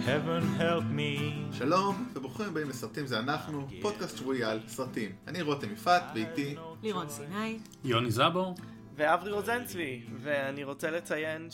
heaven help me. שלום וברוכים הבאים לסרטים זה אנחנו, פודקאסט שבועי על סרטים. אני רותם יפעת ואיתי לירון סיני, יוני זבור ואברי רוזנצבי, ואני רוצה לציין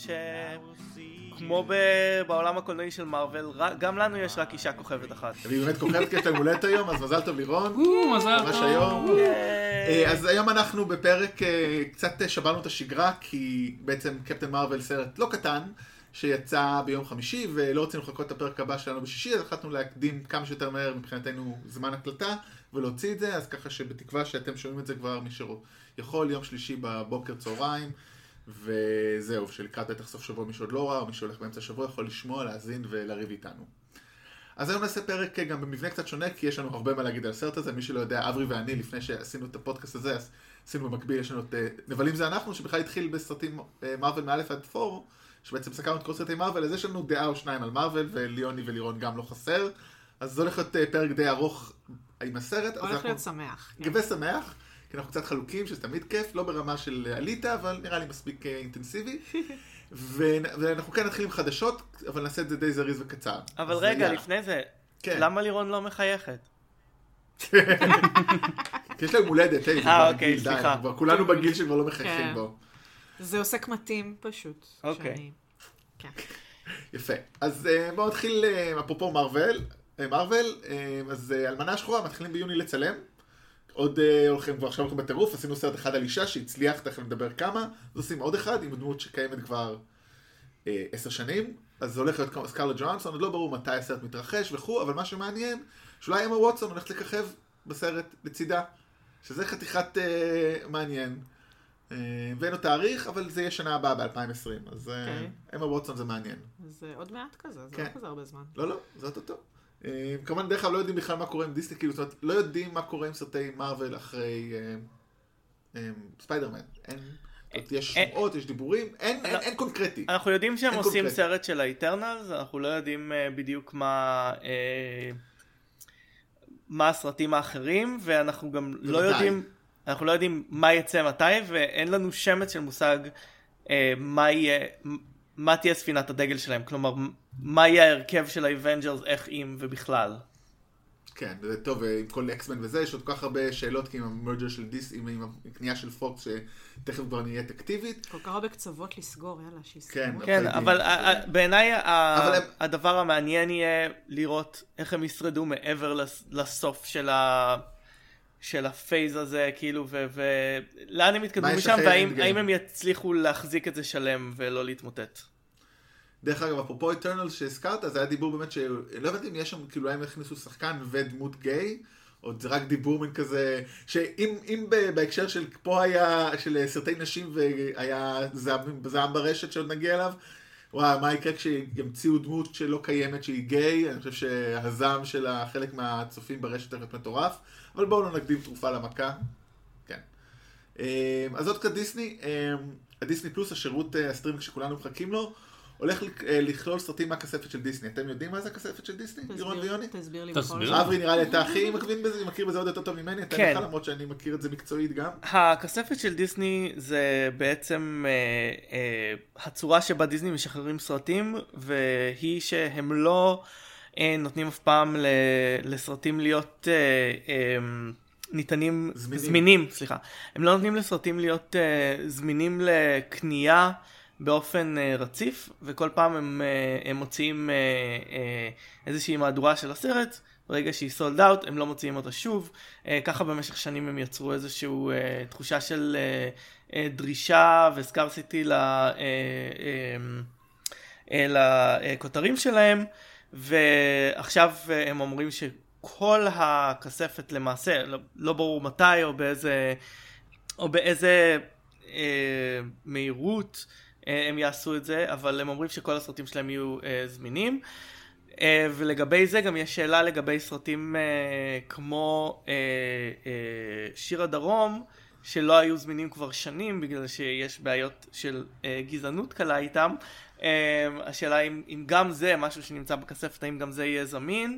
שכמו בעולם הקולנועי של מארוול, גם לנו יש רק אישה כוכבת אחת. והיא באמת כוכבת כי יש להם הולדת היום, אז מזל טוב לירון. מזל ממש טוב. היום. אז היום אנחנו בפרק קצת שברנו את השגרה, כי בעצם קפטן מארוול סרט לא קטן שיצא ביום חמישי, ולא רצינו לחכות את הפרק הבא שלנו בשישי, אז החלטנו להקדים כמה שיותר מהר מבחינתנו זמן הקלטה ולהוציא את זה, אז ככה שבתקווה שאתם שומעים את זה כבר מי שיכול, יום שלישי בבוקר צהריים, וזהו, שלקראת בטח סוף שבוע מי שעוד לא ראה, או מי שהולך באמצע השבוע יכול לשמוע, להאזין ולריב איתנו. אז היום נעשה פרק גם במבנה קצת שונה, כי יש לנו הרבה מה להגיד על הסרט הזה. מי שלא יודע, אברי ואני, לפני שעשינו את הפודקאסט הזה, אז עשינו במקביל, יש לנו את נבלים זה אנחנו, שבכלל התחיל בסרטים מארוול מאלף עד פור, שבעצם סקרנו את כל סרטי מארוול, אז יש לנו דעה או שניים על מארוול, וליוני ולירון גם לא חסר. אז זה הולך להיות פרק די ארוך עם הסרט. הולך להיות שמח. גבי שמח, כי אנחנו קצת חלוקים, שזה תמיד כיף, לא ברמה של עליתה, אבל נראה לי מספיק אינטנסיבי. ואנחנו כן נתחיל עם חדשות, אבל נעשה את זה די זריז וקצר. אבל רגע, לפני זה, למה לירון לא מחייכת? כי יש להם הולדת, אוקיי, סליחה. כולנו בגיל שכבר לא מחייכים בו. זה עוסק מתאים פשוט. אוקיי. יפה. אז בואו נתחיל, אפרופו מארוול, אז אלמנה שחורה מתחילים ביוני לצלם. עוד הולכים, כבר עכשיו הולכים בטירוף, עשינו סרט אחד על אישה שהצליח, תכף נדבר כמה, אז עושים עוד אחד עם דמות שקיימת כבר 10 שנים, אז זה הולך להיות סקרלט ג'ואנסון, עוד לא ברור מתי הסרט מתרחש וכו', אבל מה שמעניין, שאולי אמה ווטסון הולכת לככב בסרט לצידה, שזה חתיכת מעניין. ואין לו תאריך, אבל זה יהיה שנה הבאה ב-2020, אז אמה ווטסון זה מעניין. זה עוד מעט כזה, זה לא כזה הרבה זמן. לא, זה אותו. כמובן דרך כלל לא יודעים בכלל מה קורה עם דיסני, כאילו, זאת אומרת, לא יודעים מה קורה עם סרטי מארוול אחרי ספיידרמן. יש שמועות, יש דיבורים, אין קונקרטי. אנחנו יודעים שהם עושים סרט של האיטרנלס, אנחנו לא יודעים בדיוק מה הסרטים האחרים, ואנחנו גם לא יודעים מה יצא מתי, ואין לנו שמץ של מושג מה תהיה ספינת הדגל שלהם, כלומר, מה יהיה ההרכב של האבנג'רס, איך אם ובכלל. כן, זה טוב, עם כל אקסמן וזה, יש עוד כל כך הרבה שאלות, כי עם המרג'ר של עם הקנייה של פוקס, שתכף כבר נהיה אקטיבית. כל כך הרבה קצבות לסגור, יאללה, שיסגרו. כן, אבל בעיניי הדבר המעניין יהיה לראות איך הם ישרדו מעבר לסוף של הפייז הזה, כאילו, ולאן הם יתקדמו משם, והאם הם יצליחו להחזיק את זה שלם ולא להתמוטט. דרך אגב, אפרופו איטרנל שהזכרת, אז היה דיבור באמת שלא הבנתי אם יש שם, כאילו, הם הכניסו שחקן ודמות גיי, או זה רק דיבור מן כזה, שאם בהקשר של פה היה, של סרטי נשים, והיה זעם ברשת שעוד נגיע אליו, וואי, מה יקרה כשימציאו דמות שלא קיימת שהיא גיי? אני חושב שהזעם של חלק מהצופים ברשת הולך מטורף, אבל בואו לא נקדים תרופה למכה. כן. אז עוד קצת דיסני, הדיסני פלוס, השירות הסטרימינג שכולנו מחכים לו, הולך לכלול סרטים מהכספת של דיסני. אתם יודעים מה זה הכספת של דיסני? לירון ויוני? תסביר לי. אברי נראה לי אתה הכי מכיר בזה עוד יותר טוב ממני, אתה לך למרות שאני מכיר את זה מקצועית גם. הכספת של דיסני זה בעצם הצורה שבה דיסני משחררים סרטים, והיא שהם לא נותנים אף פעם לסרטים להיות ניתנים, זמינים, סליחה. הם לא נותנים לסרטים להיות זמינים לקנייה באופן רציף, וכל פעם הם מוציאים איזושהי מהדורה של הסרט, ברגע שהיא סולד אאוט, הם לא מוציאים אותה שוב. ככה במשך שנים הם יצרו איזושהי תחושה של דרישה וסקרסיטי לכותרים שלהם, ועכשיו הם אומרים שכל הכספת למעשה, לא ברור מתי או באיזה מהירות הם יעשו את זה, אבל הם אומרים שכל הסרטים שלהם יהיו זמינים. ולגבי זה גם יש שאלה לגבי סרטים כמו שיר הדרום, שלא היו זמינים כבר שנים, בגלל שיש בעיות של גזענות קלה איתם. השאלה אם גם זה משהו שנמצא בכספת, האם גם זה יהיה זמין.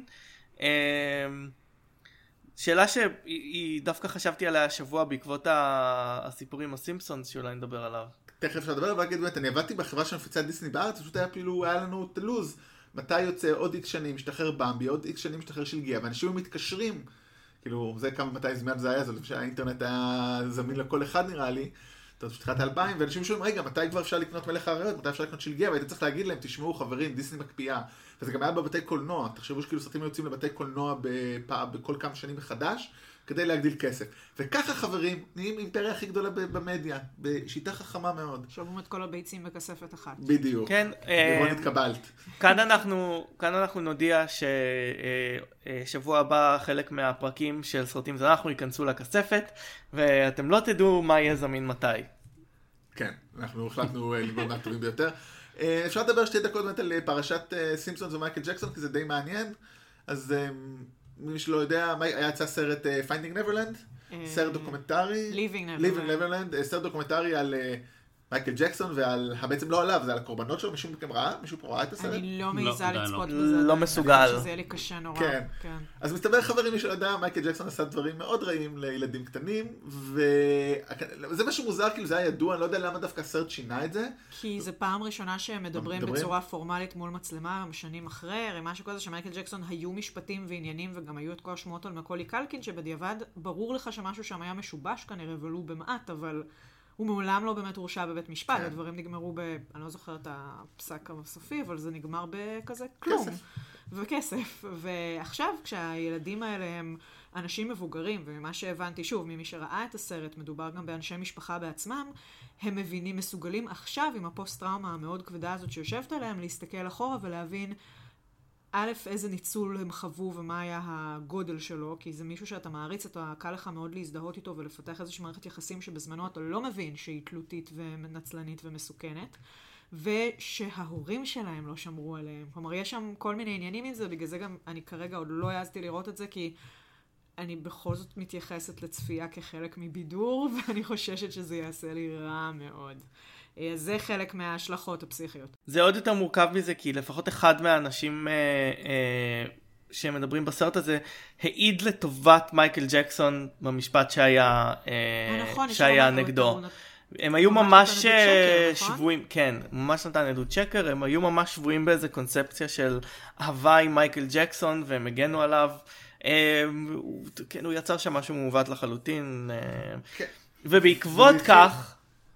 שאלה שהיא דווקא חשבתי עליה השבוע בעקבות הסיפורים הסימפסונס שאולי נדבר עליו. תכף אפשר לדבר, אבל אגיד באמת, אני עבדתי בחברה שמפיצה דיסני בארץ, פשוט היה לנו את הלוז, מתי יוצא עוד איקס שנים, משתחרר במבי, עוד איקס שנים משתחרר שלגיה, ואנשים מתקשרים, כאילו, זה כמה מתי זמן זה היה, זה לפני שהאינטרנט היה זמין לכל אחד נראה לי, בתחילת 2000, ואנשים שואלים, רגע, מתי כבר אפשר לקנות מלך האריות, מתי אפשר לקנות שלגיה, והיית צריך להגיד להם, תשמעו חברים, דיסני מקפיאה, וזה גם היה בבתי קולנוע, תחשבו שכאילו סרטים יוצאים לבתי קולנוע בכל כמה שנים מחדש, כדי להגדיל כסף. וככה חברים, נהיים אימפריה הכי גדולה במדיה, בשיטה חכמה מאוד. שומעים את כל הביצים בכספת אחת. בדיוק. כן. לראות התקבלת. כאן אנחנו נודיע ששבוע הבא חלק מהפרקים של סרטים זה אנחנו ייכנסו לכספת, ואתם לא תדעו מה יהיה זמין מתי. כן, אנחנו החלטנו ללמוד מהטובים ביותר. אפשר לדבר 2 דקות באמת על פרשת סימפסונס ומייקל ג'קסון, כי זה די מעניין. אז מי שלא יודע, היה יצא סרט Finding Neverland, סרט דוקומנטרי, Living Neverland, סרט דוקומנטרי על מייקל ג'קסון ועל, בעצם לא עליו, זה על הקורבנות שלו, מישהו מכם ראה? מישהו פה ראה את הסרט? אני לא מעיזה לצפות בזה. לא מסוגל. שזה יהיה לי קשה נורא. כן. אז מסתבר חברים, מי שלא יודע, מייקל ג'קסון עשה דברים מאוד רעים לילדים קטנים, וזה משהו מוזר, כאילו זה היה ידוע, אני לא יודע למה דווקא הסרט שינה את זה. כי זה פעם ראשונה שהם מדברים בצורה פורמלית מול מצלמה, שנים אחרי, הרי משהו כזה שמייקל ג'קסון היו משפטים ועניינים, וגם היו את כל השמועות על מקולי קלקין, שבדיעבד ברור לך שמשהו שם היה משובש כנראה, ולו במעט, אבל הוא מעולם לא באמת הורשע בבית משפט, הדברים נגמרו אני לא זוכרת את הפסק הסופי, אבל זה נגמר בכזה כלום. וכסף. ועכשיו, כשהילדים האלה הם אנשים מבוגרים, וממה שהבנתי, שוב, ממי שראה את הסרט, מדובר גם באנשי משפחה בעצמם, הם מבינים, מסוגלים עכשיו, עם הפוסט-טראומה המאוד כבדה הזאת שיושבת עליהם, להסתכל אחורה ולהבין א', איזה ניצול הם חוו ומה היה הגודל שלו, כי זה מישהו שאתה מעריץ, אתה קל לך מאוד להזדהות איתו ולפתח איזושהי מערכת יחסים שבזמנו אתה לא מבין שהיא תלותית ונצלנית ומסוכנת, ושההורים שלהם לא שמרו עליהם. כלומר, יש שם כל מיני עניינים עם זה, בגלל זה גם אני כרגע עוד לא העזתי לראות את זה, כי אני בכל זאת מתייחסת לצפייה כחלק מבידור, ואני חוששת שזה יעשה לי רע מאוד. זה חלק מההשלכות הפסיכיות. זה עוד יותר מורכב מזה, כי לפחות אחד מהאנשים שמדברים בסרט הזה, העיד לטובת מייקל ג'קסון במשפט שהיה נגדו. הם היו ממש שבויים, כן, ממש נתן עדות שקר, הם היו ממש שבויים באיזה קונספציה של אהבה עם מייקל ג'קסון, והם הגנו עליו. כן, הוא יצר שם משהו מעוות לחלוטין. ובעקבות כך,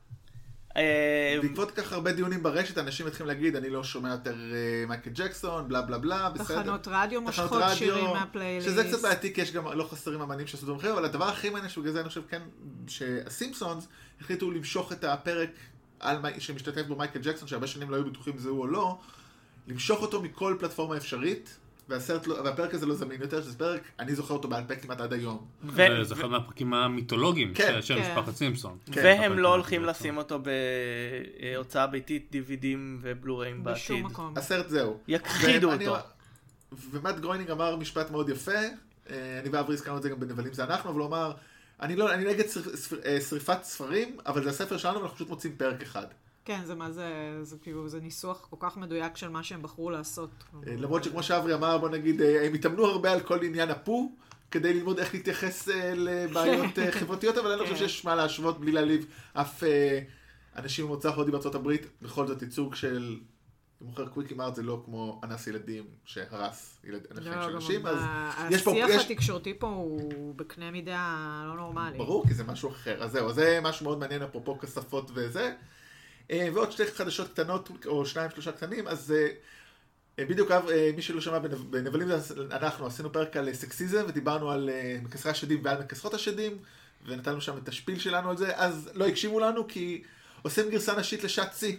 בעקבות כך הרבה דיונים ברשת, אנשים מתחילים להגיד, אני לא שומע יותר מייקל ג'קסון, בלה בלה בלה, בסדר. תחנות רדיו מושכות שירים מהפלייליסט. שזה קצת בעייתי, כי יש גם לא חסרים אמנים שעשו דברים אחרים, אבל הדבר הכי מעניין שבגלל זה אני חושב כן, שהסימפסונס החליטו למשוך את הפרק שמשתתף בו מייקל ג'קסון, שהרבה שנים לא היו בטוחים זה הוא או לא, למשוך אותו מכל פלטפורמה אפשרית, והפרק הזה לא זמין יותר, שזה פרק, אני זוכר אותו בעל פה כמעט עד היום. זה אחד מהפרקים המיתולוגיים של משפחת סימפסון. והם לא הולכים לשים אותו בהוצאה ביתית, דיווידים ובלוריים בעתיד. בשום מקום. הסרט זהו. יכחידו אותו. ומאט גרוינינג אמר משפט מאוד יפה, אני ואברי הזכרנו את זה גם בנבלים זה אנחנו, אבל הוא אמר, אני נגד שריפת ספרים, אבל זה הספר שלנו ואנחנו פשוט מוצאים פרק אחד. כן, זה ניסוח כל כך מדויק של מה שהם בחרו לעשות. למרות שכמו שאברי אמר, בוא נגיד, הם התאמנו הרבה על כל עניין הפו, כדי ללמוד איך להתייחס לבעיות חברתיות, אבל אני לא חושב שיש מה להשוות בלי להעליב אף אנשים ממוצא הודי בארצות הברית, בכל זאת ייצוג של, מוכר קוויקי מארט זה לא כמו אנס ילדים שהרס אנשים של אנשים, אז יש פה... השיח התקשורתי פה הוא בקנה מידה לא נורמלי. ברור, כי זה משהו אחר. אז זהו, זה משהו מאוד מעניין, אפרופו כספות וזה. ועוד 2 חדשות קטנות, או 2-3 קטנים, אז בדיוק מי שלא שמע בנבלים אנחנו עשינו פרק על סקסיזם, ודיברנו על מכסחי השדים ועל מכסחות השדים, ונתנו שם את השפיל שלנו על זה, אז לא הקשיבו לנו, כי עושים גרסה נשית לשעת C.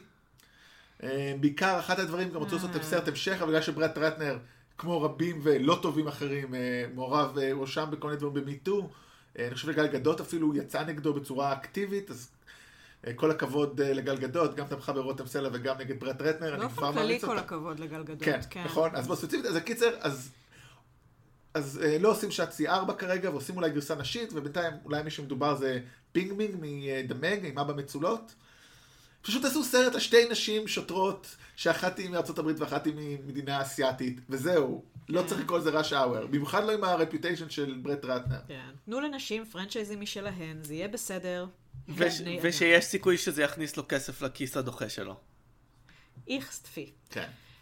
בעיקר אחת הדברים גם רצו לעשות סרט המשך, אבל בגלל שברט רטנר, כמו רבים ולא טובים אחרים, מעורב ראשם בכל מיני דברים במיטו, אני חושב לגל גדות אפילו יצא נגדו בצורה אקטיבית, אז כל הכבוד לגל גדות, גם תמכה ברותם סלע וגם נגד ברט רטנר. באופן כללי כל הכבוד לגל גדות. כן, נכון. אז בספציפית, אז הקיצר, אז לא עושים שעת C4 כרגע, ועושים אולי גרסה נשית, ובינתיים אולי מי שמדובר זה פינג מינג מדמג, עם אבא מצולות. פשוט עשו סרט על 2 נשים שוטרות, שאחת היא מארצות הברית ואחת היא ממדינה אסיאתית, וזהו. לא צריך לקרוא לזה ראש אאואר. במיוחד לא עם הרפיוטיישן של ברט רטנר. תנו לנשים פרנצ'ייזים משלהן, זה יהיה בסדר. ושיש סיכוי שזה יכניס לו כסף לכיס הדוחה שלו. איכס תפי. כן.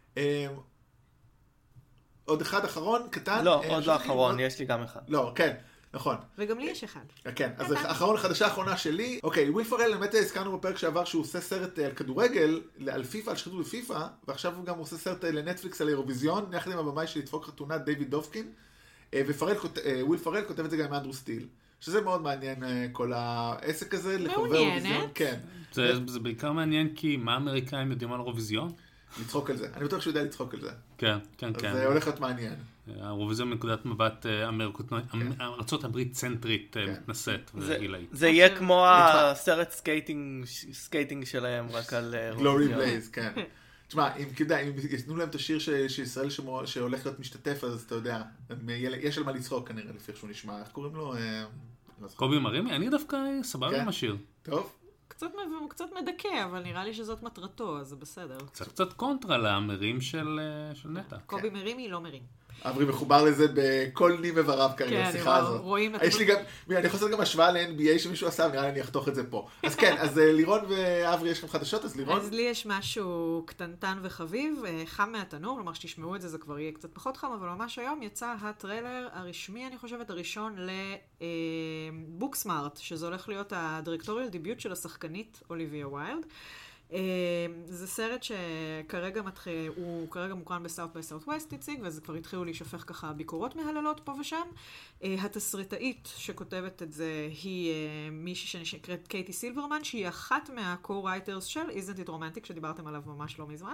עוד אחד אחרון, קטן. לא, עוד לא אחרון, יש לי גם אחד. לא, כן, נכון. וגם לי יש אחד. כן, אז חדשה האחרונה שלי. אוקיי, וויל פרל, באמת הזכרנו בפרק שעבר שהוא עושה סרט על כדורגל, על פיפה, על שחיתות בפיפה, ועכשיו הוא גם עושה סרט לנטפליקס על אירוויזיון, יחד עם הבמאי של לדפוק חתונה, דיוויד דופקין, וויל פרל כותב את זה גם עם אנדרו סטיל. שזה מאוד מעניין כל העסק הזה, לחובב אירוויזיון. כן. זה בעיקר מעניין כי מה האמריקאים יודעים על אירוויזיון? לצחוק על זה. אני בטוח שהוא יודע לצחוק על זה. כן, כן, כן. זה הולך להיות מעניין. האירוויזיון מנקודת מבט ארצות הברית צנטרית מתנשאת וגילאית. זה יהיה כמו הסרט סקייטינג שלהם, רק על גלורי בלייז, כן. תשמע, אם יתנו להם את השיר שישראל שהולך להיות משתתף, אז אתה יודע, יש על מה לצחוק כנראה, לפי איך שהוא נשמע. איך קוראים לו? קובי מרימי? אני דווקא סבבה עם השיר. טוב. קצת מדכא, אבל נראה לי שזאת מטרתו, אז זה בסדר. קצת קונטרה למרים של נטע. קובי מרימי לא מרים. אברי מחובר לזה בכל נים איבריו כרגע, השיחה הזאת. יש לי גם, אני יכול לעשות גם השוואה ל-NBA שמישהו עשה, נראה לי אני אחתוך את זה פה. אז כן, אז לירון ואברי יש לכם חדשות, אז לירון? אז לי יש משהו קטנטן וחביב, חם מהתנור, כלומר שתשמעו את זה, זה כבר יהיה קצת פחות חם, אבל ממש היום יצא הטריילר הרשמי, אני חושבת, הראשון לבוקסמארט, שזה הולך להיות הדירקטוריאל דיביוט של השחקנית אוליביה ויילד. זה סרט שכרגע הוא כרגע מוקרן בסאוף ביי סאוף ווסט הציג, וזה כבר התחילו להישפך ככה ביקורות מהללות פה ושם. התסריטאית שכותבת את זה היא מישהי שנקראת קייטי סילברמן, שהיא אחת מה-co-writers של Isn't It Romantic, שדיברתם עליו ממש לא מזמן.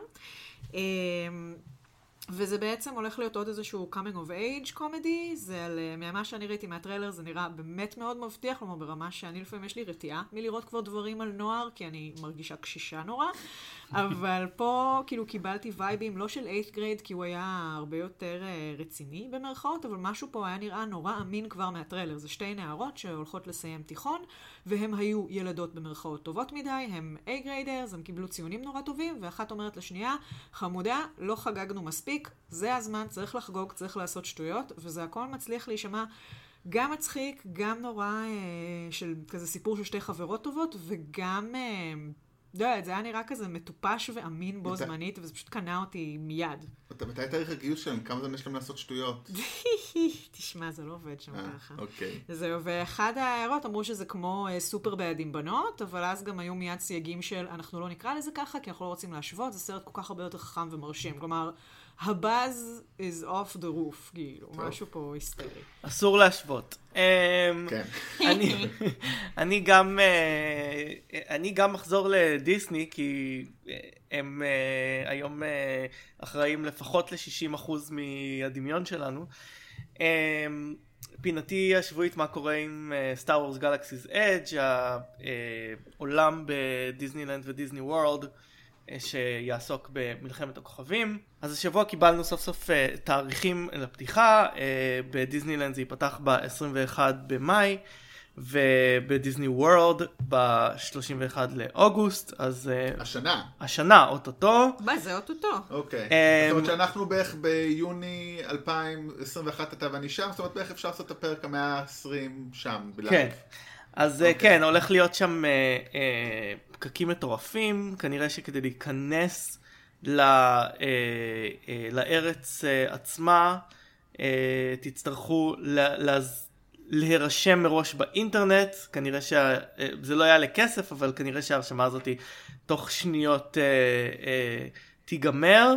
וזה בעצם הולך להיות עוד איזשהו coming of age קומדי, זה על, ממה שאני ראיתי מהטריילר, זה נראה באמת מאוד מבטיח, כלומר ברמה שאני לפעמים יש לי רתיעה מלראות כבר דברים על נוער, כי אני מרגישה קשישה נורא, אבל פה כאילו קיבלתי וייבים לא של 8th grade, כי הוא היה הרבה יותר רציני במרכאות, אבל משהו פה היה נראה נורא אמין כבר מהטריילר. זה שתי נערות שהולכות לסיים תיכון, והם היו ילדות במרכאות טובות מדי, הם A-graders, הם קיבלו ציונים נורא טובים, ואחת אומרת לשנייה, חמודה, לא חגגנו מספיק, זה הזמן, צריך לחגוג, צריך לעשות שטויות, וזה הכל מצליח להישמע גם מצחיק, גם נורא של כזה סיפור של שתי חברות טובות, וגם זה היה נראה כזה מטופש ואמין בו זמנית, וזה פשוט קנה אותי מיד. מתי תאריך הגיוס שלהם? כמה זמן יש להם לעשות שטויות? תשמע, זה לא עובד שם ככה. אוקיי. זהו, ואחד ההערות אמרו שזה כמו סופר בד עם בנות, אבל אז גם היו מיד סייגים של אנחנו לא נקרא לזה ככה, כי אנחנו לא רוצים להשוות, זה סרט כל כך הרבה יותר חכם ומרשים. כלומר, הבאז is off the roof, כאילו, משהו פה היסטרי. אסור להשוות. כן. אני גם אחזור לדיסני, כי הם היום אחראים לפחות ל-60% מהדמיון שלנו. פינתי השבועית מה קורה עם Star Wars Galaxy's Edge, העולם בדיסנילנד ודיסני וורלד, שיעסוק במלחמת הכוכבים. אז השבוע קיבלנו סוף סוף תאריכים לפתיחה. בדיסנילנד זה ייפתח ב-21 במאי, ובדיסני וורלד ב-31 לאוגוסט. אז השנה, אוטוטו. מה זה אוטוטו? אוקיי. זאת אומרת שאנחנו בערך ביוני 2021 אתה ואני שם, זאת אומרת בערך אפשר לעשות את הפרק 120 שם בלייב. כן. אז כן, הולך להיות שם פקקים מטורפים, כנראה שכדי להיכנס לארץ עצמה, תצטרכו להירשם מראש באינטרנט, כנראה שזה לא היה לכסף, אבל כנראה שההרשמה הזאת תוך שניות תיגמר.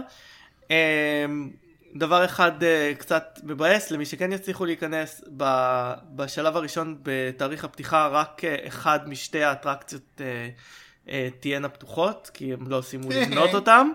דבר אחד קצת מבאס, למי שכן יצליחו להיכנס, בשלב הראשון בתאריך הפתיחה רק אחד משתי האטרקציות תהיינה פתוחות, כי הם לא שימו לבנות אותם.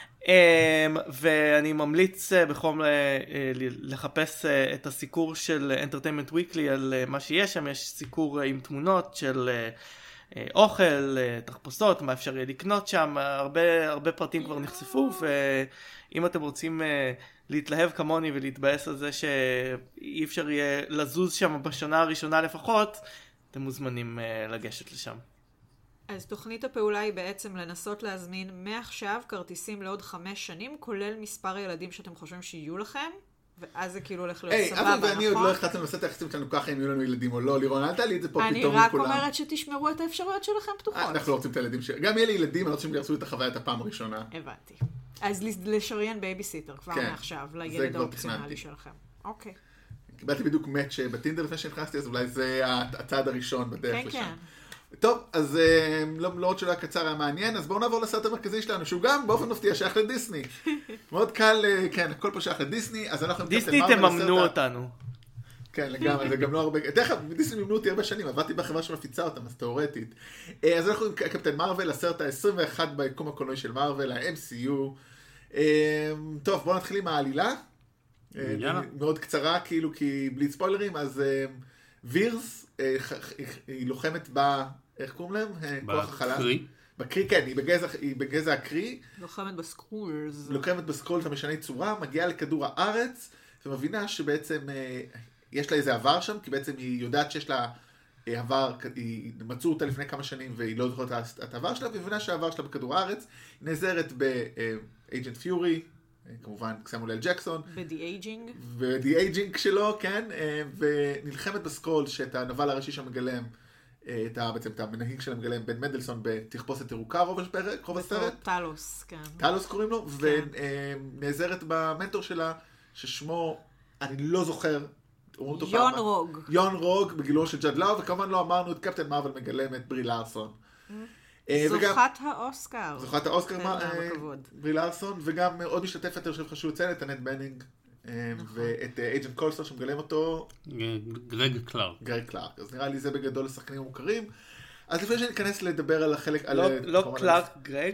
ואני ממליץ בחום לחפש את הסיקור של Entertainment Weekly על מה שיש שם. יש סיקור עם תמונות של אוכל, תחפושות, מה אפשר יהיה לקנות שם, הרבה פרטים כבר נחשפו, ואם אתם רוצים להתלהב כמוני ולהתבאס על זה שאי אפשר יהיה לזוז שם בשנה הראשונה לפחות, אתם מוזמנים לגשת לשם. אז תוכנית הפעולה היא בעצם לנסות להזמין מעכשיו כרטיסים לעוד 5 שנים, כולל מספר ילדים שאתם חושבים שיהיו לכם, ואז זה כאילו הולך להיות סבבה, נכון? ואני עוד לא החלטנו לעשות את היחסים שלנו ככה אם יהיו לנו ילדים או לא. לירון, אל תעלי את זה פה פתאום מכולם. אני רק אומרת שתשמרו את האפשרויות שלכם פתוחות. אנחנו לא רוצים את הילדים גם יהיה לי ילדים, אני לא רוצים שירצו את החוויה את הפעם הראשונה. הבנתי. אז לשריין בייביסיטר כבר מעכשיו, לילד האופציונלי שלכם. אוקיי. קיבלתי בדיוק מאץ' בטינדר לפני שנכנסתי, אז אולי זה הצעד הראשון בדרך לשם. כן. טוב, אז לא עוד שלא הקצר היה מעניין, אז בואו נעבור לסרט המרכזי שלנו, שהוא גם באופן מפתיע שייך לדיסני. מאוד קל, כן, הכל פה שייך לדיסני, אז אנחנו... דיסני תממנו אותנו. כן, לגמרי, זה גם לא הרבה... דרך כלל, דיסני מימנו אותי הרבה שנים, עבדתי בחברה שמפיצה אותם, אז תיאורטית. אז אנחנו עם קפטן מרוול, הסרט ה-21 ביקום הקולנועי של מרוול, ה-MCU. טוב, בואו נתחיל עם העלילה. מאוד קצרה, כאילו, כי בלי ספוילרים, אז וירס, היא לוחמת איך קוראים להם? כוח החלל. בקרי. בקרי, כן, היא בגזע הקרי. לוחמת בסקרולס. לוחמת בסקרולס המשני צורה, מגיעה לכדור הארץ, ומבינה שבעצם יש לה איזה עבר שם, כי בעצם היא יודעת שיש לה עבר, מצאו אותה לפני כמה שנים, והיא לא זוכרת את העבר שלה, והיא מבינה שהעבר שלה בכדור הארץ, היא נעזרת באג'נט פיורי, כמובן סמואל אל ג'קסון. בדי-אייג'ינג. בדי-אייג'ינג שלו, כן, ונלחמת בסקרולס, שאת הנבל הראשי שם מגלם, בעצם את המנהיג שלה מגלם בן מנדלסון בתכפוסת ירוקה רוב הסרט. טלוס, כן. טלוס קוראים לו, ונעזרת במנטור שלה, ששמו, אני לא זוכר, יון רוג. יון רוג, בגילורו של ג'אד לאו, וכמובן לא אמרנו את קפטן מרוול מגלם את ברי לארסון. זוכת האוסקר. זוכת האוסקר, ברי לארסון, וגם עוד משתתפת, אני חושב חשוב לציין, את הנט בנינג, ואת אייג'נט קולסטר שמגלם אותו. גרג קלארק. גרג קלארק. אז נראה לי זה בגדול לשחקנים המוכרים. אז לפני שניכנס לדבר על החלק... לא קלארק גרג?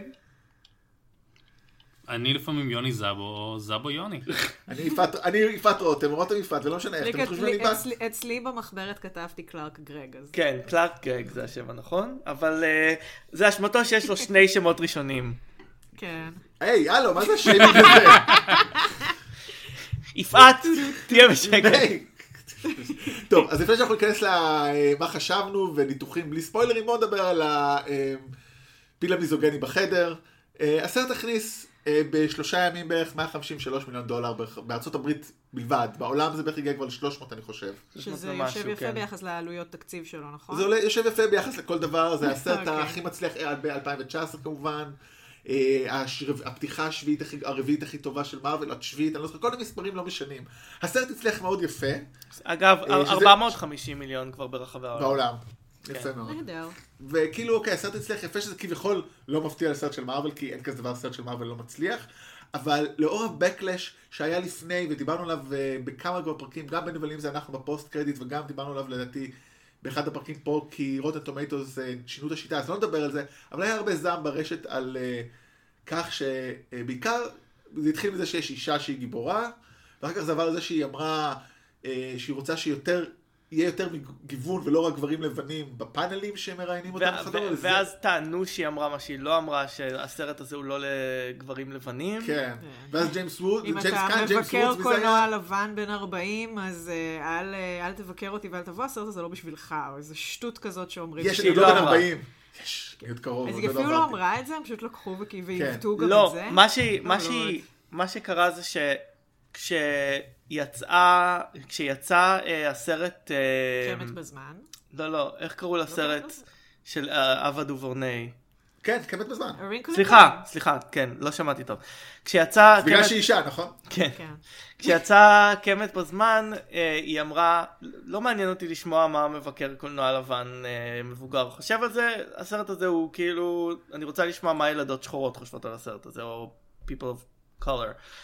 אני לפעמים יוני זאבו, או זאבו יוני. אני יפת רותם, רותם יפת, ולא משנה איך, אתם חושבים לי בת? אצלי במחברת כתבתי קלארק גרג. כן, קלארק גרג זה השם הנכון, אבל זה אשמתו שיש לו שני שמות ראשונים. כן. היי, הלו, מה זה השמי הזה? יפעת, תהיה בשקט. טוב, אז לפני שאנחנו ניכנס למה חשבנו וניתוחים בלי ספוילרים, בואו נדבר על הפיל המיזוגני בחדר. הסרט הכניס ב3 ימים בערך 153 מיליון דולר בארצות הברית בלבד. בעולם זה בערך הגיע כבר ל-300 אני חושב. שזה יושב יפה ביחס לעלויות תקציב שלו, נכון? זה יושב יפה ביחס לכל דבר, זה הסרט הכי מצליח ב-2019 כמובן. הפתיחה הרביעית הכי טובה של מרוול, השביעית, אני לא זוכר, כל המספרים לא משנים. הסרט הצליח מאוד יפה. אגב, 450 מיליון כבר ברחבי העולם. בעולם. יפה מאוד. וכאילו, אוקיי, הסרט הצליח יפה שזה כביכול לא מפתיע לסרט של מרוול, כי אין כזה דבר סרט של מרוול לא מצליח, אבל לאור הבקלש שהיה לפני, ודיברנו עליו בכמה כבר פרקים, גם בנבלים זה אנחנו בפוסט קרדיט, וגם דיברנו עליו לדעתי באחד הפרקים פה, כי רוטן טומטוס שינו את השיטה, אז לא נדבר על זה, אבל היה הרבה זעם ברשת על כך שבעיקר זה התחיל מזה שיש אישה שהיא גיבורה, ואחר כך זה עבר לזה שהיא אמרה שהיא רוצה יהיה יותר גיוון ולא רק גברים לבנים בפאנלים שמראיינים אותם. ואז טענו שהיא אמרה מה שהיא לא אמרה, שהסרט הזה הוא לא לגברים לבנים. כן. ואז ג'יימס וודס, אם אתה מבקר קולנוע לבן בן 40, אז אל תבקר אותי ואל תבוא, הסרט הזה לא בשבילך, או איזו שטות כזאת שאומרים. יש, אני לא בן 40. יש, עוד קרוב. אז היא אפילו לא אמרה את זה, הם פשוט לקחו ועיוותו גם את זה. לא, מה שקרה זה כשיצא הסרט... קמת בזמן. לא, איך קראו לסרט של אווה דובורני? כן, קמת בזמן. סליחה, כן, לא שמעתי טוב. כשיצא... בגלל שהיא אישה, נכון? כן. כשיצא קמת בזמן, היא אמרה, לא מעניין אותי לשמוע מה מבקר קולנוע לבן מבוגר חושב על זה, הסרט הזה הוא כאילו, אני רוצה לשמוע מה ילדות שחורות חושבות על הסרט הזה, או people of color.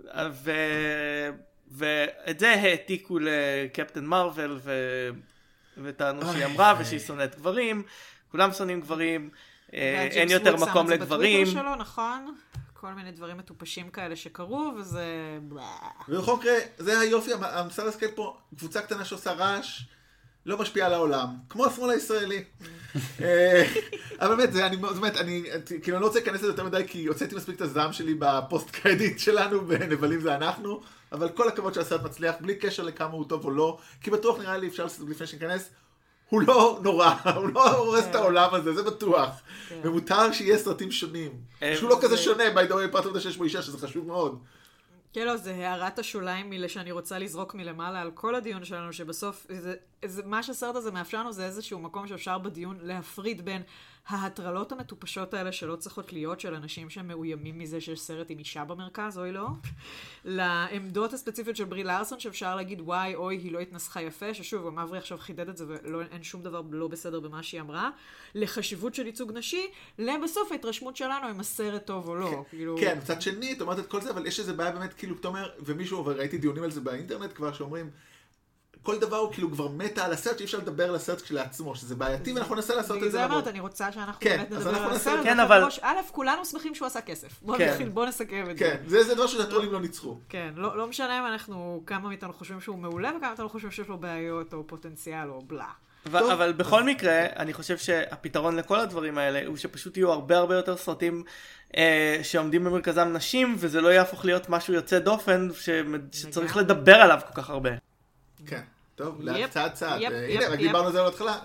ואת זה העתיקו לקפטן מרוול וטענו שהיא אמרה ושהיא שונאת גברים, כולם שונאים גברים, אין יותר מקום לגברים. בטוויטר שלו, נכון? כל מיני דברים מטופשים כאלה שקרו, וזה... ובכל מקרה, זה היופי, המסע להסקל פה, קבוצה קטנה שעושה רעש, לא משפיע על העולם, כמו השמאל הישראלי. אבל באמת, אני כאילו לא רוצה להיכנס לזה יותר מדי, כי הוצאתי מספיק את הזעם שלי בפוסט קרדיט שלנו, בנבלים זה אנחנו, אבל כל הכבוד שהסרט מצליח, בלי קשר לכמה הוא טוב או לא, כי בטוח נראה לי, אפשר לפני שניכנס, הוא לא נורא, הוא לא הורס את העולם הזה, זה בטוח. ומותר שיהיה סרטים שונים. שהוא לא כזה שונה, by the way, פרט עובדה שיש בו אישה, שזה חשוב מאוד. כן, לא, זה הערת השוליים שאני רוצה לזרוק מלמעלה על כל הדיון שלנו, שבסוף, מה שהסרט הזה מאפשר לנו זה איזשהו מקום שאפשר בדיון להפריד בין ההטרלות המטופשות האלה שלא צריכות להיות של אנשים שהם מאוימים מזה שיש סרט עם אישה במרכז, אוי לא. לעמדות הספציפיות של ברי לארסון שאפשר להגיד וואי, אוי, היא לא התנסחה יפה, ששוב, המעברי עכשיו חידד את זה ואין שום דבר לא בסדר במה שהיא אמרה. לחשיבות של ייצוג נשי, לבסוף ההתרשמות שלנו אם הסרט טוב או לא. כן, מצד שני, את אומרת את כל זה, אבל יש איזה בעיה באמת, כאילו, אתה אומר, ומישהו, וראיתי דיונים על זה באינטרנט כבר, שאומרים, כל דבר הוא כאילו כבר מתה על הסרט, שאי אפשר לדבר על הסרט כשלעצמו, שזה בעייתי, ואנחנו ננסה לעשות את זה. זה אומרת, אני רוצה שאנחנו באמת נדבר על הסרט. כן, אבל... א', כולנו שמחים שהוא עשה כסף. בוא נסכם את זה. כן, זה דבר שהטרולים לא ניצחו. כן, לא משנה אם אנחנו, כמה מאיתנו חושבים שהוא מעולה, וכמה מאיתנו חושבים שיש לו בעיות, או פוטנציאל, או בלה. אבל בכל מקרה, אני חושב שהפתרון לכל הדברים האלה, הוא שפשוט יהיו הרבה הרבה יותר סרטים שעומדים במרכזם נשים, וזה לא יהפוך להיות משהו יוצא דופן, שצריך לדבר עליו כל כך הרבה. כן. טוב, צעד צעד. הנה, רק דיברנו על זה להתחלה.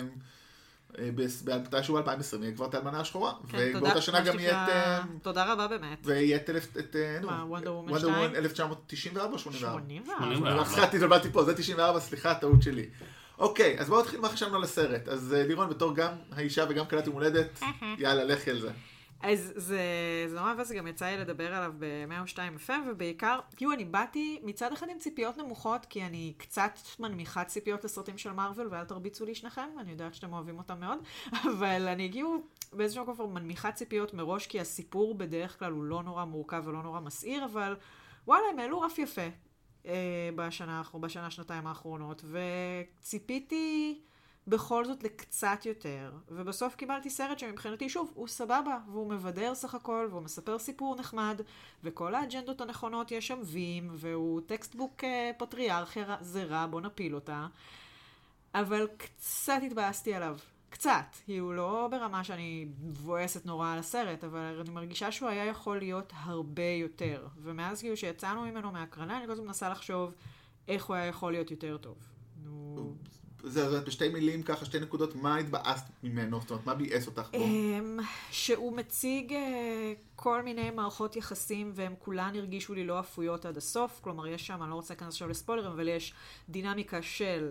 מתישהו 2020 יהיה כבר את האלמנה השחורה. ובאותה שנה גם יהיה את... תודה רבה באמת. ויהיה את... וונדר וומן 2? 1994 או 84? התבלבלתי פה, זה 94, סליחה, הטעות שלי. אוקיי, אז בואו נתחיל מה חשבנו על הסרט. אז לירון, בתור גם האישה וגם קלט יום הולדת, יאללה, לכי על זה. אז זה נורא וזה גם יצא לי לדבר עליו ב-102 FM, ובעיקר, כאילו אני באתי מצד אחד עם ציפיות נמוכות, כי אני קצת מנמיכה ציפיות לסרטים של מארוול, ואל תרביצו לי שניכם, אני יודעת שאתם אוהבים אותם מאוד, אבל אני כאילו באיזשהו כפר מנמיכה ציפיות מראש, כי הסיפור בדרך כלל הוא לא נורא מורכב ולא נורא מסעיר, אבל וואלה, הם העלו רף יפה בשנה-שנתיים האחרונות, וציפיתי... בכל זאת לקצת יותר, ובסוף קיבלתי סרט שמבחינתי שוב הוא סבבה, והוא מבדר סך הכל, והוא מספר סיפור נחמד, וכל האג'נדות הנכונות יש שם וים, והוא טקסטבוק פטריארכיה, זה רע, בוא נפיל אותה, אבל קצת התבאסתי עליו, קצת, הוא לא ברמה שאני מבואסת נורא על הסרט, אבל אני מרגישה שהוא היה יכול להיות הרבה יותר, ומאז כאילו שיצאנו ממנו מהקרנה, אני כל הזמן מנסה לחשוב איך הוא היה יכול להיות יותר טוב. זה בשתי מילים ככה, שתי נקודות, מה התבאסת ממנו? זאת אומרת, מה ביאס אותך בו? שהוא מציג כל מיני מערכות יחסים, והם כולן הרגישו לי לא אפויות עד הסוף. כלומר, יש שם, אני לא רוצה להיכנס עכשיו לספוילרים, אבל יש דינמיקה של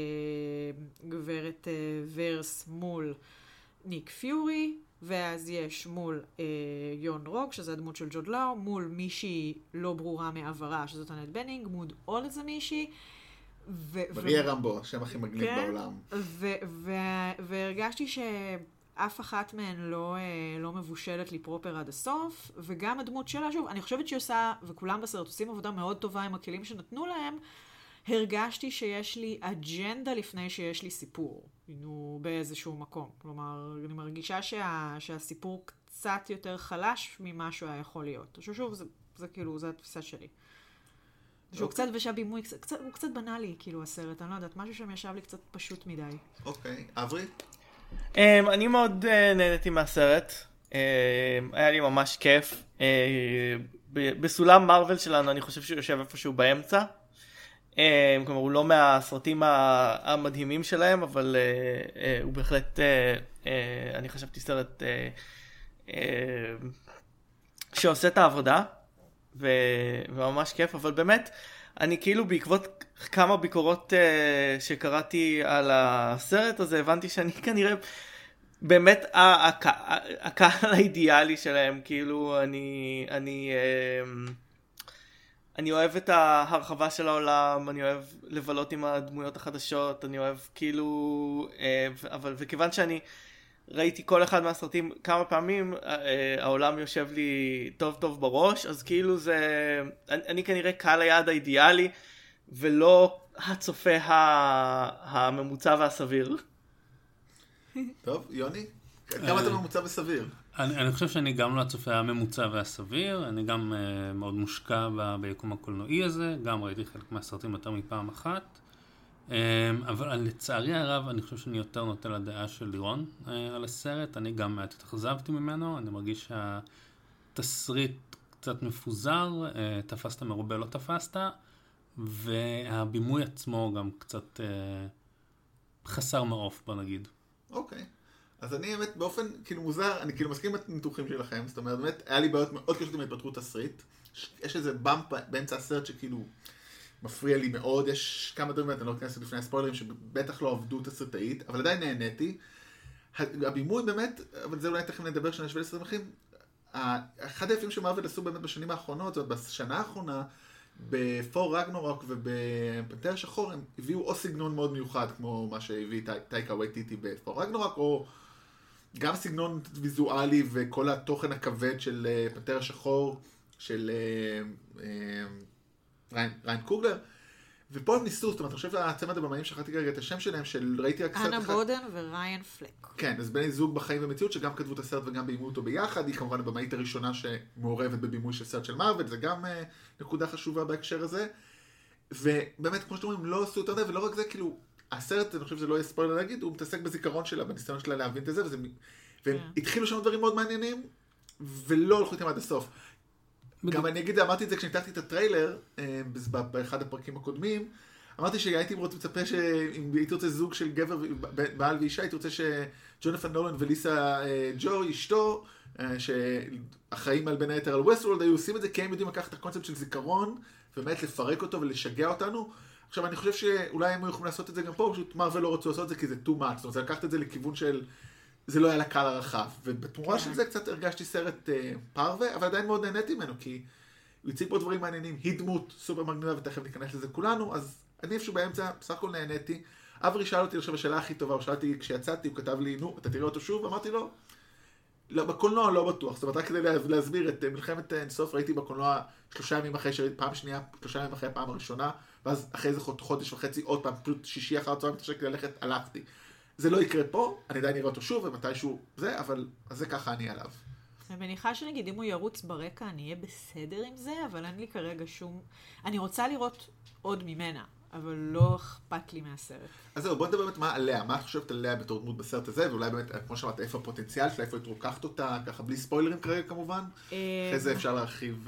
גברת ורס מול ניק פיורי, ואז יש מול יון רוג, שזה הדמות של ג'וד לאו, מול מישהי לא ברורה מעברה, שזאת אנט בנינג, מול עוד איזה מישהי, מריה רמבו, השם הכי מגניב בעולם. והרגשתי שאף אחת מהן לא מבושלת לי פרופר עד הסוף, וגם הדמות שלה, שוב, אני חושבת שהיא עושה, וכולם בסרט עושים עבודה מאוד טובה עם הכלים שנתנו להם, הרגשתי שיש לי אג'נדה לפני שיש לי סיפור, באיזשהו מקום. כלומר, אני מרגישה שהסיפור קצת יותר חלש ממה שהוא היה יכול להיות. שוב, זה כאילו, זו התפיסה שלי. שהוא קצת ושהבימוי, הוא קצת בנאלי, כאילו, הסרט, אני לא יודעת, משהו שם ישב לי קצת פשוט מדי. אוקיי, אברי? אני מאוד נהניתי מהסרט, היה לי ממש כיף. בסולם מארוול שלנו אני חושב שהוא יושב איפשהו באמצע, כלומר הוא לא מהסרטים המדהימים שלהם, אבל הוא בהחלט, אני חשבתי סרט שעושה את העבודה, וממש כיף, אבל באמת, אני כאילו בעקבות כמה ביקורות שקראתי על הסרט הזה, הבנתי שאני כנראה באמת הקהל האידיאלי שלהם, כאילו אני אוהב את ההרחבה של העולם, אני אוהב לבלות עם הדמויות החדשות, אני אוהב כאילו, אבל וכיוון שאני ראיתי כל אחד מהסרטים כמה פעמים, העולם יושב לי טוב טוב בראש, אז כאילו זה, אני כנראה קהל היעד האידיאלי, ולא הצופה הממוצע והסביר. טוב, יוני, כמה אתה ממוצע וסביר? אני חושב שאני גם לא הצופה הממוצע והסביר, אני גם מאוד מושקע ביקום הקולנועי הזה, גם ראיתי חלק מהסרטים יותר מפעם אחת, אבל לצערי הרב אני חושב שאני יותר נוטה לדעה של לירון על הסרט, אני גם מעט התאכזבתי ממנו, אני מרגיש שהתסריט קצת מפוזר, תפסת מרובה לא תפסת, והבימוי עצמו גם קצת חסר מעוף, בוא נגיד. אוקיי. אז אני באמת באופן כאילו מוזר, אני כאילו מסכים עם הניתוחים שלכם, זאת אומרת באמת היה לי בעיות מאוד קשות עם ההתפתחות תסריט, יש איזה באמפ באמצע הסרט שכאילו מפריע לי מאוד, יש כמה דברים, אני לא אכנס לפני הספוילרים שבטח לא עבדו תסריטאית, אבל עדיין נהניתי. הבימוי באמת, אבל זה אולי תכף נדבר כשנשווה לסרטים אחרים, אחד היפים שמרוול עשו באמת בשנים האחרונות, זאת בשנה האחרונה, בפור רגנורוק ובפנתר השחור, הם הביאו או סגנון מאוד מיוחד, כמו מה שהביא טייקה וייטיטי בפור רגנורוק, או גם סגנון ויזואלי וכל התוכן הכבד של פנתר השחור, של ריין קוגלר, ופה הם ניסו, זאת אומרת, אני חושב שהצמד הבמאים שכחתי כרגע את השם שלהם, ראיתי רק סרט אחד. אנה בודן וריין פלק. כן, אז בני זוג בחיים במציאות, שגם כתבו את הסרט וגם בימו אותו ביחד, היא כמובן הבמאית הראשונה שמעורבת בבימוי של סרט של מארוול, זה גם נקודה חשובה בהקשר הזה. ובאמת, כמו שאתם אומרים, לא עשו יותר די, ולא רק זה, כאילו, הסרט, אני חושב שזה לא יהיה ספוילר להגיד, הוא מתעסק בזיכרון שלה, בניסיון שלה להבין את זה, והם התחילו שם דברים מאוד מעניינים, ולא הלכו איתם עד הסוף. גם אני אגיד, אמרתי את זה כשניתחתי את הטריילר, באחד הפרקים הקודמים, אמרתי שהייתי מצפה שאם הייתי רוצה זוג של גבר, בעל ואישה, הייתי רוצה שג'ונת'ן נולן וליסה ג'ו, אשתו, שאחראים על בין היתר על ווסטוורלד, היו עושים את זה, כי הם יודעים לקחת את הקונספט של זיכרון, ובאמת לפרק אותו ולשגע אותנו. עכשיו, אני חושב שאולי הם יכולים לעשות את זה גם פה, פשוט מארוול לא רצו לעשות את זה, כי זה too much, זאת אומרת, לקחת את זה לכיוון של זה לא היה לקהל הרחב, ובתמורה של זה קצת הרגשתי סרט פרווה, אבל עדיין מאוד נהניתי ממנו, כי הוא הציג פה דברים מעניינים, היא דמות סופר מגניבה, ותכף ניכנס לזה כולנו, אז אני איפשהו באמצע, בסך הכל נהניתי. אברי שאל אותי עכשיו השאלה הכי טובה, הוא שאל אותי כשיצאתי, הוא כתב לי, נו, אתה תראה אותו שוב? אמרתי לו, לא, בקולנוע לא בטוח, זאת אומרת, רק כדי להסביר את מלחמת אינסוף, ראיתי בקולנוע 3 ימים אחרי, פעם שנייה, 3 ימים אחרי הפעם הראשונה, ואז אחרי איזה חודש וחצי, עוד פעם, פשוט שישי אחר הצהריים מתחשק ללכת, הלכתי. זה לא יקרה פה, אני עדיין נראה אותו שוב, ומתישהו זה, אבל אז זה ככה אני עליו. אני מניחה שנגיד, אם הוא ירוץ ברקע, אני אהיה בסדר עם זה, אבל אין לי כרגע שום... אני רוצה לראות עוד ממנה, אבל לא אכפת לי מהסרט. אז זהו, בוא נדבר באמת מה עליה, מה את חושבת עליה בתור דמות בסרט הזה, ואולי באמת, כמו שאמרת, איפה הפוטנציאל שלה, איפה היא תרוקחת אותה, ככה בלי ספוילרים כרגע כמובן, אחרי זה אפשר להרחיב...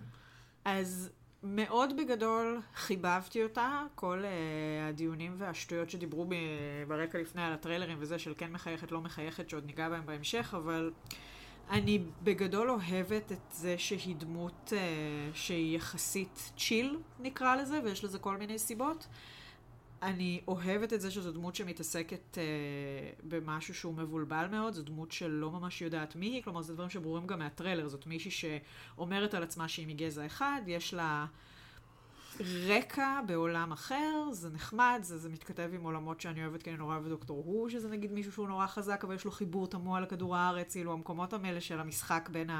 אז מאוד בגדול חיבבתי אותה, כל הדיונים והשטויות שדיברו ברקע לפני על הטריילרים וזה של כן מחייכת, לא מחייכת, שעוד ניגע בהם בהמשך, אבל אני בגדול אוהבת את זה שהיא דמות שהיא יחסית צ'יל נקרא לזה, ויש לזה כל מיני סיבות. אני אוהבת את זה שזו דמות שמתעסקת במשהו שהוא מבולבל מאוד, זו דמות שלא ממש יודעת מי היא, כלומר זה דברים שברורים גם מהטריילר, זאת מישהי שאומרת על עצמה שהיא מגזע אחד, יש לה רקע בעולם אחר, זה נחמד, זה מתכתב עם עולמות שאני אוהבת, כי אני נורא אוהבת דוקטור הו, שזה נגיד מישהו שהוא נורא חזק, אבל יש לו חיבור תמוה לכדור הארץ, כאילו המקומות המלא של המשחק בין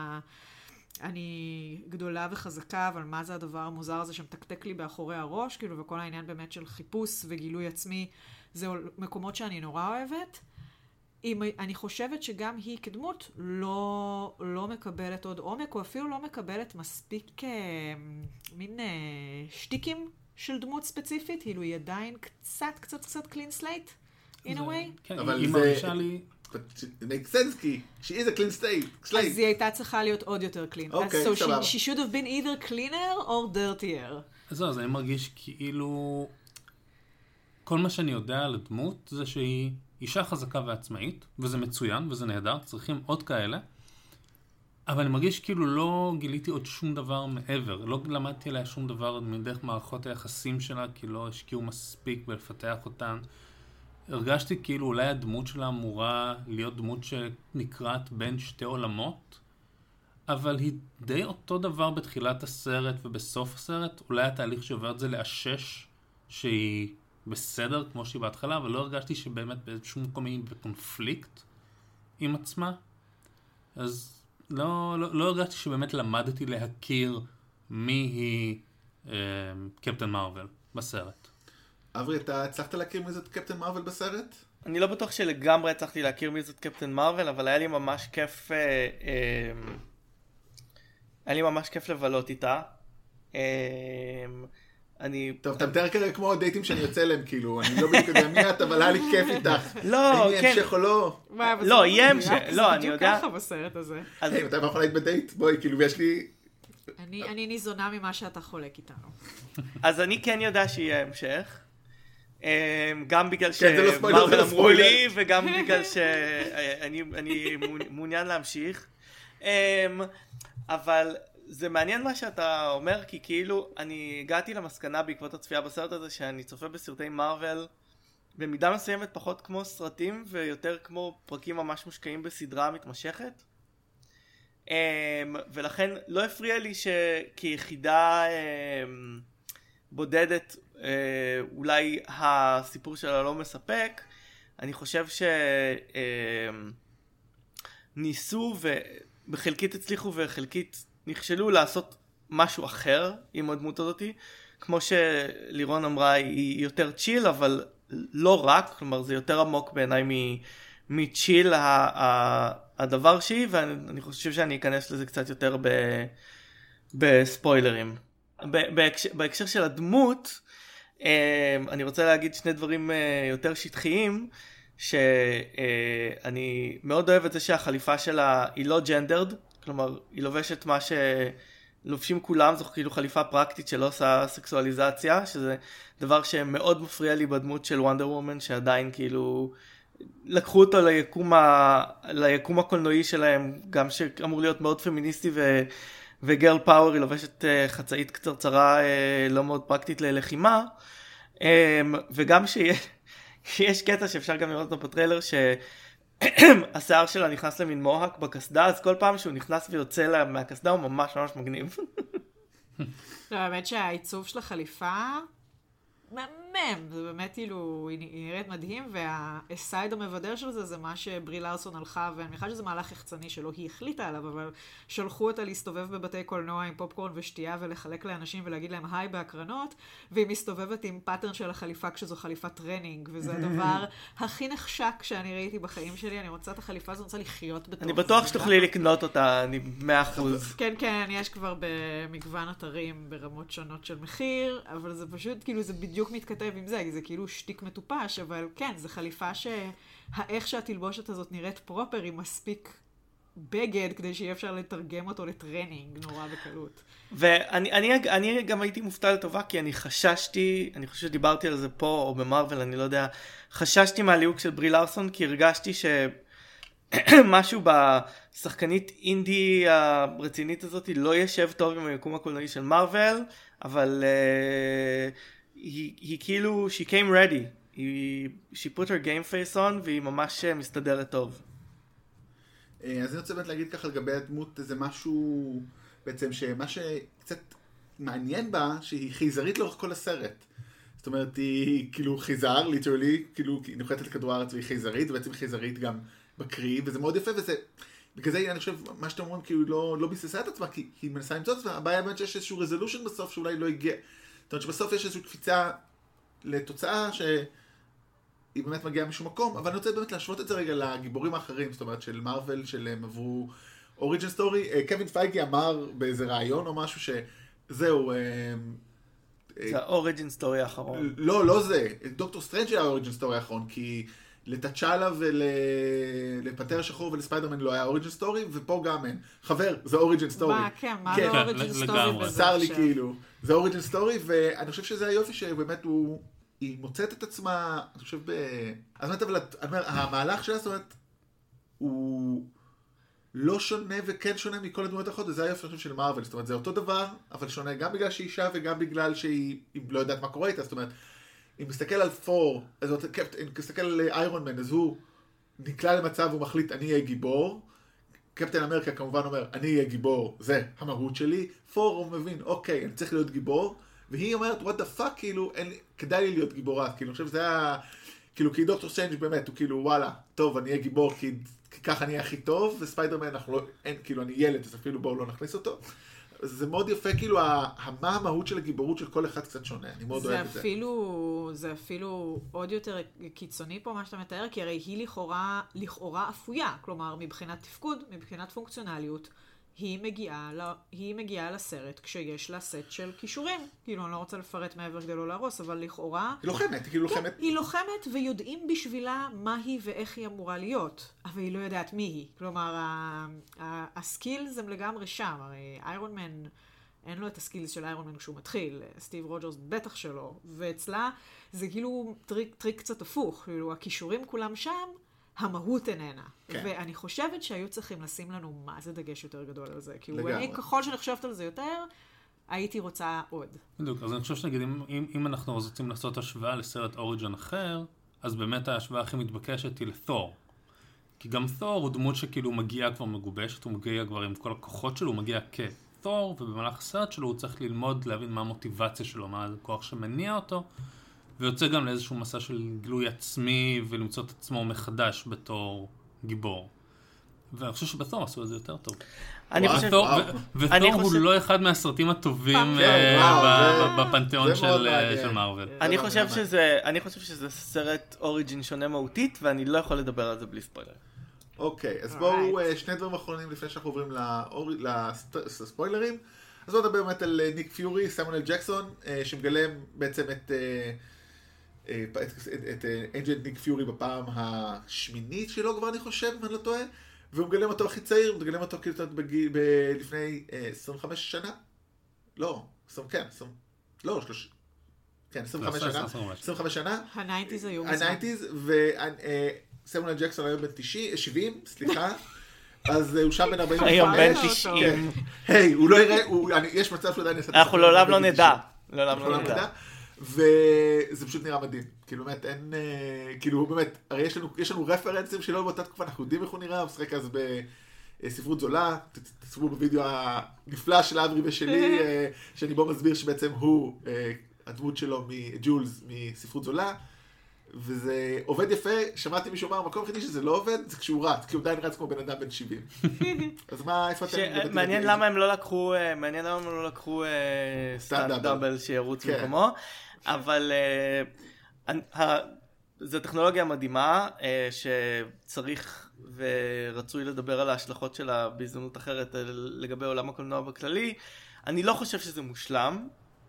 אני גדולה וחזקה, אבל מה זה הדבר המוזר הזה שמתקתק לי באחורי הראש, כאילו, וכל העניין באמת של חיפוש וגילוי עצמי, זה מקומות שאני נורא אוהבת. אני חושבת שגם היא כדמות לא מקבלת עוד עומק, או אפילו לא מקבלת מספיק מין שטיקים של דמות ספציפית, כאילו היא עדיין קצת clean slate, in a way. כן, היא מרגישה לי... It makes sense, כי she is a clean slate. אז היא הייתה צריכה להיות עוד יותר clean. אוקיי, סבבה. So she should have been either cleaner or dirtier. אז אני מרגיש כאילו... כל מה שאני יודע על הדמות זה שהיא אישה חזקה ועצמאית, וזה מצוין וזה נהדר, צריכים עוד כאלה. אבל אני מרגיש כאילו לא גיליתי עוד שום דבר מעבר. לא למדתי עליה שום דבר מדרך מערכות היחסים שלה, כי לא השקיעו מספיק בלפתח אותן. הרגשתי כאילו אולי הדמות שלה אמורה להיות דמות שנקראת בין שתי עולמות, אבל היא די אותו דבר בתחילת הסרט ובסוף הסרט. אולי התהליך שעובר את זה לאשש שהיא בסדר כמו שהיא בהתחלה, אבל לא הרגשתי שבאמת באיזשהו מקום היא בקונפליקט עם עצמה. אז לא הרגשתי שבאמת למדתי להכיר מי היא קפטן מארוול בסרט. אברי, אתה הצלחת להכיר מי זאת קפטן מארוול בסרט? אני לא בטוח שלגמרי הצלחתי להכיר מי זאת קפטן מארוול, אבל היה לי ממש כיף לבלות איתה. טוב, אתה מתאר כרגע כמו דייטים שאני יוצא להם, כאילו, אני לא בדיוק יודע מי את, אבל היה לי כיף איתך. לא, כן. אין המשך או לא? לא, יהיה המשך, לא, אני יודע. זה בדיוק ככה בסרט הזה. היי, מתי מאחרונה היית בדייט? בואי, כאילו, ויש לי... אני ניזונה ממה שאתה חולק איתנו. אז אני כן יודע שיהיה המשך. גם בגלל לא שמרוול אמרו לי, וגם בגלל שאני מעוניין להמשיך. אבל זה מעניין מה שאתה אומר, כי כאילו אני הגעתי למסקנה בעקבות הצפייה בסרט הזה, שאני צופה בסרטי מרוול במידה מסוימת פחות כמו סרטים ויותר כמו פרקים ממש מושקעים בסדרה מתמשכת. ולכן לא הפריע לי שכיחידה בודדת אולי הסיפור שלה לא מספק. אני חושב שניסו ובחלקית הצליחו וחלקית נכשלו לעשות משהו אחר עם הדמות הזאתי. כמו שלירון אמרה, היא יותר צ'יל, אבל לא רק, כלומר זה יותר עמוק בעיניי מצ'יל הדבר שהיא, ואני חושב שאני אכנס לזה קצת יותר בספוילרים. בהקשר של הדמות, אני רוצה להגיד שני דברים יותר שטחיים, שאני מאוד אוהב את זה שהחליפה שלה היא לא ג'נדרד, כלומר היא לובשת מה שלובשים כולם, זו כאילו חליפה פרקטית שלא עושה סקסואליזציה, שזה דבר שמאוד מפריע לי בדמות של וונדר וומן, שעדיין כאילו לקחו אותו ליקום הקולנועי שלהם, גם שאמור להיות מאוד פמיניסטי וגרל פאוור, היא לובשת חצאית קצרצרה לא מאוד פרקטית ללחימה, וגם שיש קטע שאפשר גם לראות אותו בטריילר, שהשיער שלה נכנס למין מוהק בקסדה, אז כל פעם שהוא נכנס ויוצא מהקסדה הוא ממש ממש מגניב. לא, האמת שהעיצוב של החליפה מהמם, זה באמת כאילו, היא נראית מדהים, והסייד המבדר של זה מה שברי לארסון הלכה, ואני מניחה שזה מהלך יחצני שלא היא החליטה עליו, אבל שלחו אותה להסתובב בבתי קולנוע עם פופקורן ושתייה ולחלק לאנשים ולהגיד להם היי בהקרנות, והיא מסתובבת עם פאטרן של החליפה כשזו חליפת טרנינג, וזה הדבר הכי נחשק שאני ראיתי בחיים שלי. אני רוצה את החליפה הזו, אני רוצה לחיות בתוך. אני בטוח שתוכלי לקנות אותה, אני 100%. כן, כן, יש כבר במגוון אתרים ברמות שונות של מחיר, אבל זה פשוט כאילו זה בדיוק מתכתב עם זה, זה כאילו שטיק מטופש, אבל כן, זה חליפה שהאיך שהתלבושת הזאת נראית פרופר, היא מספיק בגד כדי שיהיה אפשר לתרגם אותו לטרנינג נורא בקלות. ואני גם הייתי מופתע לטובה, כי אני חששתי, אני חושב שדיברתי על זה פה או במרוול, אני לא יודע, חששתי מהליהוק של ברי לארסון, כי הרגשתי שמשהו בשחקנית אינדי הרצינית הזאת לא ישב טוב עם היקום הקולנועי של מרוול, אבל היא כאילו, she came ready, she put her game face on, והיא ממש מסתדרת טוב. אז אני רוצה באמת להגיד ככה לגבי הדמות, זה משהו בעצם שמה שקצת מעניין בה, שהיא חייזרית לאורך כל הסרט. זאת אומרת, היא כאילו חייזר, ליטרלי, כאילו היא נוחתת לכדור הארץ והיא חייזרית, ובעצם חייזרית גם בקריא, וזה מאוד יפה, וזה, בגלל זה אני חושב, מה שאתם אומרים, כאילו לא ביססה את עצמה, כי היא מנסה למצוא את עצמה, הבעיה באמת שיש איזשהו רזולושן בסוף, שאולי לא הגיע. זאת אומרת שבסוף יש איזושהי קפיצה לתוצאה שהיא באמת מגיעה משום מקום, אבל אני רוצה באמת להשוות את זה רגע לגיבורים האחרים, זאת אומרת של מרוול, שהם עברו אוריג'ן סטורי. קווין פייגי אמר באיזה רעיון או משהו שזהו... זה האוריג'ן סטורי האחרון. לא זה, דוקטור סטרנג' היה האוריג'ן סטורי האחרון, כי לטצ'אלה ולפנתר השחור ולספיידרמן לא היה אוריג'ן סטורי, ופה גם אין. חבר, זה אוריג'ן סטורי. מה, כן, מה לא אוריג'ן סטורי בזה? צר לי כאילו. זה אוריג'ן סטורי, ואני חושב שזה היופי שבאמת היא מוצאת את עצמה, אני חושב אז באמת, אבל המהלך שלה, זאת אומרת, הוא לא שונה וכן שונה מכל הדמויות האחרות, וזה היופי של מרוול, זאת אומרת, זה אותו דבר, אבל שונה גם בגלל שהיא אישה וגם בגלל שהיא לא יודעת מה קורה איתה, זאת אומרת, אם מסתכל על פור, אם מסתכל על איירון מן, אז הוא נקלע למצב, הוא מחליט, אני אהיה גיבור. קפטן אמריקה כמובן אומר, אני אהיה גיבור, זה המהות שלי. פור הוא מבין, אוקיי, אני צריך להיות גיבור. והיא אומרת, what the fuck, כאילו, כדאי לי להיות גיבורה. כאילו, אני חושב שזה היה, כאילו, כי דוקטור סטרנג' באמת, הוא כאילו, וואלה, טוב, אני אהיה גיבור, כי ככה אני אהיה הכי טוב, וספיידרמן, אנחנו לא, אין, כאילו, אני ילד, אז אפילו בואו לא נכניס אותו. זה מאוד יפה, כאילו, מה המהות של הגיבורות של כל אחד קצת שונה. אני מאוד אוהב את זה. זה אפילו עוד יותר קיצוני פה, מה שאתה מתאר, כי הרי היא לכאורה אפויה. כלומר, מבחינת תפקוד, מבחינת פונקציונליות, היא מגיעה לסרט כשיש לה סט של כישורים. כאילו, אני לא רוצה לפרט מעבר כדי לא להרוס, אבל לכאורה... היא לוחמת, היא כאילו לוחמת. היא לוחמת ויודעים בשבילה מה היא ואיך היא אמורה להיות, אבל היא לא יודעת מי היא. כלומר, הסקילס הם לגמרי שם. הרי איירון מן, אין לו את הסקילס של איירון מן כשהוא מתחיל, סטיב רוג'רס בטח שלו, ואצלה זה כאילו טריק קצת הפוך. כאילו, הכישורים כולם שם, המהות איננה. כן. ואני חושבת שהיו צריכים לשים לנו מה זה דגש יותר גדול על זה. כי אני, ככל שאני חושבת על זה יותר, הייתי רוצה עוד. בדיוק, אז אני חושב שנגיד, אם אנחנו רוצים לעשות השוואה לסרט אוריג'ן אחר, אז באמת ההשוואה הכי מתבקשת היא לתור. כי גם תור הוא דמות שכאילו מגיע כבר מגובשת, הוא מגיע כבר עם כל הכוחות שלו, הוא מגיע כתור, ובמהלך הסרט שלו הוא צריך ללמוד, להבין מה המוטיבציה שלו, מה הכוח שמניע אותו, ויוצא גם לאיזשהו מסע של גילוי עצמי, ולמצוא את עצמו מחדש בתור גיבור. ואני חושב שבתור עשו את זה יותר טוב. ותור הוא לא אחד מהסרטים הטובים בפנתיאון של מארוול. אני חושב שזה סרט אוריג'ין שונה מהותית, ואני לא יכול לדבר על זה בלי ספוילר. אוקיי, אז בואו שני דברים אחרונים לפני שאנחנו עוברים לספוילרים. אז בואו נדבר באמת על ניק פיורי, סמואל ג'קסון, שמגלם בעצם את אנג'ל ניק פיורי בפעם השמינית שלו כבר, אני חושב, אם אני לא טועה. והוא מגלם אותו הכי צעיר, הוא מגלם אותו כאילו לפני 25 שנה? לא, 25 שנה. 25 שנה. ה-90s היו מזמן. ה-90s, וסמואל ג'קסון היום בן 70, סליחה. אז הוא שם בן 45. היום בן 90. היי, הוא לא יראה, יש מצב שהוא עדיין יעשה... אנחנו לעולם לא נדע. וזה פשוט נראה מדהים. כאילו באמת אין, כאילו באמת, הרי יש לנו רפרנסים שלו באותה תקופה, אנחנו יודעים איך הוא נראה, הוא משחק אז בספרות זולה, תצפו בווידאו הנפלא של אברי ושלי, שאני בו מסביר שבעצם הוא הדמות שלו מג'ולס מספרות זולה, וזה עובד יפה, שמעתי מישהו אומר, המקום הכי שזה לא עובד, זה כשהוא רץ, כי הוא עדיין רץ כמו בן אדם בן 70. אז מה, איפה אתם? מעניין למה הם לא לקחו סטאנד דאבל שירוץ במקומו, אבל זו טכנולוגיה מדהימה, שצריך ורצוי לדבר על ההשלכות שלה בהזדמנות אחרת לגבי עולם הקולנוע בכללי. אני לא חושב שזה מושלם.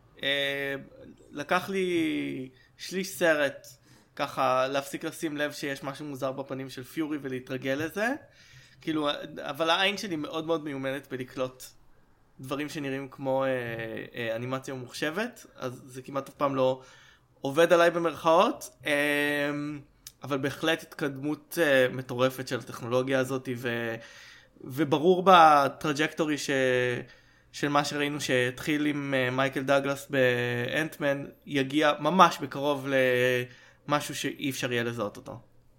לקח לי שליש סרט ככה להפסיק לשים לב שיש משהו מוזר בפנים של פיורי ולהתרגל לזה. כאילו, אבל העין שלי מאוד מאוד מיומנת בלקלוט דברים שנראים כמו אנימציה ממוחשבת, אז זה כמעט אף פעם לא עובד עליי במרכאות, אבל בהחלט התקדמות מטורפת של הטכנולוגיה הזאת, וברור בטראג'קטורי של מה שראינו שהתחיל עם מייקל דאגלס באנטמן, יגיע ממש בקרוב למשהו שאי אפשר יהיה לזהות אותו.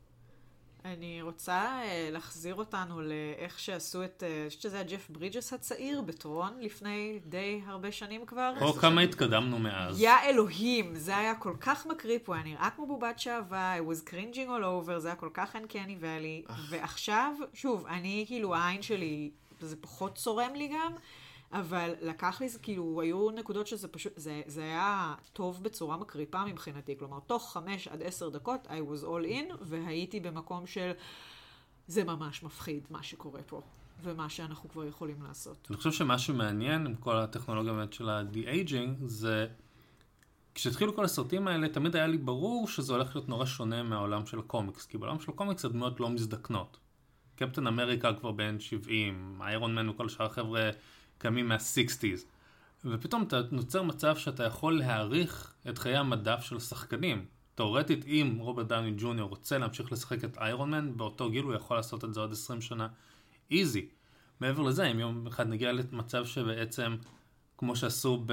אני רוצה להחזיר אותנו לאיך שעשו את, אני חושבת שזה היה ג'ף ברידג'ס הצעיר בטרון לפני די הרבה שנים כבר. או כמה התקדמנו מאז. יא אלוהים, זה היה כל כך מקריפ, הוא היה נראה כמו בובת שעבה, it was cringing all over, זה היה כל כך uncanny valley, ועכשיו, שוב, אני כאילו העין שלי, זה פחות צורם לי גם, אבל לקח לי, כאילו, היו נקודות שזה פשוט, זה היה טוב בצורה מקריפה מבחינתי, כלומר, תוך 5 עד 10 דקות, I was all in, והייתי במקום של, זה ממש מפחיד מה שקורה פה, ומה שאנחנו כבר יכולים לעשות. אני חושב שמה שמעניין עם כל הטכנולוגיה של ה-de-aging, זה, כשהתחילו כל הסרטים האלה, תמיד היה לי ברור שזה הולך להיות נורא שונה מהעולם של הקומיקס, כי בעולם של הקומיקס הדמויות לא מזדקנות. קפטן אמריקה כבר בן 70, איירון מן וכל שאר החבר'ה קמים מה-60s, ופתאום אתה נוצר מצב שאתה יכול להעריך את חיי המדף של שחקנים. תאורטית, אם רוברט דאוני ג'וניור רוצה להמשיך לשחק את איירון מן, באותו גיל הוא יכול לעשות את זה עוד 20 שנה. איזי. מעבר לזה, אם יום אחד נגיע למצב שבעצם, כמו שעשו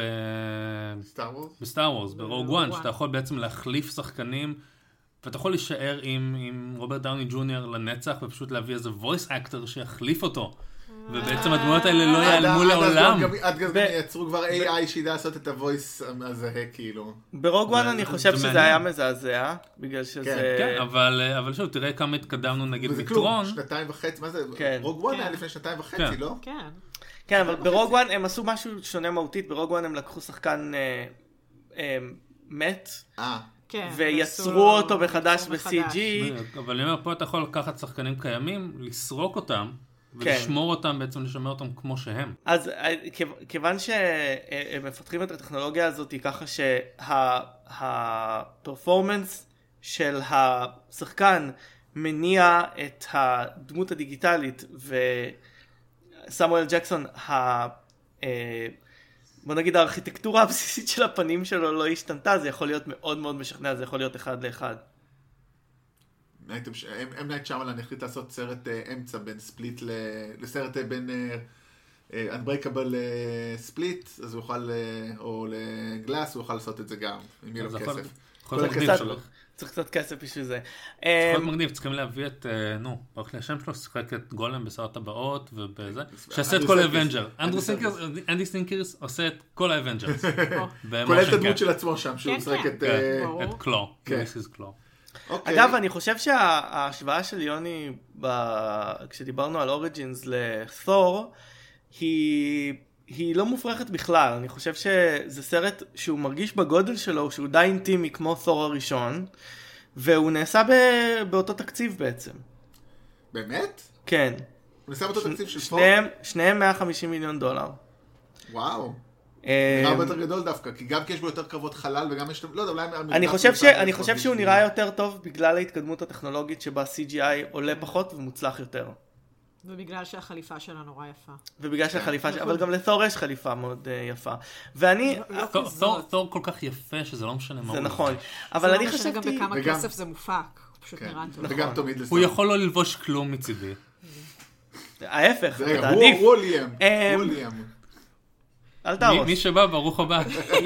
בסטאר וורס, ברוג וואן, שאתה יכול בעצם להחליף שחקנים, ואתה יכול להישאר עם רוברט דאוני ג'וניור לנצח, ופשוט להביא איזה voice actor שיחליף אותו. ובעצם הדמויות האלה לא ייעלמו לעולם. עד גם יצרו כבר AI שידע לעשות את הוויס הזה, כאילו. ברוג וואן אני חושב שזה היה מזעזע, בגלל שזה... כן, אבל שוב, תראה כמה התקדמנו נגיד מטרון. וזה כלום, 2.5, מה זה? רוג וואן היה לפני 2.5, לא? כן. כן, אבל ברוג וואן הם עשו משהו שונה מהותית, ברוג וואן הם לקחו שחקן מת. ויצרו אותו מחדש ב-CG. אבל אני אומר, פה אתה יכול לקחת שחקנים קיימים, לסרוק אותם, ולשמור אותם, בעצם לשמר אותם כמו שהם. אז כיוון שהם מפתחים את הטכנולוגיה הזאת ככה שהפרפורמנס של השחקן מניע את הדמות הדיגיטלית, וסמואל ג'קסון, בוא נגיד הארכיטקטורה הבסיסית של הפנים שלו לא השתנתה, זה יכול להיות מאוד מאוד משכנע, זה יכול להיות 1 לאחד. נייט שמלן החליט לעשות סרט אמצע בין ספליט לסרט בין Unbreakable ספליט, אז הוא יוכל, או לגלאס, הוא יוכל לעשות את זה גם, אם יהיה לו כסף. צריך קצת כסף בשביל זה. צריך להיות מגניב, צריכים להביא את, ברוך לי השם שלו, ששיחק את גולם בשר הטבעות ובזה, שעשה את כל האבנג'ר. אנדי סינקירס עושה את כל האבנג'רס. כולל את הדמות של עצמו שם, שהוא משחק את קלו. אגב, אני חושב שההשוואה של יוני, כשדיברנו על אוריג'ינס לתור, היא לא מופרכת בכלל. אני חושב שזה סרט שהוא מרגיש בגודל שלו, שהוא די אינטימי כמו תור הראשון, והוא נעשה באותו תקציב בעצם. באמת? כן. הוא נעשה באותו תקציב של תור? שניהם $150 מיליון. וואו. נראה הרבה יותר גדול דווקא, כי גם כי יש בו יותר קרבות חלל וגם יש... לא יודע, אולי... אני חושב שהוא נראה יותר טוב בגלל ההתקדמות הטכנולוגית שבה CGI עולה פחות ומוצלח יותר. ובגלל שהחליפה שלה נורא יפה. ובגלל שהחליפה שלה, אבל גם לתור יש חליפה מאוד יפה. ואני... תור כל כך יפה שזה לא משנה מה. זה נכון. אבל אני חשבתי... זה לא משנה גם בכמה כסף זה מופק. פשוט נראה טוב. וגם תמיד לסור. הוא יכול לא ללבוש כלום מצידי. ההפך, אתה עדיף. הוא ליאם. אל תהרוס. מי שבא, ברוך הבא.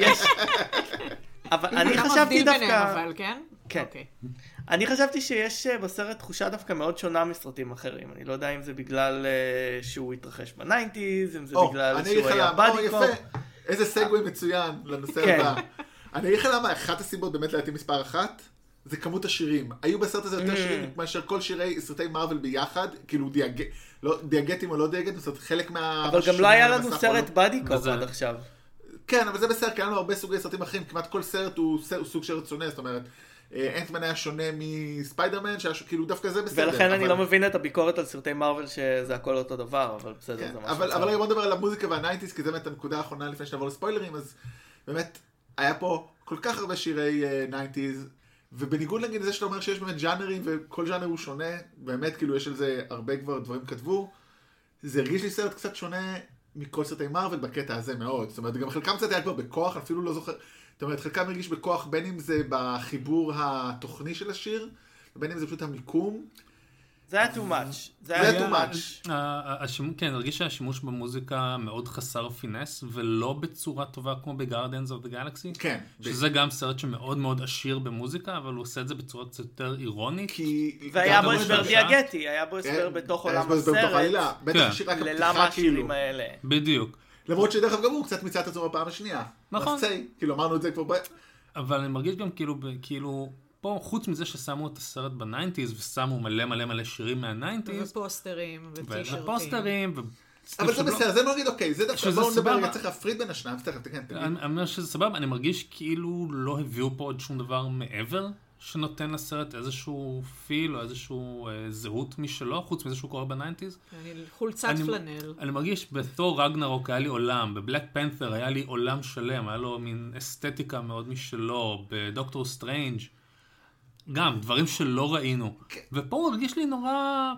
אבל אני חשבתי דווקא... אבל כן? כן. אני חשבתי שיש בסרט תחושה דווקא מאוד שונה מסרטים אחרים. אני לא יודע אם זה בגלל שהוא התרחש בניינטיז, אם זה בגלל שהוא היה בדיקופ. איזה סגווי מצוין לנושא הבא. אני אגיד לך למה, אחת הסיבות באמת להייתי מספר אחת, זה כמות השירים. היו בסרט הזה יותר שירים מאשר כל סרטי מארוול ביחד, כאילו דיאגטים או לא דיאגטים, זאת אומרת חלק מה... אבל גם לא היה לנו סרט בדיקופ עד עכשיו. כן, אבל זה בסרט, כי היה לנו הרבה סוגי סרטים אחרים, כמעט כל סרט הוא סוג סרט שונה, זאת אומרת, אנטמן היה שונה מספיידרמן, כאילו דווקא זה בסדר. ולכן אני לא מבין את הביקורת על סרטי מארוול שזה הכל אותו דבר, אבל בסדר, זה משהו. אבל אני בוא נדבר על המוזיקה והנייטיז, כי זה באמת הנקודה האחרונה לפני שנעבור לספוילרים, אז באמת, היה פה כל כך הרבה שירי נייטיז, ובניגוד נגיד לזה שאתה אומר שיש באמת ז'אנרים, וכל ז'אנר הוא שונה, באמת כאילו יש על זה הרבה כבר דברים כתבו, זה הרגיש לי סרט קצת שונה מכל סרטי מארוול בקטע הזה מאוד, זאת אומרת, גם חלקם קצת היה כבר בכוח, אפילו לא זוכר, זאת אומרת, חלקם הרגיש בכוח, בין אם זה בחיבור התוכני של השיר, ובין אם זה פשוט המיקום. זה היה too much. זה היה too much. כן, הרגיש שהשימוש במוזיקה מאוד חסר פינס, ולא בצורה טובה כמו ב-Guardians of the Galaxy. כן. שזה גם סרט שמאוד מאוד עשיר במוזיקה, אבל הוא עושה את זה בצורה קצת יותר אירונית. והיה בו הסבר דיאגטי, היה בו הסבר בתוך עולם הסרט. ללמה השירים האלה. בדיוק. למרות שדרך אגב הוא קצת מצא את עצמו בפעם השנייה. נכון. כאילו אמרנו את זה כבר... אבל אני מרגיש גם כאילו... פה, חוץ מזה ששמו את הסרט בניינטיז, ושמו מלא שירים מהניינטיז. ופוסטרים, וטישרטים. ופוסטרים, אבל זה בסדר, זה נגיד אוקיי, זה דווקא, בואו נדבר רגע, צריך להפריד בין השניים, אני אומר שזה סבבה, אני מרגיש כאילו לא הביאו פה עוד שום דבר מעבר, שנותן לסרט איזשהו פיל, או איזשהו זהות משלו, חוץ מזה שהוא קורה בניינטיז. חולצת פלנל. אני מרגיש, בתור רגנרוק היה לי עולם, בבלק פנת'ר היה לי עולם שלם, היה לו מין אסתטיקה מאוד משלו, בדוקטור סטרנג' גם, דברים שלא ראינו. ופה הוא הרגיש לי נורא...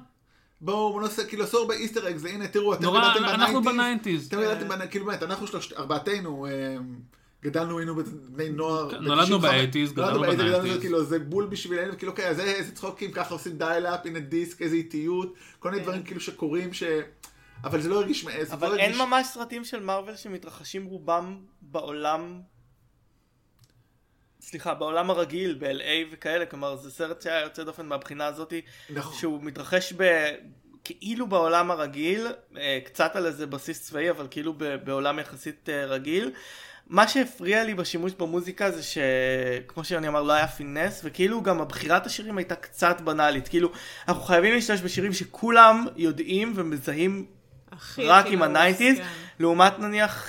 בואו נעשה, כאילו עשור באיסטר אגז, הנה תראו, אתם גדלתם אנחנו בניינטיז. אתם גדלתם, כאילו באמת, אנחנו ארבעתנו, גדלנו, היינו בני נוער. נולדנו באייטיז, גדלנו בניינטיז. כאילו זה בול בשבילנו, כאילו אוקיי, אז איזה צחוקים, ככה עושים דייל-אפ, הנה דיסק, איזה איטיות, כל מיני דברים כאילו שקורים, אבל זה לא הרגיש מאיזה. אבל אין ממש סרטים של מארוול שמתרחשים רובם בעולם... סליחה, בעולם הרגיל, ב-LA וכאלה, כלומר, זה סרט שהיה יוצא דופן מהבחינה הזאת, שהוא מתרחש כאילו בעולם הרגיל, קצת על איזה בסיס צבאי, אבל כאילו בעולם יחסית רגיל. מה שהפריע לי בשימוש במוזיקה זה שכמו שאני אמר, לא היה פינס, וכאילו גם הבחירת השירים הייתה קצת בנאלית. כאילו, אנחנו חייבים להשתמש בשירים שכולם יודעים ומזהים רק עם הנייטיז, לעומת נניח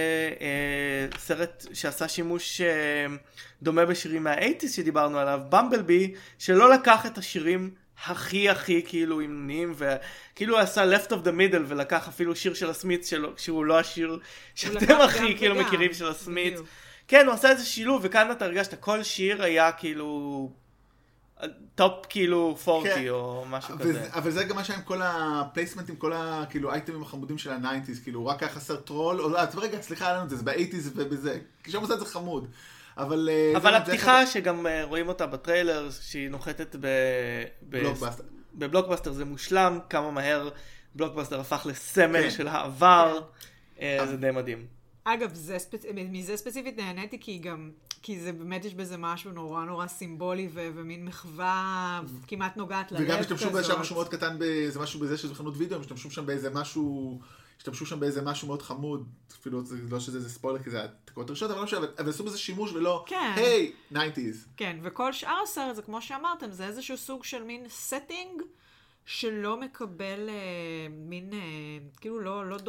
סרט שעשה שימוש דומה בשירים מה-80s שדיברנו עליו, במבלבי, שלא לקח את השירים הכי כאילו עמניים, וכאילו הוא עשה left of the middle, ולקח אפילו שיר של הסמיץ שלו, שהוא לא השיר שאתם הכי כאילו מכירים של הסמיץ. כן, הוא עשה איזה שילוב, וכאן אתה הרגשת, כל שיר היה כאילו... טופ כאילו 40 או משהו כזה. אבל זה גם מה שהיה עם כל הפלייסמנט, עם כל כאילו אייטמים החמודים של ה-90s, כאילו רק היה חסר טרול, או רגע, סליחה, היה לנו את זה, זה ב-80s ובזה, כי שם עושה את זה חמוד. אבל הפתיחה שגם רואים אותה בטריילר, שהיא נוחתת בבלוקבאסטר, זה מושלם, כמה מהר בלוקבאסטר הפך לסמל של העבר, זה די מדהים. אגב, מזה ספציפית נהניתי, כי זה באמת יש בזה משהו נורא נורא סימבולי, ומין מחווה כמעט נוגעת ללב כזאת. וגם השתמשו באיזה משהו מאוד קטן, זה משהו בזה שזה חנות וידאו, השתמשו שם באיזה משהו מאוד חמוד, אפילו לא שזה ספוילר, כי זה התקוות הראשונות, אבל עשו בזה שימוש ולא, היי, 90s. כן, וכל שאר הסרט, זה כמו שאמרתם, זה איזשהו סוג של מין setting, שלא מקבל מין, כאילו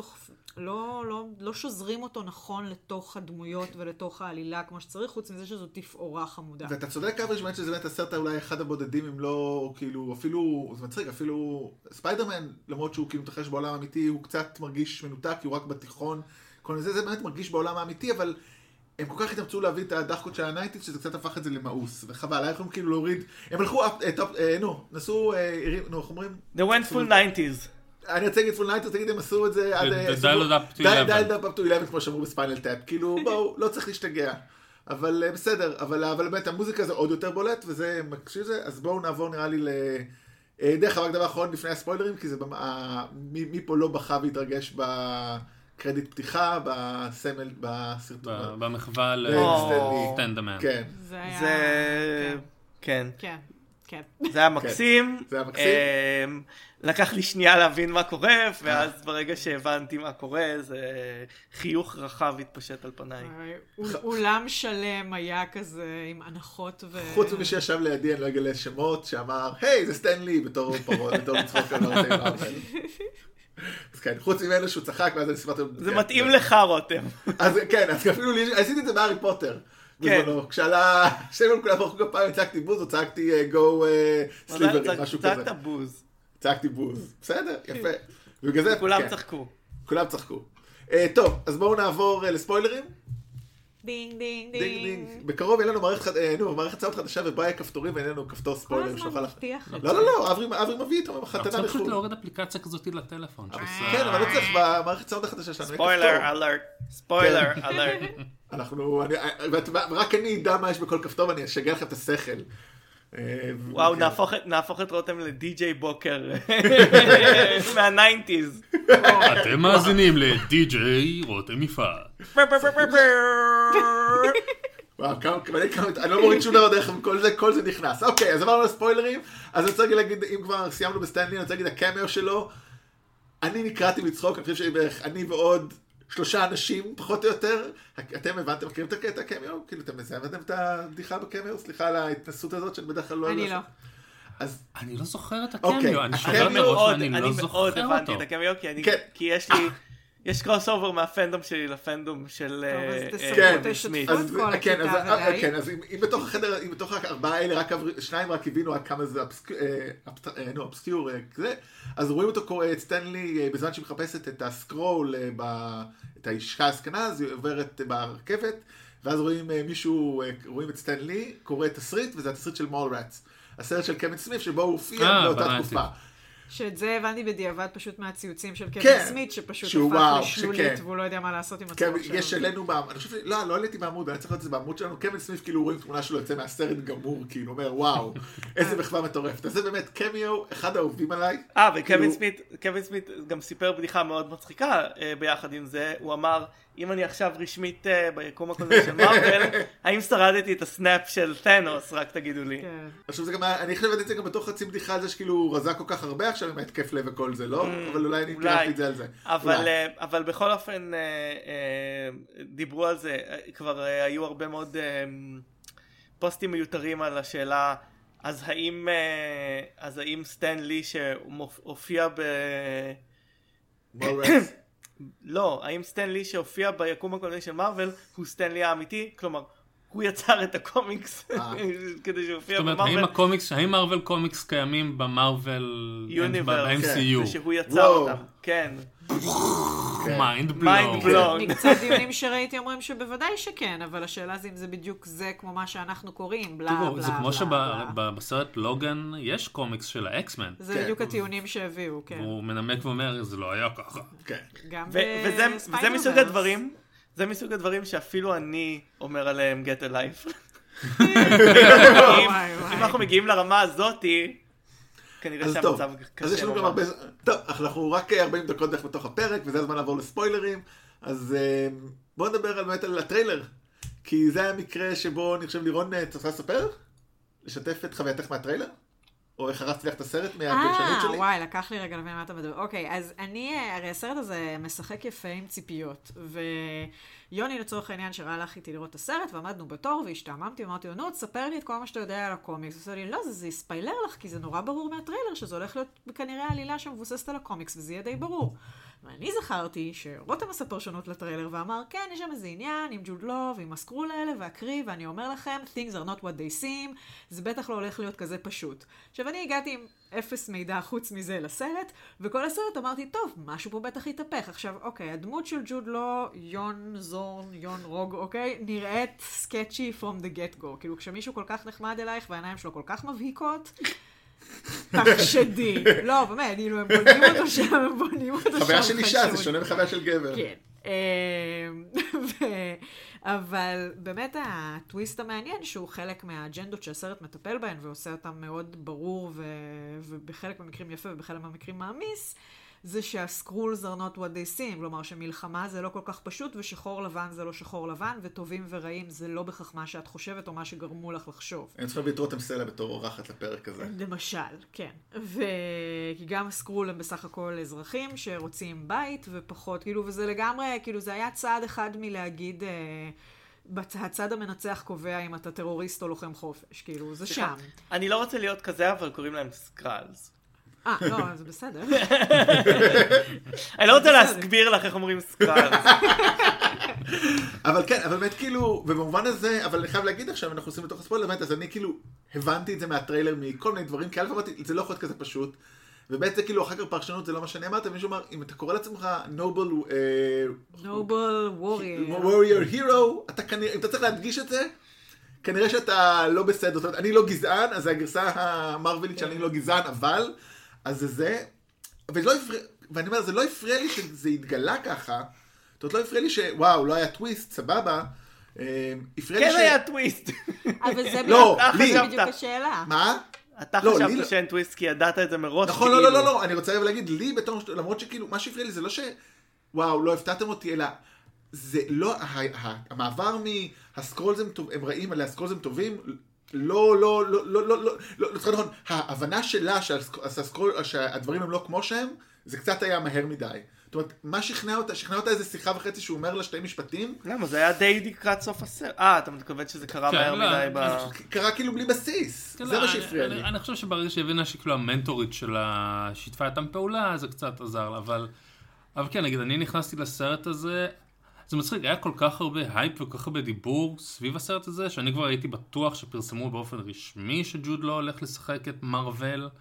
לא שוזרים אותו נכון לתוך הדמויות ולתוך העלילה כמו שצריך, חוץ מזה שזו תפאורה חמודה. ואתה צודק אברי, שבאמת שזה באמת הסרט אולי אחד הבודדים, אם לא, כאילו, אפילו, זה מצחיק, אפילו ספיידרמן, למרות שהוא כאילו מתרחש בעולם האמיתי, הוא קצת מרגיש מנותק, כי הוא רק בתיכון, כל זה באמת מרגיש בעולם האמיתי, אבל הם כל כך התאמצו להביא את הדחקות של ה-90s, שזה קצת הפך את זה למאוס, וחבל, היה יכולים כאילו להוריד, הם הלכו, נסו, איך אומרים? They went full 90s. אני רוצה להגיד full 90s, תגיד, הם עשו את זה עד... dialed up to 11, כמו שאמרו בספיינל טאפ, כאילו, בואו, לא צריך להשתגע. אבל בסדר, אבל באמת המוזיקה זה עוד יותר בולט, וזה מקשיב זה, אז בואו נעבור נראה לי דרך רק דבר אחרון לפני הספוילרים, כי זה מי פה לא בכה והתרגש קרדיט פתיחה, בסמל, בסרטון. במחווה לסטנדמן. כן. זה... כן. כן. זה היה מקסים. זה היה מקסים. לקח לי שנייה להבין מה קורה, ואז ברגע שהבנתי מה קורה, זה חיוך רחב התפשט על פניי. אולם שלם היה כזה עם הנחות ו... חוץ ממי שישב לידי, אני לא אגלה שמות, שאמר, היי, זה סטנלי, בתור מצחוק על הרצי מרוויל. אז כן, חוץ ממנו שהוא צחק, ואז אני סיפרתי... זה מתאים לך, רותם. אז כן, אז אפילו עשיתי את זה בהארי פוטר. בזמנו, כשעלה... כשהם כולם ברחו הפעם, צעקתי בוז, או צעקתי גו סליברי, משהו כזה. צעקת בוז. צעקתי בוז. בסדר, יפה. כולם צחקו. כולם צחקו. טוב, אז בואו נעבור לספוילרים. דינג, דינג, דינג. בקרוב אין לנו מערכת צעות חדשה ובעיה כפתורים ואין לנו כפתור ספוילר. כל הזמן מבטיח. לא, אברי מביא איתו חתנה צריך בחו"ל. להוריד אפליקציה כזאת לטלפון. כן, אבל לא צריך, במערכת צעות החדשה שלנו. ספוילר אלרט. ספוילר אלרט. רק אני אדע מה יש בכל כפתור ואני אשגע לך את השכל. וואו, נהפוך את רותם לדי-ג'יי בוקר מה-90s. אתם מאזינים לדי-ג'יי רותם יפעת. וואו, אני לא מוריד שום דבר דרך כל זה נכנס. אוקיי, אז עברנו לספוילרים, אז אני רוצה להגיד, אם כבר סיימנו בסטנלי, אני רוצה להגיד, הקאמיו שלו, אני נקראתי מצחוק, אני חושב שבערך אני ועוד 3 אנשים, פחות או יותר, אתם הבנתם, מכירים את הקאמיו? כאילו, אתם הבנתם את הבדיחה בקאמיו? סליחה על ההתנסות הזאת, של בדרך כלל לא... אני לא. אני לא זוכר את הקאמיו, אני שואל מראש ואני לא זוכר אותו. אני מאוד הבנתי את הקאמיו, כי יש לי... יש קרוס אובר מהפנדום שלי לפנדום של סמית. כן, אז אם בתוך החדר, אם בתוך 4 האלה, 2 רק הבינו כמה זה אבסקיור, אז רואים אותו קורא את סטנלי בזמן שהיא מחפשת את הסקרול, את האישה הזקנה, אז היא עוברת ברכבת, ואז רואים רואים את סטנלי, קורא את תסריט, וזה התסריט של מול ראטס, הסרט של קווין סמית, שבו הוא הופיע באותה תקופה. שאת זה הבנתי בדיעבד פשוט מהציוצים של קווין סמית, שפשוט הפך לשלולית, והוא לא יודע מה לעשות עם עצמו. יש אלינו, אני חושב, לא עליתי בעמוד, אני צריך לראות את זה בעמוד שלנו, קווין סמית כאילו רואים תמונה שלו יוצא מהסרט גמור, כאילו אומר וואו, איזה מחווה מטורפת. אז זה באמת קמיו, אחד האהובים עליי. וקווין סמית גם סיפר בדיחה מאוד מצחיקה ביחד עם זה, הוא אמר, אם אני עכשיו רשמית ביקום הקודם של מרוויל, האם שרדתי את הסנאפ של תנוס, רק תגידו לי. עכשיו זה גם, אני חושב את זה גם בתוך חצי בדיחה על זה שכאילו הוא רזה כל כך הרבה עכשיו עם ההתקף לב וכל זה, לא? אבל אולי אני קראתי את זה על זה. אבל בכל אופן דיברו על זה, כבר היו הרבה מאוד פוסטים מיותרים על השאלה, אז האם סטן לי שהופיע לא, האם סטן לי שהופיע ביקום הקודם של מרוול הוא סטן לי האמיתי? כלומר, הוא יצר את הקומיקס כדי שיופיע במרוול. זאת אומרת, האם מרוול קומיקס קיימים במרוול ב-MCU? ושהוא יצר אותם, כן. מיינד בלואו. מקצת דיונים שראיתי אומרים שבוודאי שכן, אבל השאלה זה אם זה בדיוק זה כמו מה שאנחנו קוראים, בלה בלה בלה. זה כמו שבסרט לוגן יש קומיקס של האקסמן. זה בדיוק הטיעונים שהביאו, כן. הוא מנמק ואומר, זה לא היה ככה. וזה מסוג הדברים, זה מסוג הדברים שאפילו אני אומר עליהם get a life. אם אנחנו מגיעים לרמה הזאתי, כנראה שהמצב קשה. אז יש לנו גם הרבה... טוב, אנחנו רק 40 דקות דרך בתוך הפרק, וזה הזמן לעבור לספוילרים. אז בואו נדבר באמת על הטריילר. כי זה היה מקרה שבו אני חושב לירון צריכה לספר? לשתף את חווייתך מהטריילר? או איך הרצתי לך את הסרט מהפרשנות שלי? וואי, לקח לי רגע להבין מה אתה מדבר. אוקיי, אז הרי הסרט הזה משחק יפה עם ציפיות. ויוני לצורך העניין שראה לך איתי לראות את הסרט, ועמדנו בתור והשתעממתי, ואמרתי לו, נו, תספר לי את כל מה שאתה יודע על הקומיקס. הוא עושה לי, לא, זה יספיילר לך, כי זה נורא ברור מהטריילר, שזה הולך להיות כנראה עלילה שמבוססת על הקומיקס, וזה יהיה די ברור. ואני זכרתי שרותם עשה פרשנות לטריילר ואמר, כן, יש שם איזה עניין עם ג'וד לו ועם הסקרול האלה והקריב, ואני אומר לכם, things are not what they seem, זה בטח לא הולך להיות כזה פשוט. עכשיו, אני הגעתי עם אפס מידע חוץ מזה לסרט, וכל הסרט אמרתי, טוב, משהו פה בטח יתהפך. עכשיו, אוקיי, הדמות של ג'וד לו, יון רוג, אוקיי, נראית sketchy from the get go. כאילו, כשמישהו כל כך נחמד אלייך והעיניים שלו כל כך מבהיקות, תחשדי. לא, באמת, כאילו, הם בונים אותו שם, הם בונים אותו שם. חוויה של אישה, זה שונה מחוויה של גבר. כן. אבל באמת הטוויסט המעניין, שהוא חלק מהאג'נדות שהסרט מטפל בהן, ועושה אותם מאוד ברור, ובחלק מהמקרים יפה, ובחלק מהמקרים מעמיס, זה שהסקרולס are not what they seem, כלומר שמלחמה זה לא כל כך פשוט, ושחור לבן זה לא שחור לבן, וטובים ורעים זה לא בכך מה שאת חושבת, או מה שגרמו לך לחשוב. אני צריכה להביא את רותם סלע בתור אורחת לפרק הזה. למשל, כן. כי גם הסקרול הם בסך הכל אזרחים שרוצים בית, ופחות, כאילו, וזה לגמרי, כאילו, זה היה צעד אחד מלהגיד, הצד המנצח קובע אם אתה טרוריסט או לוחם חופש, כאילו, זה שם. אני לא רוצה להיות כזה, אבל קוראים להם סקרלס. לא, זה בסדר. אני לא רוצה להסביר לך איך אומרים סקרלס. אבל כן, אבל באמת כאילו, ובמובן הזה, אבל אני חייב להגיד עכשיו, אנחנו עושים בתוך הספוילר, באמת, אז אני כאילו הבנתי את זה מהטריילר, מכל מיני דברים, כי אלף אמרתי, זה לא יכול להיות כזה פשוט, ובאמת זה כאילו, אחר כך פרשנות, זה לא מה שאני אמרתי, ומישהו אמר, אם אתה קורא לעצמך Noble Warrior Hero, אתה כנראה, אם אתה צריך להדגיש את זה, כנראה שאתה לא בסדר, זאת אומרת, אני לא גזען, אז זה הגרסה המרוולית שאני לא גזען, אבל, אז זה, ואני אומר, זה לא הפריע לי שזה התגלה ככה, זאת אומרת, לא הפריע לי שוואו, לא היה טוויסט, סבבה, כן היה טוויסט. אבל זה בדיוק השאלה. מה? אתה חשבת שאין טוויסט כי ידעת את זה מראש. נכון, לא, אני רוצה להגיד, לי בתור, למרות שכאילו, מה שהפריע לי זה לא שוואו, לא הפתעתם אותי, אלא זה לא, המעבר מהסקרולס הם רעים, אלא הסקרולס הם טובים, לא, נכון, ההבנה שלה שהדברים הם לא כמו שהם, זה קצת היה מהר מדי. זאת אומרת, מה שכנע אותה איזה שיחה וחצי שהוא אומר לה שתי משפטים? למה? זה היה די לקראת סוף הסרט. אתה מתכוון שזה קרה מהר מדי קרה כאילו בלי בסיס. זה מה שהפריע לי. אני חושב שברגע שהבינה שכאילו המנטורית שלה שיתפה איתם פעולה, זה קצת עזר לה, אבל כן, נגיד, אני נכנסתי לסרט הזה, זה מצחיק, היה כל כך הרבה הייפ וכל כך הרבה דיבור סביב הסרט הזה, שאני כבר הייתי בטוח שפרסמו באופן רשמי שג'וד לא הולך לשחק את מרוול,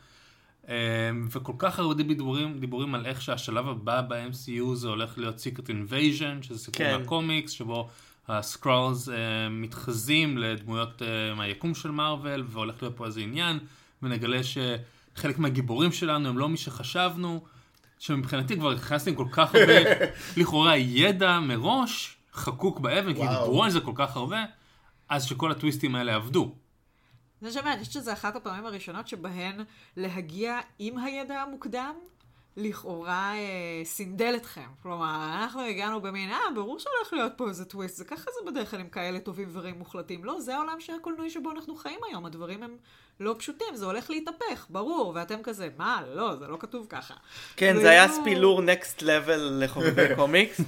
וכל כך הרבה דיבורים על איך שהשלב הבא ב-MCU זה הולך להיות Secret Invasion, שזה סיפור מהקומיקס, שבו הסקרולס מתחזים לדמויות מהיקום של מרוול, והולך להיות פה איזה עניין, ונגלה שחלק מהגיבורים שלנו הם לא מי שחשבנו, שמבחינתי כבר הכנסתי כל כך הרבה לכאורה ידע מראש, חקוק באבן, כי דיברו על זה כל כך הרבה, אז שכל הטוויסטים האלה עבדו. זה שמע, אני חושבת שזה אחת הפעמים הראשונות שבהן להגיע עם הידע המוקדם, לכאורה סינדל אתכם. כלומר, אנחנו הגענו במין, ברור שהולך להיות פה איזה טוויסט, זה ככה זה בדרך כלל עם כאלה טובים ורעים מוחלטים. לא, זה העולם שהקולנועי שבו אנחנו חיים היום, הדברים הם לא פשוטים, זה הולך להתהפך, ברור, ואתם כזה, מה? לא, זה לא כתוב ככה. כן, זה היה ספילור נקסט לבל לחובבי קומיקס.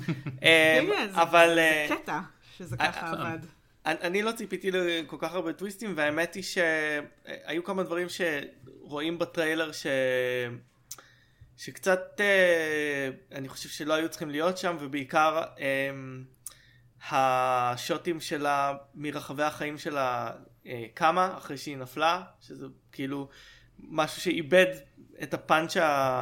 אבל זה קטע שזה ככה עבד. אני לא ציפיתי לכל כך הרבה טוויסטים, והאמת היא שהיו כמה דברים שרואים בטריילר שקצת, אני חושב שלא היו צריכים להיות שם, ובעיקר השוטים שלה מרחבי החיים שלה קמה אחרי שהיא נפלה, שזה כאילו משהו שאיבד את הפאנץ'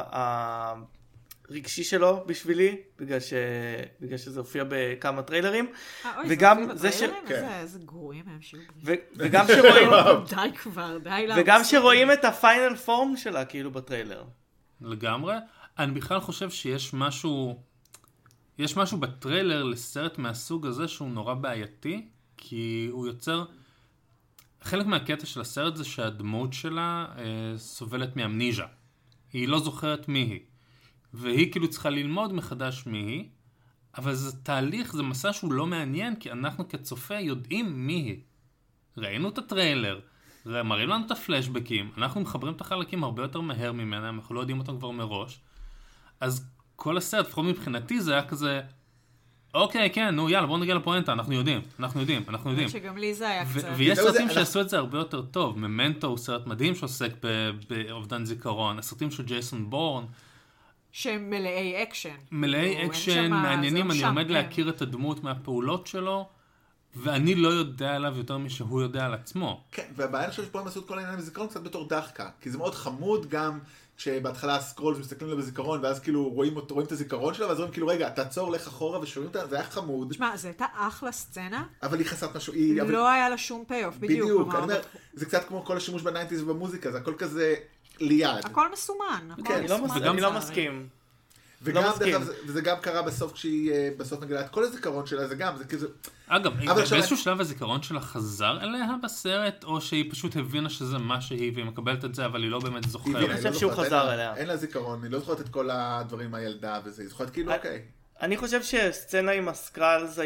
הרגשי שלו בשבילי, בגלל שזה הופיע בכמה טריילרים. וגם זה איזה גרועים הם שיהיו. וגם שרואים די כבר, די. וגם שרואים את הפיינל פורם שלה כאילו בטריילר. לגמרי. אני בכלל חושב שיש משהו בטריילר לסרט מהסוג הזה שהוא נורא בעייתי, כי הוא יוצר, חלק מהקטע של הסרט זה שהדמות שלה סובלת מאמניזיה. היא לא זוכרת מי היא. והיא כאילו צריכה ללמוד מחדש מי היא, אבל זה תהליך, זה מסע שהוא לא מעניין, כי אנחנו כצופה יודעים מי היא. ראינו את הטריילר, מראים לנו את הפלשבקים, אנחנו מחברים את החלקים הרבה יותר מהר ממנה, אנחנו לא יודעים אותם כבר מראש. אז כל הסרט, לפחות מבחינתי, זה היה כזה, אוקיי, כן, נו, יאללה, בואו נגיע לפואנטה, אנחנו יודעים. שגם לי זה היה קצת. ויש סרטים שעשו את זה הרבה יותר טוב. ממנטו הוא סרט מדהים שעוסק באובדן זיכרון. הסרטים של ג'ייסון בורן. שהם מלאי אקשן. מלאי אקשן, מעניינים, אני עומד להכיר את הדמות מהפעולות שלו, ואני לא יודע עליו יותר משהוא יודע על עצמו. כן, והבעיה אני חושב שפה הם עשו את כל העניין בזיכרון קצת בתור דחקה, כי זה מאוד חמוד גם כשבהתחלה הסקרולס מסתכלים לו בזיכרון, ואז כאילו רואים את הזיכרון שלה, ואז רואים כאילו רגע, תעצור, לך אחורה ושומעים אותה, זה היה חמוד. תשמע, זו הייתה אחלה סצנה. אבל היא חסרת משהו. לא היה לה שום פי-אוף, בדיוק. בדיוק, אני אומר, זה קצת כמו כל השימוש בניינטיז ובמוזיקה, זה הכל כזה ליד. הכל מסומן. אני לא מסכים. וגם, וזה גם קרה בסוף כשהיא בסוף מגלה את כל הזיכרון שלה, זה גם, זה כזה... אגב, באיזשהו שלב הזיכרון שלה חזר אליה בסרט, או שהיא פשוט הבינה שזה מה שהיא, והיא מקבלת את זה, אבל היא לא באמת זוכרת? אני חושב שהוא חזר אליה. אין לה זיכרון, היא לא זוכרת את כל הדברים מהילדה וזה, היא זוכרת כאילו, אוקיי. אני חושב שסצנה עם הסקרלס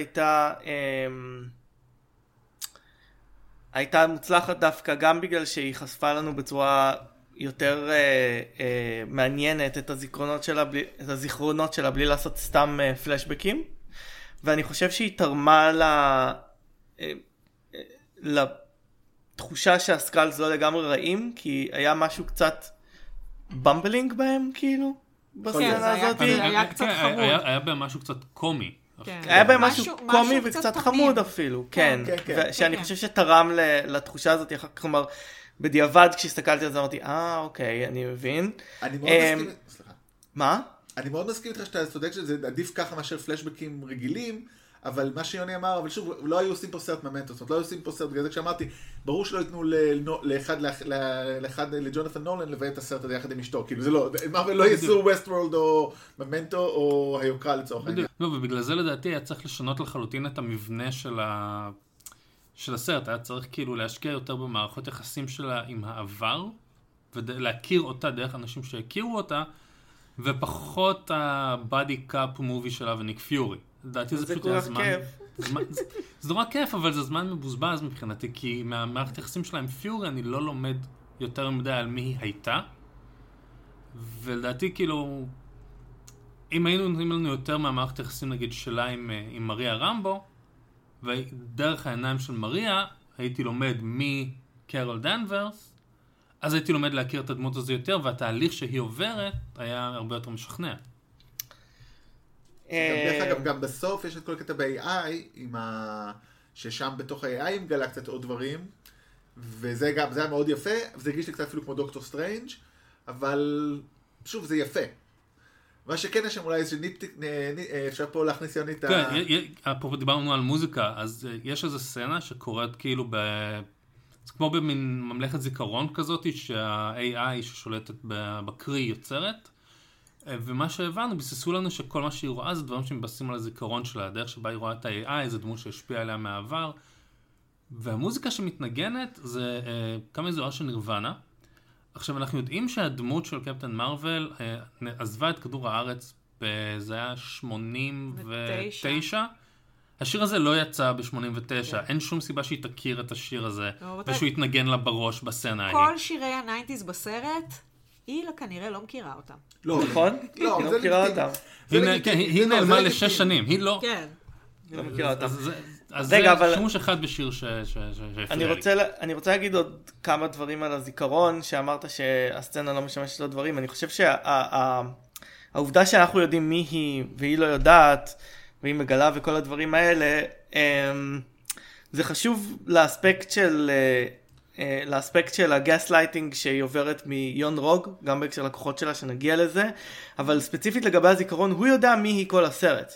הייתה מוצלחת דווקא, גם בגלל שהיא חשפה לנו בצורה יותר מעניינת את הזיכרונות שלה בלי לעשות סתם פלשבקים, ואני חושב שהיא תרמה לתחושה שהסקרלס לא לגמרי רעים, כי היה משהו קצת במבלינג בהם כאילו בסצנה הזאת. היה קצת חמוד. היה בהם משהו קצת קומי. היה בהם משהו קומי וקצת חמוד אפילו, כן. שאני חושב שתרם לתחושה הזאת, כלומר בדיעבד כשהסתכלתי על זה אמרתי, אוקיי, אני מבין. אני מאוד מסכים, סליחה. מה? אני מאוד מסכים איתך שאתה צודק שזה עדיף ככה מאשר פלשבקים רגילים, אבל מה שיוני אמר, אבל שוב, לא היו עושים פה סרט ממנטו, זאת אומרת, לא היו עושים פה סרט, בגלל זה כשאמרתי, ברור שלא ייתנו לג'ונתן נולן לביים את הסרט הזה יחד עם אשתו, כאילו זה לא יעשו ווסטוורלד או ממנטו או היוקרה לצורך העניין. לא, ובגלל זה לדעתי היה צריך לשנות לחלוטין את המבנה של הסרט, היה צריך כאילו להשקיע יותר במערכות יחסים שלה עם העבר, ולהכיר אותה דרך אנשים שהכירו אותה, ופחות הבאדי קאפ מובי שלה וניק פיורי. לדעתי זה פשוט היה זמן... זה נורא כיף, אבל זה זמן מבוזבז מבחינתי, כי מהמערכת יחסים שלה עם פיורי אני לא לומד יותר מדי על מי היא הייתה, ולדעתי כאילו, אם היינו נותנים לנו יותר מהמערכת יחסים נגיד שלה עם מריה רמבו, ודרך העיניים של מריה הייתי לומד מקרול דנברס, אז הייתי לומד להכיר את הדמות הזו יותר, והתהליך שהיא עוברת היה הרבה יותר משכנע. דרך אגב, גם בסוף יש את כל הקטע ב-AI, ששם בתוך ה-AI היא מגלה קצת עוד דברים, וזה גם, זה היה מאוד יפה, וזה הרגיש לי קצת אפילו כמו דוקטור סטרנג', אבל שוב, זה יפה. מה שכן יש שם אולי איזה אפשר פה להכניס יונית כן, פה דיברנו על מוזיקה, אז יש איזו סצנה שקורית כאילו זה כמו במין ממלכת זיכרון כזאת, שה-AI ששולטת בקרי יוצרת, ומה שהבנו, ביססו לנו שכל מה שהיא רואה זה דברים שמבססים על הזיכרון שלה, הדרך שבה היא רואה את ה-AI, זה דמות שהשפיעה עליה מהעבר, והמוזיקה שמתנגנת זה כמה איזו של נירוונה. עכשיו אנחנו יודעים שהדמות של קפטן מרוול עזבה את כדור הארץ, זה היה 89, השיר הזה לא יצא ב-89, אין שום סיבה שהיא תכיר את השיר הזה, ושהוא יתנגן לה בראש בסצנה ההיא. כל שירי ה-90s בסרט, היא כנראה לא מכירה אותם. לא, נכון? היא לא מכירה אותם. היא נעלמה ל6 שנים, היא לא... כן. היא לא מכירה אותם. אז זה שימוש אחד בשיר שהפריע לי. אני רוצה להגיד עוד כמה דברים על הזיכרון, שאמרת שהסצנה לא משמשת לו דברים. אני חושב שהעובדה שאנחנו יודעים מי היא, והיא לא יודעת, והיא מגלה וכל הדברים האלה, זה חשוב לאספקט של הגאסלייטינג שהיא עוברת מיון רוג, גם בהקשר לקוחות שלה שנגיע לזה, אבל ספציפית לגבי הזיכרון, הוא יודע מי היא כל הסרט.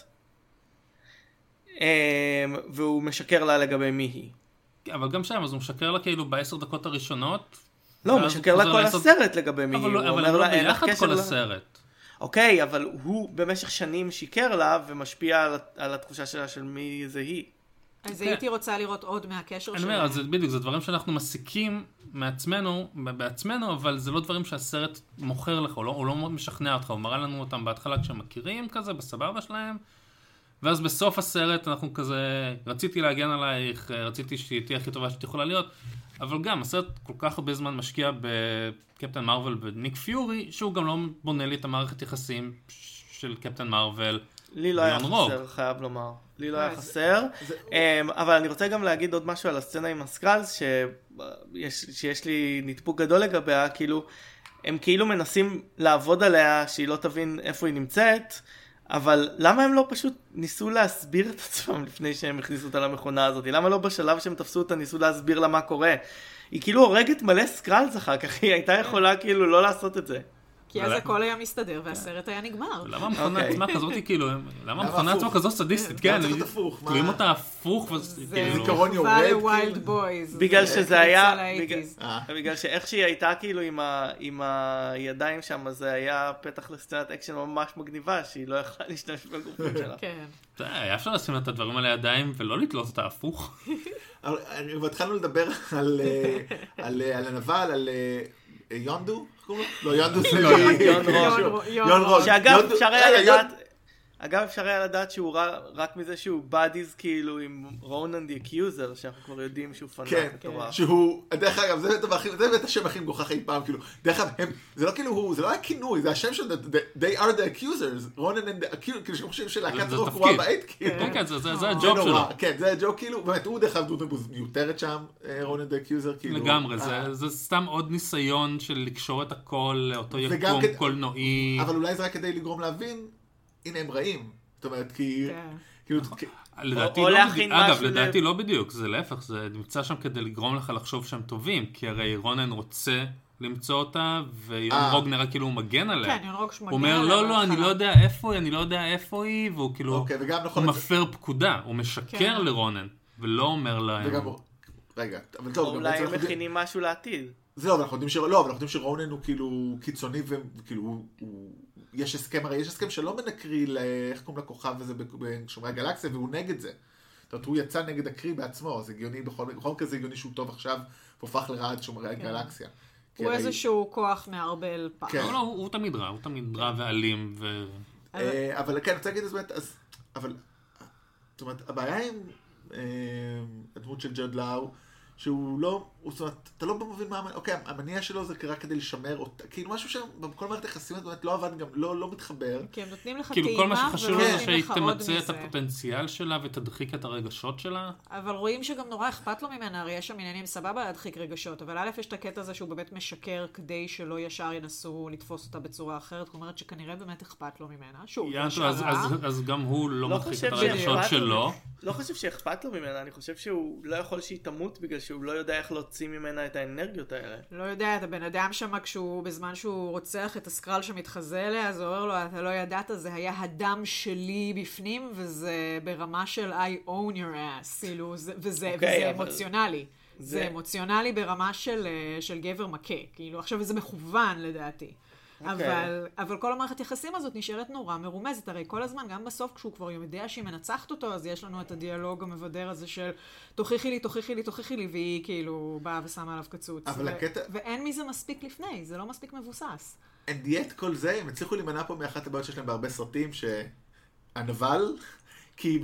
והוא משקר לה לגבי מי היא. אבל גם שם, אז הוא משקר לה כאילו ב10 דקות הראשונות. לא, הוא משקר לה כל הסרט לגבי מי היא. אבל הוא לא ביחד כל הסרט. אוקיי, אבל הוא במשך שנים שיקר לה ומשפיע על התחושה שלה של מי זה היא. אז הייתי רוצה לראות עוד מהקשר שלנו. אני אומר, אז בדיוק, זה דברים שאנחנו מסיקים בעצמנו, אבל זה לא דברים שהסרט מוכר לך, הוא לא משכנע אותך, הוא מראה לנו אותם בהתחלה כשהם מכירים כזה, בסבבה שלהם, ואז בסוף הסרט אנחנו כזה, רציתי להגן עלייך, רציתי שתהיה הכי טובה שתיכולה להיות, אבל גם הסרט כל כך הרבה זמן משקיע בקפטן מרוול וניק פיורי, שהוא גם לא בונה לי את המערכת יחסים של קפטן מרוול. לי לא היה חסר, חייב לומר. לי לא היה חסר. אבל אני רוצה גם להגיד עוד משהו על הסצנה עם הסקרלס, שיש לי נדפוק גדול לגביה, כאילו, הם כאילו מנסים לעבוד עליה, שהיא לא תבין איפה היא נמצאת, אבל למה הם לא פשוט ניסו להסביר את עצמם לפני שהם הכניסו אותה למכונה הזאת? למה לא בשלב שהם תפסו אותה ניסו להסביר לה מה קורה? היא כאילו הורגת מלא סקרלס אחר כך, היא הייתה יכולה כאילו לא לעשות את זה. כי אז הכל היה מסתדר והסרט היה נגמר. למה המכונה עצמה כזאת כאילו, למה המכונה עצמה כזאת סדיסטית? כן, תלויים אותה הפוך. זה תגובה לווילד בויז. בגלל שזה היה, בגלל שאיך שהיא הייתה כאילו עם הידיים שם, זה היה פתח לסצנת אקשן ממש מגניבה, שהיא לא יכולה להשתמש בגופים שלה. כן. היה אפשר לשים את הדברים על הידיים ולא לתלות אותה הפוך. והתחלנו לדבר על הנבל, על יונדו? לא, יונדו זה יון רוג. שאגב אפשר היה לדעת שהוא רק מזה שהוא בדיז כאילו עם רונן די אקיוזר, שאנחנו כבר יודעים שהוא פנאט מטורף. שהוא, דרך אגב, זה באמת השם הכי מגוחך אי פעם, כאילו, דרך אגב, זה לא כאילו הוא, זה לא היה כינוי, זה השם של they are the accusers, רונן and the accusers, כאילו שהם חושבים שלהקת רוק הוא הבית, כאילו. כן, זה הג'וב שלו. כן, זה הג'וב כאילו, באמת, הוא דרך אגב דמות מיותרת שם, רונן the accuser, כאילו. לגמרי, זה סתם עוד ניסיון של לקשור את הכל לאותו יקום קולנועי. אבל אולי זה רק כדי לגרום להבין, הנה הם רעים. זאת אומרת, כאילו... לדעתי לא בדיוק, זה להפך, זה נמצא שם כדי לגרום לך לחשוב שהם טובים, כי הרי רונן רוצה למצוא אותה, ויון רוג נראה כאילו הוא מגן עליה. כן, יון רוג שמגן עליה. הוא אומר, לא, אני לא יודע איפה היא, והוא כאילו, הוא מפר פקודה, הוא משקר לרונן, ולא אומר להם. רגע, אבל טוב. אולי הם מכינים משהו לעתיד. זהו, אבל אנחנו יודעים שרונן הוא כאילו קיצוני, וכאילו יש הסכם, הרי יש הסכם שלא מנקרי איך קוראים לכוכב הזה בשומרי הגלקסיה, והוא נגד זה. זאת אומרת, הוא יצא נגד הקרי בעצמו, אז הגיוני, בכל כזה הגיוני שהוא טוב עכשיו, והופך לרעד שומרי הגלקסיה. הוא איזשהו כוח מערבל פעם. לא, הוא תמיד רע ואלים. אבל כן, אני רוצה להגיד את זה באמת, אבל, זאת אומרת, הבעיה עם הדמות של ג'רד לאו, שהוא לא, זאת אומרת, אתה לא מבין מה, אוקיי, המניע שלו זה רק כדי לשמר אותה, כאילו משהו שבכל מערכת היחסים באמת לא עבד גם, לא מתחבר. כי הם נותנים לך כאילו כל מה שחשוב זה שהיא תמצא את הפוטנציאל שלה ותדחיק את הרגשות שלה. אבל רואים שגם נורא אכפת לו ממנה, הרי יש שם עניינים סבבה להדחיק רגשות, אבל א' יש את הקטע הזה שהוא באמת משקר כדי שלא ישר ינסו לתפוס אותה בצורה אחרת, זאת אומרת שכנראה באמת אכפת לו ממנה. אז גם הוא לא מדחיק את הרגשות שלו. לא חושב שאכפת לו ממנה, אני חושב שהוא לא יכול שהיא תמות בגלל שהוא לא יודע איך להוציא ממנה את האנרגיות האלה. לא יודע, את הבן אדם שם בזמן שהוא רוצח את הסקרל שמתחזה אליה, אז הוא אומר לו, אתה לא ידעת, זה היה הדם שלי בפנים, וזה ברמה של I own your ass, כאילו, וזה אמוציונלי. זה אמוציונלי ברמה של גבר מכה, כאילו, עכשיו זה מכוון לדעתי. אבל כל המערכת יחסים הזאת נשארת נורא מרומזת, הרי כל הזמן, גם בסוף כשהוא כבר יודע שהיא מנצחת אותו, אז יש לנו את הדיאלוג המבדר הזה של תוכיחי לי, והיא כאילו באה ושמה עליו קצוץ. ואין מזה מספיק לפני, זה לא מספיק מבוסס. And yet כל זה, הם הצליחו להימנע פה מאחת הבעיות שיש להם בהרבה סרטים, שהנבל, כי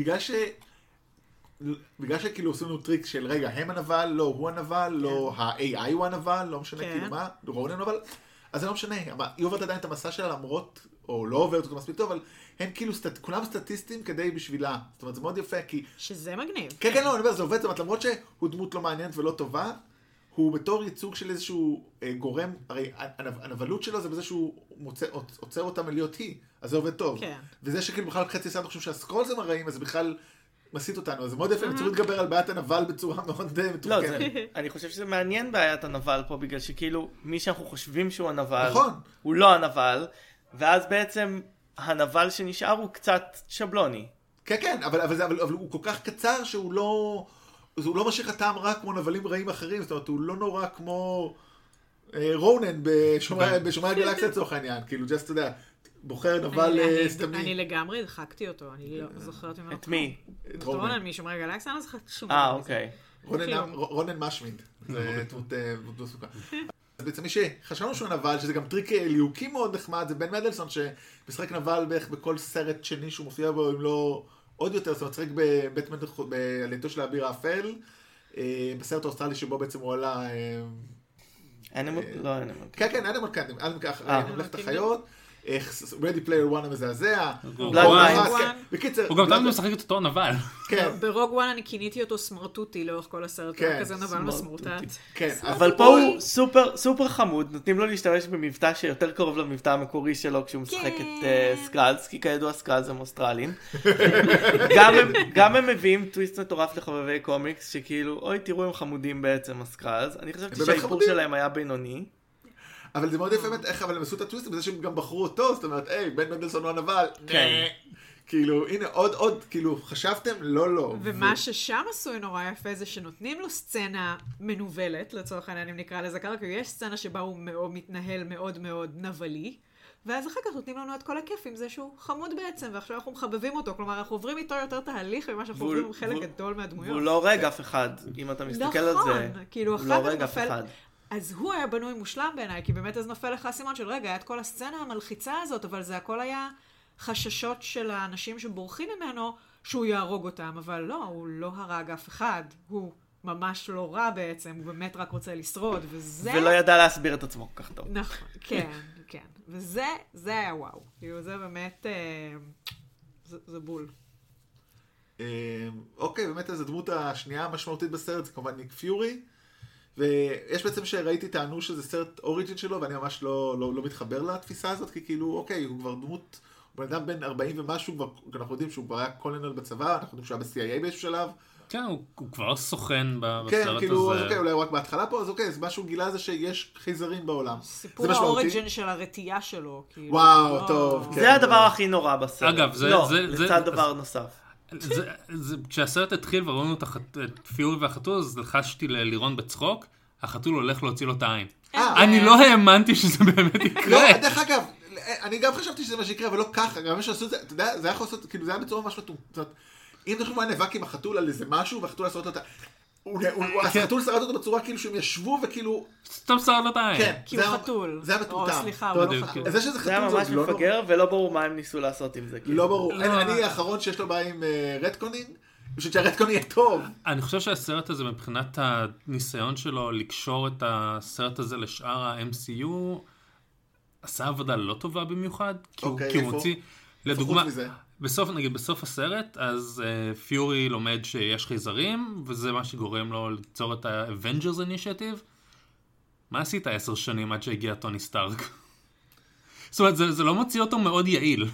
בגלל שכאילו עושים לנו טריק של רגע, הם הנבל, לא הוא הנבל, לא ה-AI הוא הנבל, לא משנה כאילו מה, רונן הנבל, אז זה לא משנה, היא עוברת עדיין את המסע שלה למרות, או לא עוברת אותו מספיק טוב, אבל הם כאילו, כולם סטטיסטים כדי בשבילה. זאת אומרת, זה מאוד יפה, כי... שזה מגניב. כן, לא, אני אומר, זה עובד, זאת אומרת, למרות שהוא דמות לא מעניינת ולא טובה, הוא בתור ייצוג של איזשהו גורם, הרי הנבלות שלו זה בזה שהוא עוצר אותה מלהיות היא, אז זה עובד טוב. כן. וזה שכאילו בכלל חצי סרט חושב שהסקרול זה מראים, אז זה בכלל מסית אותנו, אז זה מאוד יפה, הם צריכים להתגבר על בעיית הנבל בצורה מאוד מתוחכמת. לא, אני חושב שזה מעניין בעיית הנבל פה, בגלל שכאילו מי שאנחנו חושבים שהוא הנבל, הוא לא הנבל, ואז בעצם הנבל שנשאר הוא קצת שבלוני. כן, אבל הוא כל כך קצר שהוא לא משאיר הטעם רע כמו נבלים רעים אחרים, זאת אומרת, הוא לא נורא כמו רונן בשומרי הגלקסיה לצורך העניין, כאילו, just אתה יודע, בוחר נבל סתמי. אני לגמרי הדחקתי אותו, אני לא זוכרת ממנו. את מי? את רונן משומרי הגלקסיה, אני לא זוכרת שום דבר. אוקיי. רונן משמינד, זה דמות סוכה. אז בעצם מי שחשבנו שהוא נבל, שזה גם טריק ליהוקי מאוד נחמד, זה בן מדלסון שמשחק נבל בערך בכל סרט שני שהוא מופיע בו, אם לא עוד יותר, זאת אומרת, שחק בבטמן בעלייתו של האביר האפל, בסרט האוסטרלי שבו בעצם הוא עלה... אנימל? לא אנימל. כן, כן, אנימל קאנדים, ממלכת החיות, Ready Player One המזעזע, בקיצר... הוא גם תמיד משחק את אותו נבל. ברוג וואן אני כיניתי אותו סמרטוטי לאורך כל הסרט, כזה נבל מסמורטט. אבל פה הוא סופר חמוד, נותנים לו להשתמש במבטא שיותר קרוב למבטא המקורי שלו כשהוא משחק את סקלס, כי כידוע סקלס הם אוסטרלים. גם הם מביאים טוויסט מטורף לחובבי קומיקס, שכאילו, אוי תראו הם חמודים בעצם הסקלס, אני חשבתי שהאיפור שלהם היה בינוני. אבל זה מאוד יפה באמת, איך אבל הם עשו את הטוויסטים, בזה שהם גם בחרו אותו, זאת אומרת, היי, בן מנדלסון הוא הנבל. כן. כאילו, הנה, עוד, כאילו, חשבתם? לא. ומה ששם עשוי נורא יפה זה שנותנים לו סצנה מנובלת, לצורך העניין, אם נקרא לזה ככה, כי יש סצנה שבה הוא מתנהל מאוד מאוד נבלי, ואז אחר כך נותנים לנו את כל הכיף עם זה שהוא חמוד בעצם, ועכשיו אנחנו מחבבים אותו, כלומר, אנחנו עוברים איתו יותר תהליך ממה שאנחנו עוברים עם חלק גדול מהדמויות. והוא לא רגע אף אחד, אם אתה מסתכל על זה. כאילו, הוא לא רגע אף אחד. אז הוא היה בנוי מושלם בעיניי, כי באמת אז נופל לך הסימן של רגע, היה את כל הסצנה המלחיצה הזאת, אבל זה הכל היה חששות של האנשים שבורחים ממנו, שהוא יהרוג אותם, אבל לא, הוא לא הרג אף אחד, הוא ממש לא רע בעצם, הוא באמת רק רוצה לשרוד, וזה... ולא ידע להסביר את עצמו כך טוב. נכון, כן, כן. וזה היה וואו. כאילו זה באמת, זה בול. אוקיי, באמת אז הדמות השנייה המשמעותית בסרט, זה כמובן ניק פיורי, ויש בעצם שראיתי טענו שזה סרט אוריג'ין שלו, ואני ממש לא מתחבר לתפיסה הזאת, כי כאילו, אוקיי, הוא כבר דמות, הוא בן אדם בין 40 ומשהו, אנחנו יודעים שהוא כבר היה קולנל בצבא, אנחנו יודעים שהוא היה ב-CIA באיזשהו שלב. כן, הוא כבר סוכן בסרט הזה. כן, כאילו, אוקיי, אולי הוא רק בהתחלה פה, אז אוקיי, אז משהו גילה זה שיש חייזרים בעולם. סיפור האוריג'ין של הרתיעה שלו, כאילו. וואו, טוב. זה הדבר הכי נורא בסרט. אגב, זה... לא, לצד דבר נוסף. כשהסרט התחיל וראינו את פיורי והחתול, אז לחשתי ללירון בצחוק, החתול הולך להוציא לו את העין. אני לא האמנתי שזה באמת יקרה. לא, דרך אגב, אני גם חשבתי שזה מה שיקרה, אבל לא ככה. גם מי שעשו את זה, אתה יודע, זה היה יכול לעשות, כאילו זה היה בצורה ממש מטום. זאת אומרת, אם תחשוב מה נאבק עם החתול על איזה משהו, והחתול עשות לו את ה... החתול שרד אותו בצורה כאילו שהם ישבו וכאילו... סתם שרד לו את העין. כן, כי הוא חתול. זה היה מטומטם. סליחה, הוא לא חתול. זה היה ממש מפגר, ולא ברור מה הם ניסו לעשות עם זה. לא ברור. אני האחרון שיש לו בעיה עם רטקונינג, בשביל שהרטקון יהיה טוב. אני חושב שהסרט הזה, מבחינת הניסיון שלו לקשור את הסרט הזה לשאר ה-MCU, עשה עבודה לא טובה במיוחד, כי הוא מוציא, לדוגמה, בסוף הסרט, אז פיורי לומד שיש חייזרים, וזה מה שגורם לו ליצור את ה-Avengers Initiative. מה עשית 10 שנים עד שהגיע טוני סטארק? זאת אומרת, זה לא מוציא אותו מאוד יעיל.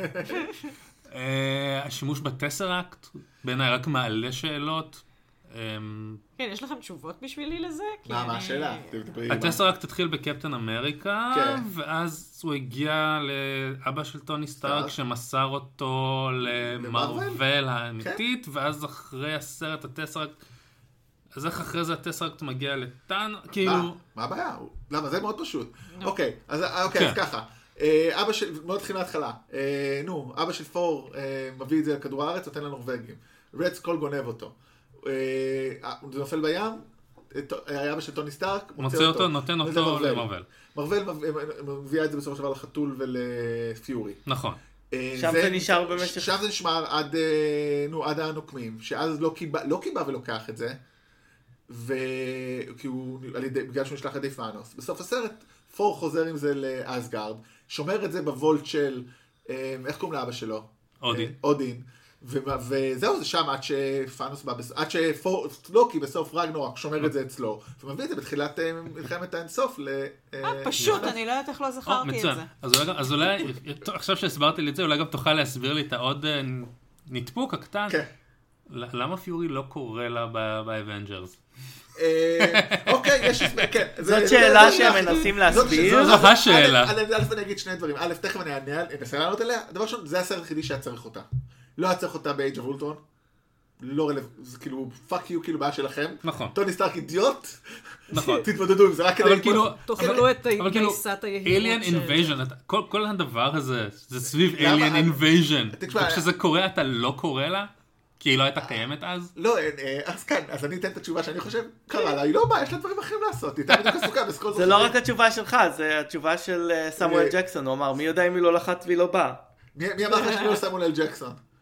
השימוש בטסראקט, בעיניי רק מעלה שאלות. כן, יש לכם תשובות בשבילי לזה? מה השאלה? הטסראקט התחיל בקפטן אמריקה, ואז הוא הגיע לאבא של טוני סטארק, שמסר אותו למרוול האמיתית, ואז אחרי הסרט הטסראקט, אז איך אחרי זה הטסראקט מגיע לטאן, כאילו... מה הבעיה? למה? זה מאוד פשוט. אוקיי, אז ככה. אבא של, מאוד תחילה התחלה, אבא של פור מביא את זה לכדור הארץ, נותן לנורווגים. רד סקול גונב אותו. זה נופל בים, אבא של טוני סטארק, מוצא אותו, נותן אותו למרוול. מרוול מביאה את זה בסופו של דבר לחתול ולפיורי. נכון. שם זה נשאר במשך... שם זה נשמר עד הנוקמים, שאז לא קיבה ולוקח את זה, בגלל שהוא נשלח על ידי פאנוס. בסוף הסרט, פור חוזר עם זה לאסגרד, שומר את זה בוולט של, איך קוראים לאבא שלו? אודין. וזהו, זה שם עד שפאנוס בא, עד שלוקי בסוף רגנורק שומר את זה אצלו, ומביא את זה בתחילת מלחמת האינסוף פשוט, אני לא יודעת איך לא זכרתי את זה. אז אולי, עכשיו שהסברתי לי את זה, אולי גם תוכל להסביר לי את העוד נדפוק הקטן. למה פיורי לא קורא לה באבנג'רס? אוקיי, יש... זאת שאלה שהם מנסים להסביר. זאת השאלה. א' אני אגיד שני דברים. א', תכף אני אנסה לענות עליה. דבר ראשון, זה הסרט היחידי שהיה צריך אותה. לא היה צריך אותה ב-Age of Ultron. לא רלוונטי, זה כאילו, פאק יו, כאילו בעיה שלכם. נכון. טוני סטארק אידיוט. נכון. תתמודדו עם זה, רק כדי... אבל כאילו... תאכלו את גייסת היהירות של... Alien Invasion, כל הדבר הזה, זה סביב Alien Invasion. וכשזה קורה, אתה לא קורא לה? כי היא לא הייתה קיימת אז? לא, אז כאן, אז אני אתן את התשובה שאני חושב, קרה לה, היא לא באה, יש לה דברים אחרים לעשות, היא הייתה בדיוק עסוקה בסקול זה לא רק התשובה שלך, זה התשובה של סמואל ג'קסון, הוא אמר, מי יודע אם היא לא לחת והיא לא באה? מי אמר לך שלא סמואל ג'קסון?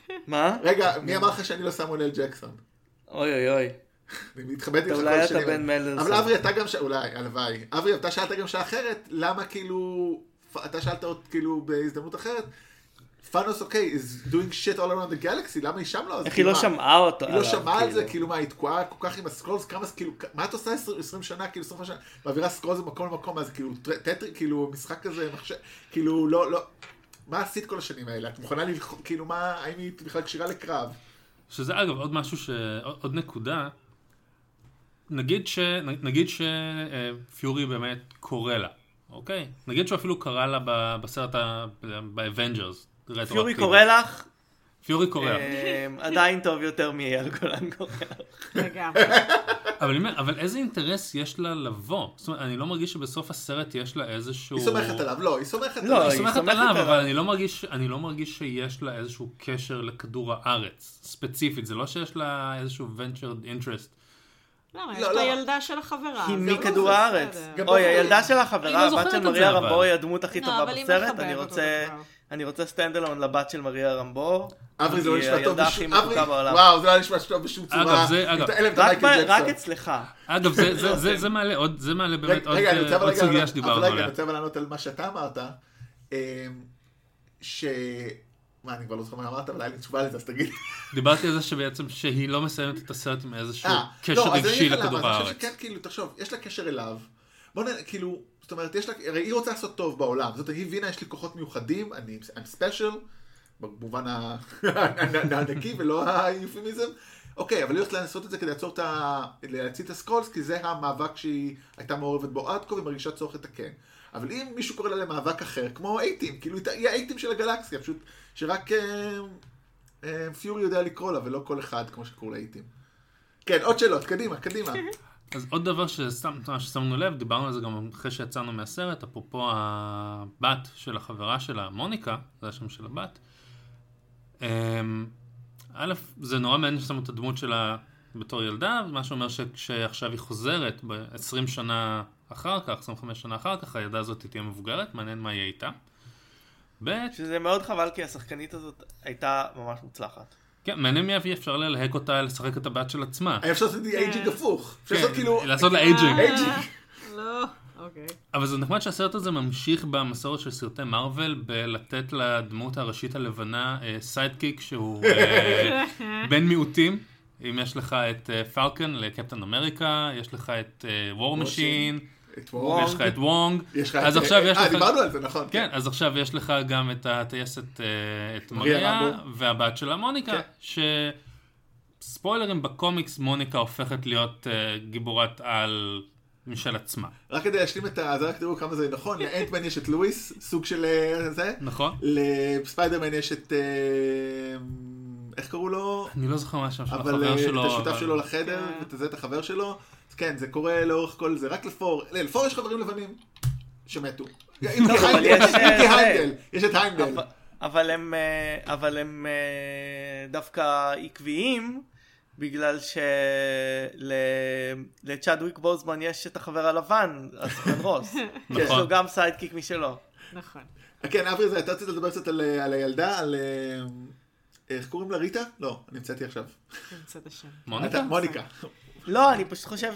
מה? רגע, מי אמר לך שאני לא סמואל אל ג'קסון? אוי אוי אוי. אני מתחבט איתך אולי כל אתה שני. בן מלדרסון. אבל אברי, אתה גם אולי, הלוואי. אברי, אתה שאלת גם שאלה אחרת, למה כאילו, אתה שאלת עוד כאילו בהזדמנות אחרת, פאנוס, אוקיי, is doing shit all around the galaxy, למה היא שם לא? איך היא לא שמעה אותו? היא לא שמעה על זה, כאילו מה, היא תקועה כל כך עם הסקרולס, כמה, כאילו, מה את עושה 20 שנה, כאילו 20 שנה, מעבירה סקרולס במקום למקום, אז כאילו, טטרי, כאילו, משחק כזה, כאילו, לא, מה עשית כל השנים האלה? את מוכנה ללחום, כאילו, מה, האם היא בכלל קשירה לקרב? שזה אגב עוד משהו עוד נקודה, נגיד שפיורי באמת קורא לה, אוקיי? נגיד שהוא אפילו קרא לה בסרט באבנג'רס. פיורי קורא לך? פיורי קורא לך. עדיין טוב יותר מאייל גולן קורא לך. לגמרי. אבל איזה אינטרס יש לה לבוא? זאת אומרת, אני לא מרגיש שבסוף הסרט יש לה איזשהו... היא סומכת עליו, לא, היא סומכת לא, עליו. היא סומכת עליו, אבל אני לא מרגיש שיש לה איזשהו קשר לכדור הארץ, ספציפית. זה לא שיש לה איזשהו ventured interest. למה? יש לה ילדה של החברה. היא מכדור הארץ. גם אוי, לא הילדה של החברה, אני לא הבת של זוכרת את מריה זה, אבל. רמבו היא הדמות הכי טובה אבל היא בסרט. מחבבת אני רוצה סטנדלון לבת של מריה רמבו. אברי, זה לא נשמע טוב הילדה הכי בשום... מתוקה בעולם. וואו, זה לא נשמע טוב בשום צורה. אלא אם אתה מייקל ג'קסון. רק אצלך. אגב, זה מעלה באמת עוד רגע, אני רוצה סוגיה שדיברנו רגע, אני עליה. רוצה לענות על מה שאתה אמרת, מה, אני כבר לא זוכר מה אמרת, אבל היה לי תשובה לזה, אז תגיד. דיברתי על זה שבעצם שהיא לא מסיימת את הסרט עם איזשהו קשר לא, אז רגשי אני אגיד לך לכדור למה, אני הארץ. חושב שכן, כאילו, תחשוב, יש לה קשר אליו, בוא נראה, כאילו, זאת אומרת, יש לה, הרי היא רוצה לעשות טוב בעולם, זאת אומרת, היא הבינה, יש לי כוחות מיוחדים, I'm special, במובן הנקי ולא היופימיזם, אוקיי, אבל היא הולכת לעשות את זה כדי להציל את הסקרולס, כי זה המאבק שהיא הייתה מעורבת בו עד כה, והיא מרגישה צורך לתקן. אבל אם מישהו קורא לה למאבק אחר, כמו אייטים, כאילו היא האייטים של הגלקסיה, פשוט שרק פיורי יודע לקרוא לה, ולא כל אחד כמו שקורא לאייטים. כן, עוד שאלות, קדימה. אז עוד דבר ששמנו לב, דיברנו על זה גם אחרי שיצאנו מהסרט, אפרופו הבת של החברה שלה, מוניקה, זה השם של הבת. א', זה נורא מעניין ששמו את הדמות שלה בתור ילדה, מה שאומר שכשעכשיו היא חוזרת ב-20 שנה אחר כך, 25 שנה אחר כך, הילדה הזאת תהיה מבוגרת, מעניין מה יהיה איתה. שזה מאוד חבל, כי השחקנית הזאת הייתה ממש מוצלחת. כן, מעניין מי אפשר ללהק אותה לשחק את הבת של עצמה. אפשר לעשות אייג'ינג הפוך. אפשר לעשות כאילו... לעשות לה אייג'ינג. לא, אוקיי. אבל זה נחמד שהסרט הזה ממשיך במסורת של סרטי מארוול, בלתת לדמות הראשית הלבנה סיידקיק שהוא בן מיעוטים. אם יש לך את פלקון לקפטן אמריקה, יש לך את וור משין, יש לך את וונג. אז עכשיו יש לך... דיברנו על זה, נכון. כן, אז עכשיו יש לך גם את הטייסת, את מריה, והבת שלה מוניקה, שספוילרים בקומיקס, מוניקה הופכת להיות גיבורת על משל עצמה. רק כדי להשלים את זה, רק תראו כמה זה נכון, לאנטמן יש את לואיס, סוג של זה. נכון. לספיידרמן יש את... איך קראו לו? אני לא זוכר מה שם של החבר שלו. אבל את השותף שלו לחדר, ואת החבר שלו. אז כן, זה קורה לאורך כל זה. רק לפור יש חברים לבנים שמתו. יש את היימדל. אבל הם דווקא עקביים, בגלל שלצ'אדוויק בוזמן יש את החבר הלבן, הסוכן רוס. יש לו גם סיידקיק משלו. נכון. כן, אברי, אתה רצית לדבר קצת על הילדה, על... איך קוראים לה? ריטה? לא, אני המצאתי עכשיו. המצאת השם. מוניקה. לא, אני פשוט חושב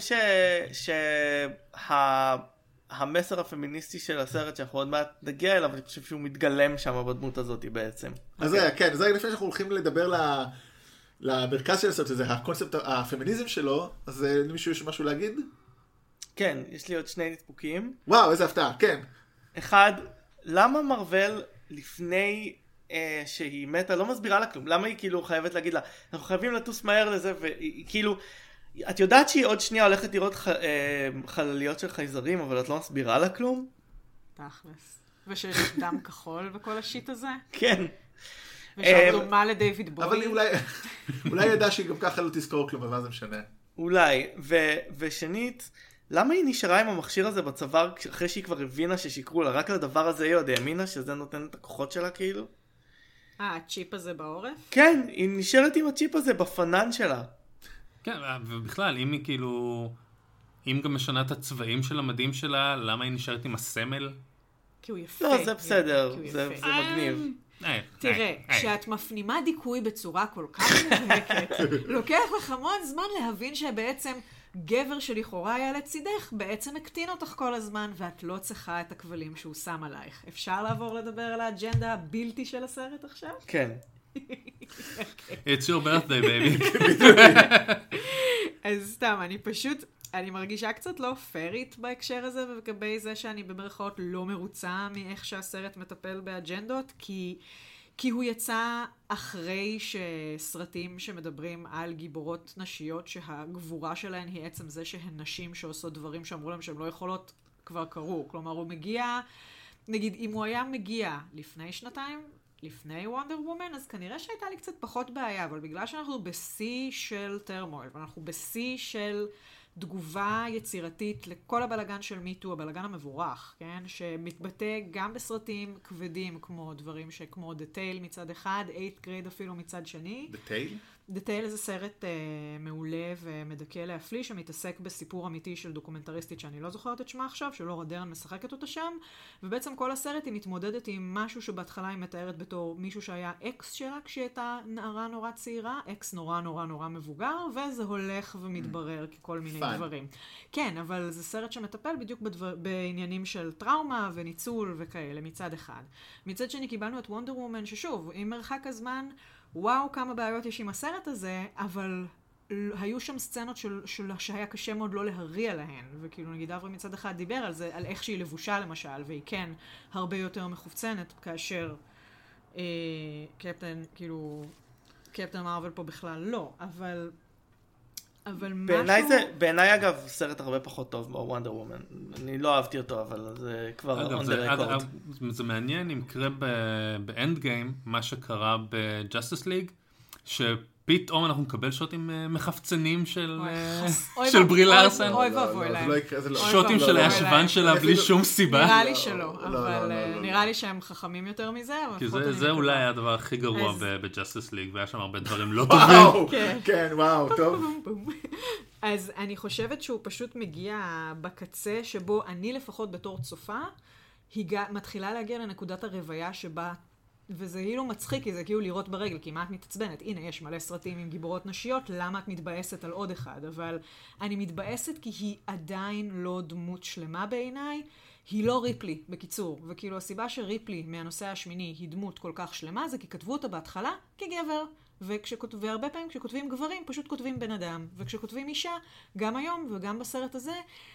שהמסר הפמיניסטי של הסרט, שאנחנו עוד מעט נגיע אליו, אני חושב שהוא מתגלם שם בדמות הזאת בעצם. אז כן, זה לפני שאנחנו הולכים לדבר למרכז של הסרט, שזה הקונספט, הפמיניזם שלו, אז למישהו יש משהו להגיד? כן, יש לי עוד שני נדפוקים. וואו, איזה הפתעה, כן. אחד, למה מרוול לפני שהיא מתה לא מסבירה לה כלום? למה היא כאילו חייבת להגיד לה, אנחנו חייבים לטוס מהר לזה, והיא כאילו, את יודעת שהיא עוד שנייה הולכת לראות חלליות של חייזרים, אבל את לא מסבירה לה כלום? תכלס. ושיש דם כחול וכל השיט הזה? כן. ושאר דומה לדייוויד בוי. אבל אולי ידע שהיא גם ככה לא תזכור כלום, אבל זה משנה. אולי. ושנית, למה היא נשארה עם המכשיר הזה בצוואר אחרי שהיא כבר הבינה ששיקרו לה? רק לדבר הזה היא עוד האמינה שזה נותן את הכוחות שלה כאילו? הצ'יפ הזה בעורף? כן, היא נשארת עם הצ'יפ הזה בפנן שלה. כן, ובכלל, אם היא כאילו... אם גם משנה את הצבעים של המדים שלה, למה היא נשארת עם הסמל? כי הוא יפה. לא, זה בסדר, זה מגניב. תראה, כשאת מפנימה דיכוי בצורה כל כך מובהקת, לוקח לך המון זמן להבין שבעצם גבר שלכאורה היה לצידך, בעצם הקטין אותך כל הזמן, ואת לא צריכה את הכבלים שהוא שם עלייך. אפשר לעבור לדבר על האג'נדה הבלתי של הסרט עכשיו? כן. It's your birthday, baby. אז סתם, אני מרגישה קצת לא פיירית בהקשר הזה, ובגבי זה שאני במרכאות לא מרוצה מאיך שהסרט מטפל באג'נדות, כי הוא יצא אחרי שסרטים שמדברים על גיבורות נשיות, שהגבורה שלהן היא עצם זה שהן נשים שעושות דברים שאמרו להם שהן לא יכולות, כבר קרו. כלומר, הוא מגיע, נגיד, אם הוא היה מגיע לפני שנתיים, לפני וונדר וומן, אז כנראה שהייתה לי קצת פחות בעיה, אבל בגלל שאנחנו בשיא של טרמויל, ואנחנו בשיא של תגובה יצירתית לכל הבלגן של מיטו, הבלגן המבורך, כן? שמתבטא גם בסרטים כבדים, כמו דברים כמו The Tale מצד אחד, 8th Grade אפילו מצד שני. The Tale? The Tale זה סרט מעולה ומדכא להפליא, שמתעסק בסיפור אמיתי של דוקומנטריסטית שאני לא זוכרת את שמה עכשיו, שלורה דרן משחקת אותה שם, ובעצם כל הסרט היא מתמודדת עם משהו שבהתחלה היא מתארת בתור מישהו שהיה אקס שלה כשהייתה נערה נורא צעירה, אקס נורא נורא נורא מבוגר, וזה הולך ומתברר ככל מיני דברים. כן, אבל זה סרט שמטפל בדיוק בעניינים של טראומה וניצול וכאלה מצד אחד. מצד שני קיבלנו את וונדר וומן, ששוב, עם מרחק הזמן, וואו, כמה בעיות יש עם הסרט הזה, אבל היו שם סצנות שהיה קשה מאוד לא להריע להן, וכאילו נגיד אברי מצד אחד דיבר על זה, על איך שהיא לבושה למשל, והיא כן הרבה יותר מחופצנת, כאשר קפטן מרוול פה בכלל לא, אבל בעיניי אגב סרט הרבה פחות טוב בוונדר וומן. אני לא אהבתי אותו, אבל זה כבר on the record. זה מעניין אם קרה באנד גיים מה שקרה בג'סטיס ליג, שפתאום אנחנו נקבל שוטים מחפצנים של ברי לארסן. אוי ואבוי להם. שוטים של הישבן שלה בלי שום סיבה. נראה לי שלא, אבל נראה לי שהם חכמים יותר מזה. כי זה אולי היה הדבר הכי גרוע בג'סטיס ליג, והיה שם הרבה דברים לא טובים. כן, וואו, טוב. אז אני חושבת שהוא פשוט מגיע בקצה שבו אני לפחות בתור צופה, מתחילה להגיע לנקודת הרוויה שבה, וזה כאילו מצחיק, כי זה כאילו לראות ברגל, כי מה את מתעצבנת? הנה, יש מלא סרטים עם גיבורות נשיות, למה את מתבאסת על עוד אחד? אבל אני מתבאסת כי היא עדיין לא דמות שלמה בעיניי, היא לא ריפלי, בקיצור. וכאילו הסיבה שריפלי מהנושא השמיני היא דמות כל כך שלמה, זה כי כתבו אותה בהתחלה כגבר. והרבה פעמים כשכותבים גברים, פשוט כותבים בן אדם. וכשכותבים אישה, גם היום וגם בסרט הזה,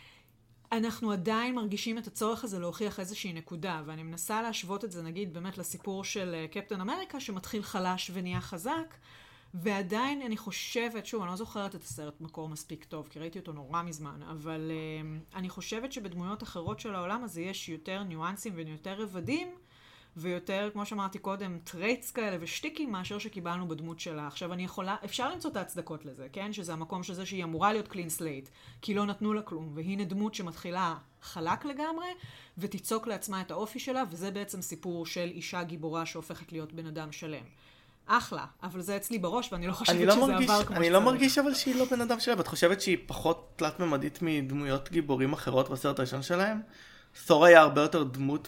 אנחנו עדיין מרגישים את הצורך הזה להוכיח איזושהי נקודה, ואני מנסה להשוות את זה, נגיד, באמת לסיפור של קפטן אמריקה, שמתחיל חלש ונהיה חזק, ועדיין אני חושבת, שוב, אני לא זוכרת את הסרט מקור מספיק טוב, כי ראיתי אותו נורא מזמן, אבל אני חושבת שבדמויות אחרות של העולם הזה יש יותר ניואנסים ויותר רבדים, ויותר, כמו שאמרתי קודם, טרייטס כאלה ושטיקים מאשר שקיבלנו בדמות שלה. עכשיו אפשר למצוא את ההצדקות לזה, כן? שזה המקום של זה שהיא אמורה להיות קלין סלייט, כי לא נתנו לה כלום, והנה דמות שמתחילה חלק לגמרי, ותיצוק לעצמה את האופי שלה, וזה בעצם סיפור של אישה גיבורה שהופכת להיות בן אדם שלם. אחלה, אבל זה אצלי בראש, ואני לא חושבת שזה עבר כמו שצריך. אני לא מרגיש אבל שהיא לא בן אדם שלם, את חושבת שהיא פחות תלת-ממדית מדמויות גיבורים אחרות בסרט הראשון שלהם? תור היה הרבה יותר דמות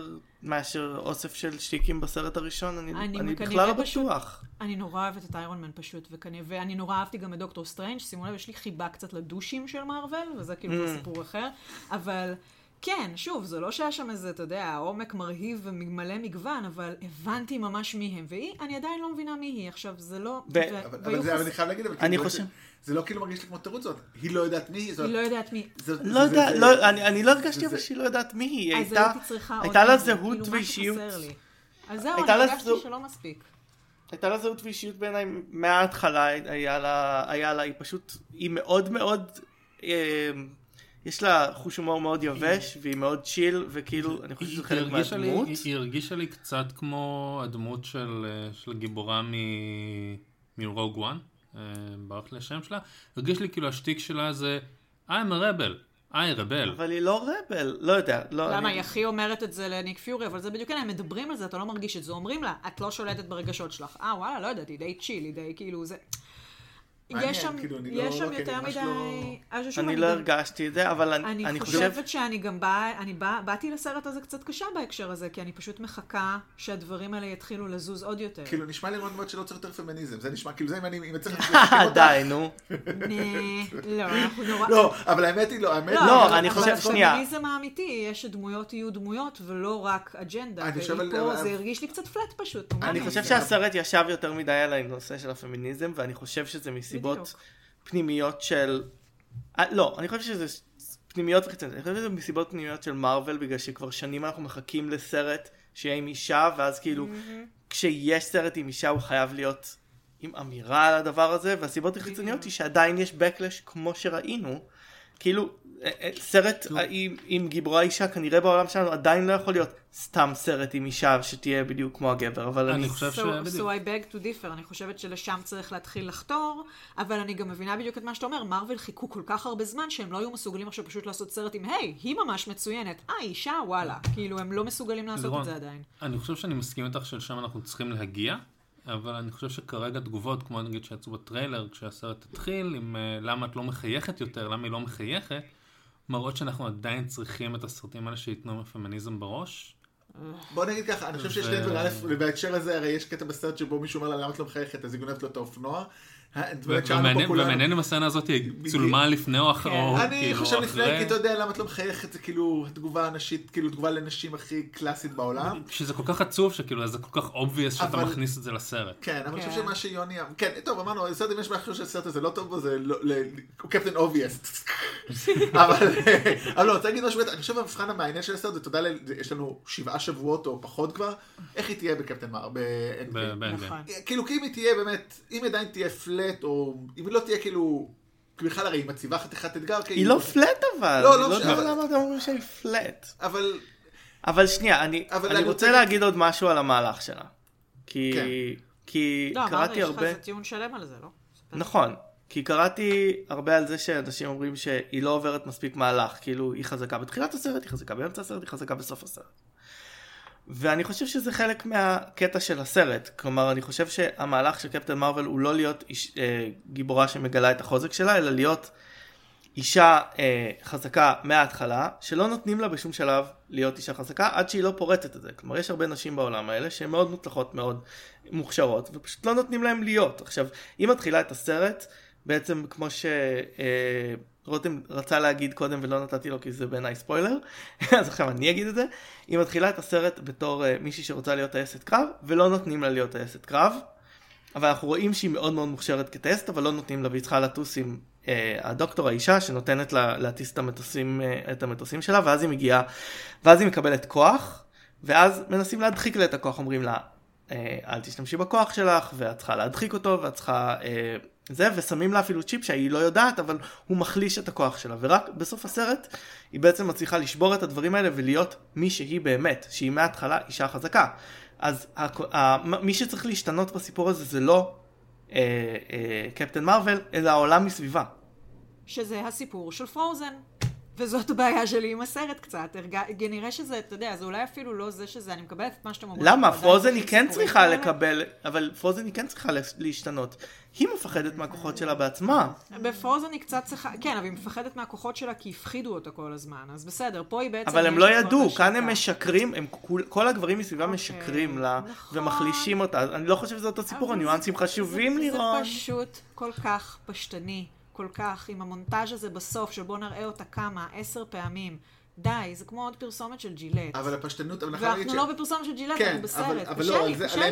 מאשר אוסף של שטיקים בסרט הראשון, אני בכלל לא בטוח. אני נורא אוהבת את איירון מן פשוט, ואני נורא אהבתי גם את דוקטור סטרנג', שימו לב, יש לי חיבה קצת לדושים של מארוול, וזה כאילו סיפור אחר, אבל כן, שוב, זה לא שהיה שם איזה, אתה יודע, עומק מרהיב ומלא מגוון, אבל הבנתי ממש מי הם, אני עדיין לא מבינה מי היא, עכשיו זה לא... אבל זה, אני חייב להגיד, זה לא כאילו מרגיש לי כמו תירוץ זאת, היא לא יודעת מי היא. היא לא יודעת מי. אני לא הרגשתי אבל שהיא לא יודעת מי היא, הייתה לה זהות ואישיות. אז זהו, אני הרגשתי שלא מספיק. הייתה לה זהות ואישיות בעיניי, מההתחלה היה לה, היא מאוד מאוד, יש לה חוש הומור מאוד יבש, והיא מאוד צ'יל, וכאילו, אני חושב שזה חלק מהדמות. היא הרגישה לי קצת כמו הדמות של גיבורה מרוג וואן. ברח לשם שלה, הרגיש לי כאילו השטיק שלה זה I'm a rebel, אבל היא לא רבל, לא יודע. למה? היא הכי אומרת את זה לניק פיורי, אבל זה בדיוק הם מדברים על זה, אתה לא מרגיש את זה, אומרים לה, את לא שולטת ברגשות שלך. וואלה, לא יודעת, היא די צ'יל, היא די כאילו זה... יש שם יותר מדי... אני לא הרגשתי את זה, אבל אני חושבת שאני גם באתי לסרט הזה קצת קשה בהקשר הזה, כי אני פשוט מחכה שהדברים האלה יתחילו לזוז עוד יותר. כאילו נשמע לי מאוד מאוד שלא צריך יותר פמיניזם, זה נשמע כאילו זה אם צריך... די, נו. לא, אנחנו נורא... לא, אבל האמת היא לא, לא, אני חושב, שנייה. הפמיניזם האמיתי, יש שדמויות יהיו דמויות ולא רק אג'נדה, ופה זה הרגיש לי קצת פלט פשוט. אני חושב שהסרט ישב יותר מדי על הנושא של הפמיניזם, ואני חושב שזה מסיבות פנימיות של... לא, אני חושב שזה פנימיות וחיצוניות. אני חושב שזה מסיבות פנימיות של מארוול, בגלל שכבר שנים אנחנו מחכים לסרט שיהיה עם אישה, ואז כאילו, כשיש סרט עם אישה הוא חייב להיות עם אמירה על הדבר הזה, והסיבות החיצוניות היא שעדיין יש בקלש כמו שראינו. כאילו, סרט עם גיבורה אישה כנראה בעולם שלנו עדיין לא יכול להיות סתם סרט עם אישה שתהיה בדיוק כמו הגבר, אבל אני חושב So I beg to differ, אני חושבת שלשם צריך להתחיל לחתור, אבל אני גם מבינה בדיוק את מה שאתה אומר, מארוול חיכו כל כך הרבה זמן שהם לא היו מסוגלים עכשיו פשוט לעשות סרט עם, היי, היא ממש מצוינת, אישה, וואלה, כאילו הם לא מסוגלים לעשות את זה עדיין. אני חושב שאני מסכים איתך שלשם אנחנו צריכים להגיע, אבל אני חושב שכרגע תגובות, כמו נגיד שיצאו בטריילר, כשהסרט התחיל, עם למה את לא מחייכת יותר, למה היא לא מחייכת, מראות שאנחנו עדיין צריכים את הסרטים האלה שיתנו פמיניזם בראש. בוא נגיד ככה, אני חושב שיש שני דברים, בהקשר הזה הרי יש קטע בסרט שבו מישהו אומר לה למה את לא מחייכת, אז היא גונבת לו את האופנוע. ומעניין אם הסצנה הזאת צולמה לפני או אחרי. אני חושב לפני, כי אתה יודע למה את לא מחייכת, זה כאילו התגובה הנשית, כאילו תגובה לנשים הכי קלאסית בעולם. שזה כל כך עצוב, שכאילו זה כל כך obvious שאתה מכניס את זה לסרט. כן, אבל אני חושב שמה שיוני... כן, טוב, אמרנו, הסרט אם יש משהו שהסרט הזה לא טוב בו, זה קפטן אובייס. אבל לא, רוצה להגיד משהו, אני חושב המבחן המעניין של הסרט, זה תודה, יש לנו 7 שבועות או פחות כבר, איך היא תהיה בקפטן מר, כאילו, כי אם היא תהיה באמת, אם עדיין תהיה פלט, או אם היא לא תהיה כאילו, בכלל הרי היא מציבה חתיכת אתגר, היא לא פלט אבל, לא, לא למה אתם אומרים שהיא פלט. אבל שנייה, אני רוצה להגיד עוד משהו על המהלך שלה. כי קראתי הרבה... לא, יש לך טיעון שלם על זה, לא? נכון, כי קראתי הרבה על זה שאנשים אומרים שהיא לא עוברת מספיק מהלך, כאילו היא חזקה בתחילת הסרט, היא חזקה באמצע הסרט, היא חזקה בסוף הסרט. ואני חושב שזה חלק מהקטע של הסרט, כלומר אני חושב שהמהלך של קפטן מרוול הוא לא להיות גיבורה שמגלה את החוזק שלה, אלא להיות אישה חזקה מההתחלה, שלא נותנים לה בשום שלב להיות אישה חזקה, עד שהיא לא פורטת את זה. כלומר יש הרבה נשים בעולם האלה שהן מאוד מוצלחות, מאוד מוכשרות, ופשוט לא נותנים להם להיות. עכשיו, היא מתחילה את הסרט, בעצם כמו רותם רצה להגיד קודם ולא נתתי לו כי זה בעיניי ספוילר, אז עכשיו אני אגיד את זה. היא מתחילה את הסרט בתור מישהי שרוצה להיות טייסת קרב, ולא נותנים לה להיות טייסת קרב, אבל אנחנו רואים שהיא מאוד מאוד מוכשרת כטייסת, אבל לא נותנים לה, והיא צריכה לטוס עם הדוקטור האישה שנותנת לה להטיס את המטוסים שלה, ואז היא מגיעה, ואז היא מקבלת כוח, ואז מנסים להדחיק לה את הכוח, אומרים לה, אל תשתמשי בכוח שלך, ואת צריכה להדחיק אותו, ואת צריכה... ושמים לה אפילו צ'יפ שהיא לא יודעת, אבל הוא מחליש את הכוח שלה, ורק בסוף הסרט היא בעצם מצליחה לשבור את הדברים האלה ולהיות מי שהיא באמת, שהיא מההתחלה אישה חזקה. אז מי שצריך להשתנות בסיפור הזה זה לא קפטן מרוול, אלא העולם מסביבה. שזה הסיפור של פרוזן. וזאת הבעיה שלי עם הסרט קצת. נראה שזה, אתה יודע, זה אולי אפילו לא זה שזה, אני מקבלת את מה שאתם אומרים. למה? פרוזן היא כן צריכה לקבל, אבל פרוזן היא כן צריכה להשתנות. היא מפחדת מהכוחות שלה בעצמה. בפרוזן היא קצת צריכה, כן, אבל היא מפחדת מהכוחות שלה כי הפחידו אותה כל הזמן. אז בסדר, פה היא בעצם... אבל הם לא ידעו, כאן הם משקרים, כל הגברים מסביבה משקרים לה, ומחלישים אותה. אני לא חושב שזה אותו סיפור, הניואנסים חשובים לראות. זה פשוט כל כך פשטני. כל כך, עם המונטאז' הזה בסוף, שבו נראה אותה כמה, 10 פעמים. די, זה כמו עוד פרסומת של ג'ילט. אבל הפשטנות... ואנחנו לא בפרסומת של ג'ילט, אנחנו בסרט. אבל לא,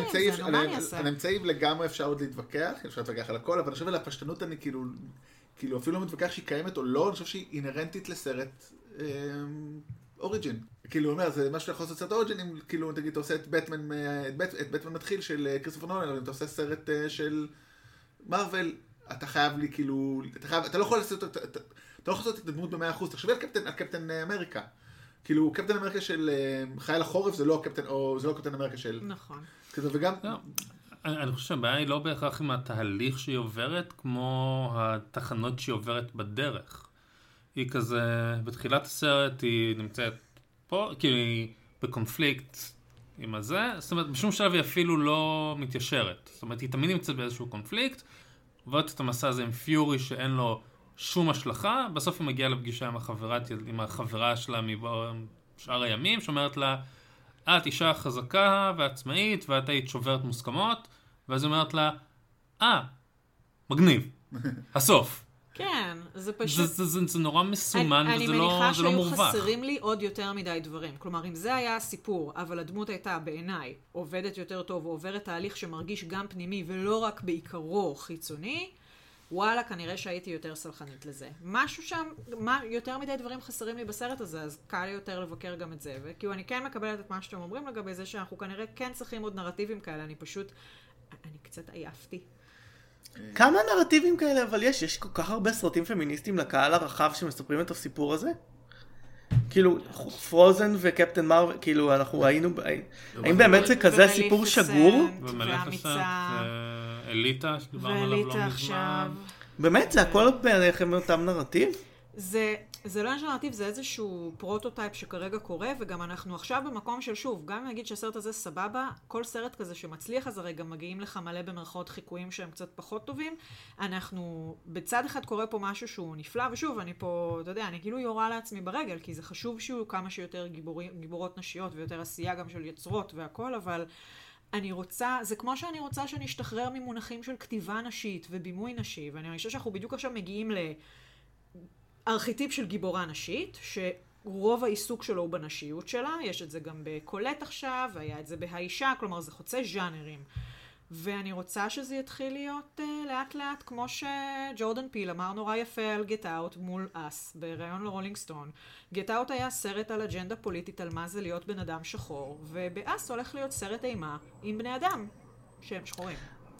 על האמצעים לגמרי אפשר עוד להתווכח, אפשר להתווכח על הכל, אבל אני חושב על הפשטנות אני כאילו אפילו לא מתווכח שהיא קיימת או לא, אני חושב שהיא אינרנטית לסרט אוריג'ין. כאילו, אומר, זה משהו יכול לעשות סרט אוריג'ין, אם כאילו, תגיד, אתה עושה את בטמן מתחיל של כריסטופר נולן, או אם אתה עושה סרט של מארוול, אתה חייב לי כאילו, אתה לא יכול לעשות את הדמות ב100%, תחשבי על קפטן אמריקה. כאילו, קפטן אמריקה של חייל החורף זה לא קפטן אמריקה של... נכון. וגם... אני חושב שהבעיה היא לא בהכרח עם התהליך שהיא עוברת, כמו התחנות שהיא עוברת בדרך. היא כזה, בתחילת הסרט היא נמצאת פה, כאילו היא בקונפליקט עם הזה, זאת אומרת, בשום שלב היא אפילו לא מתיישרת. זאת אומרת, היא תמיד נמצאת באיזשהו קונפליקט, עוברת את המסע הזה עם פיורי שאין לו שום השלכה, בסוף היא מגיעה לפגישה עם החברה שלה משאר הימים, שאומרת לה, את אישה חזקה ועצמאית, ואת היית שוברת מוסכמות, ואז היא אומרת לה, מגניב, הסוף. כן, זה פשוט... זה נורא מסומן, וזה לא מורווח. אני מניחה שהיו חסרים לי עוד יותר מדי דברים. כלומר, אם זה היה הסיפור, אבל הדמות הייתה בעיניי עובדת יותר טוב, ועוברת תהליך שמרגיש גם פנימי, ולא רק בעיקרו חיצוני, וואלה, כנראה שהייתי יותר סלחנית לזה. משהו שם, יותר מדי דברים חסרים לי בסרט הזה, אז קל לי יותר לבקר גם את זה. וכאילו, אני כן מקבלת את מה שאתם אומרים לגבי זה, שאנחנו כנראה כן צריכים עוד נרטיבים כאלה. אני קצת עייפתי. כמה נרטיבים כאלה אבל יש כל כך הרבה סרטים פמיניסטיים לקהל הרחב שמספרים את הסיפור הזה? כאילו, פרוזן וקפטן מרוויל, כאילו, אנחנו היינו... האם באמת זה כזה סיפור שגור? ואמיצה. אליטה, שדיברנו עליו לא מזמן. באמת, זה הכל בעיניכם אותם נרטיב? זה לא עניין של נרטיב, זה איזשהו פרוטוטייפ שכרגע קורה, וגם אנחנו עכשיו במקום של שוב, גם אם נגיד שהסרט הזה סבבה, כל סרט כזה שמצליח, אז הרי גם מגיעים לך מלא במרכאות חיקויים שהם קצת פחות טובים. אנחנו, בצד אחד קורה פה משהו שהוא נפלא, ושוב, אני פה, אתה יודע, אני כאילו יורה לעצמי ברגל, כי זה חשוב שיהיו כמה שיותר גיבורות נשיות, ויותר עשייה גם של יוצרות והכל, אבל אני רוצה, זה כמו שאני רוצה שנשתחרר ממונחים של כתיבה נשית ובימוי נשי, ואני חושב שאנחנו בדיוק עכשיו מגיעים ארכיטיפ של גיבורה נשית, שרוב העיסוק שלו הוא בנשיות שלה, יש את זה גם בקולט עכשיו, והיה את זה בהאישה, כלומר זה חוצה ז'אנרים. ואני רוצה שזה יתחיל להיות לאט לאט, כמו שג'ורדן פיל אמר נורא יפה על Get Out מול אס, בראיון לרולינג סטון. Get Out היה סרט על אג'נדה פוליטית על מה זה להיות בן אדם שחור, ובאס הולך להיות סרט אימה עם בני אדם שהם שחורים.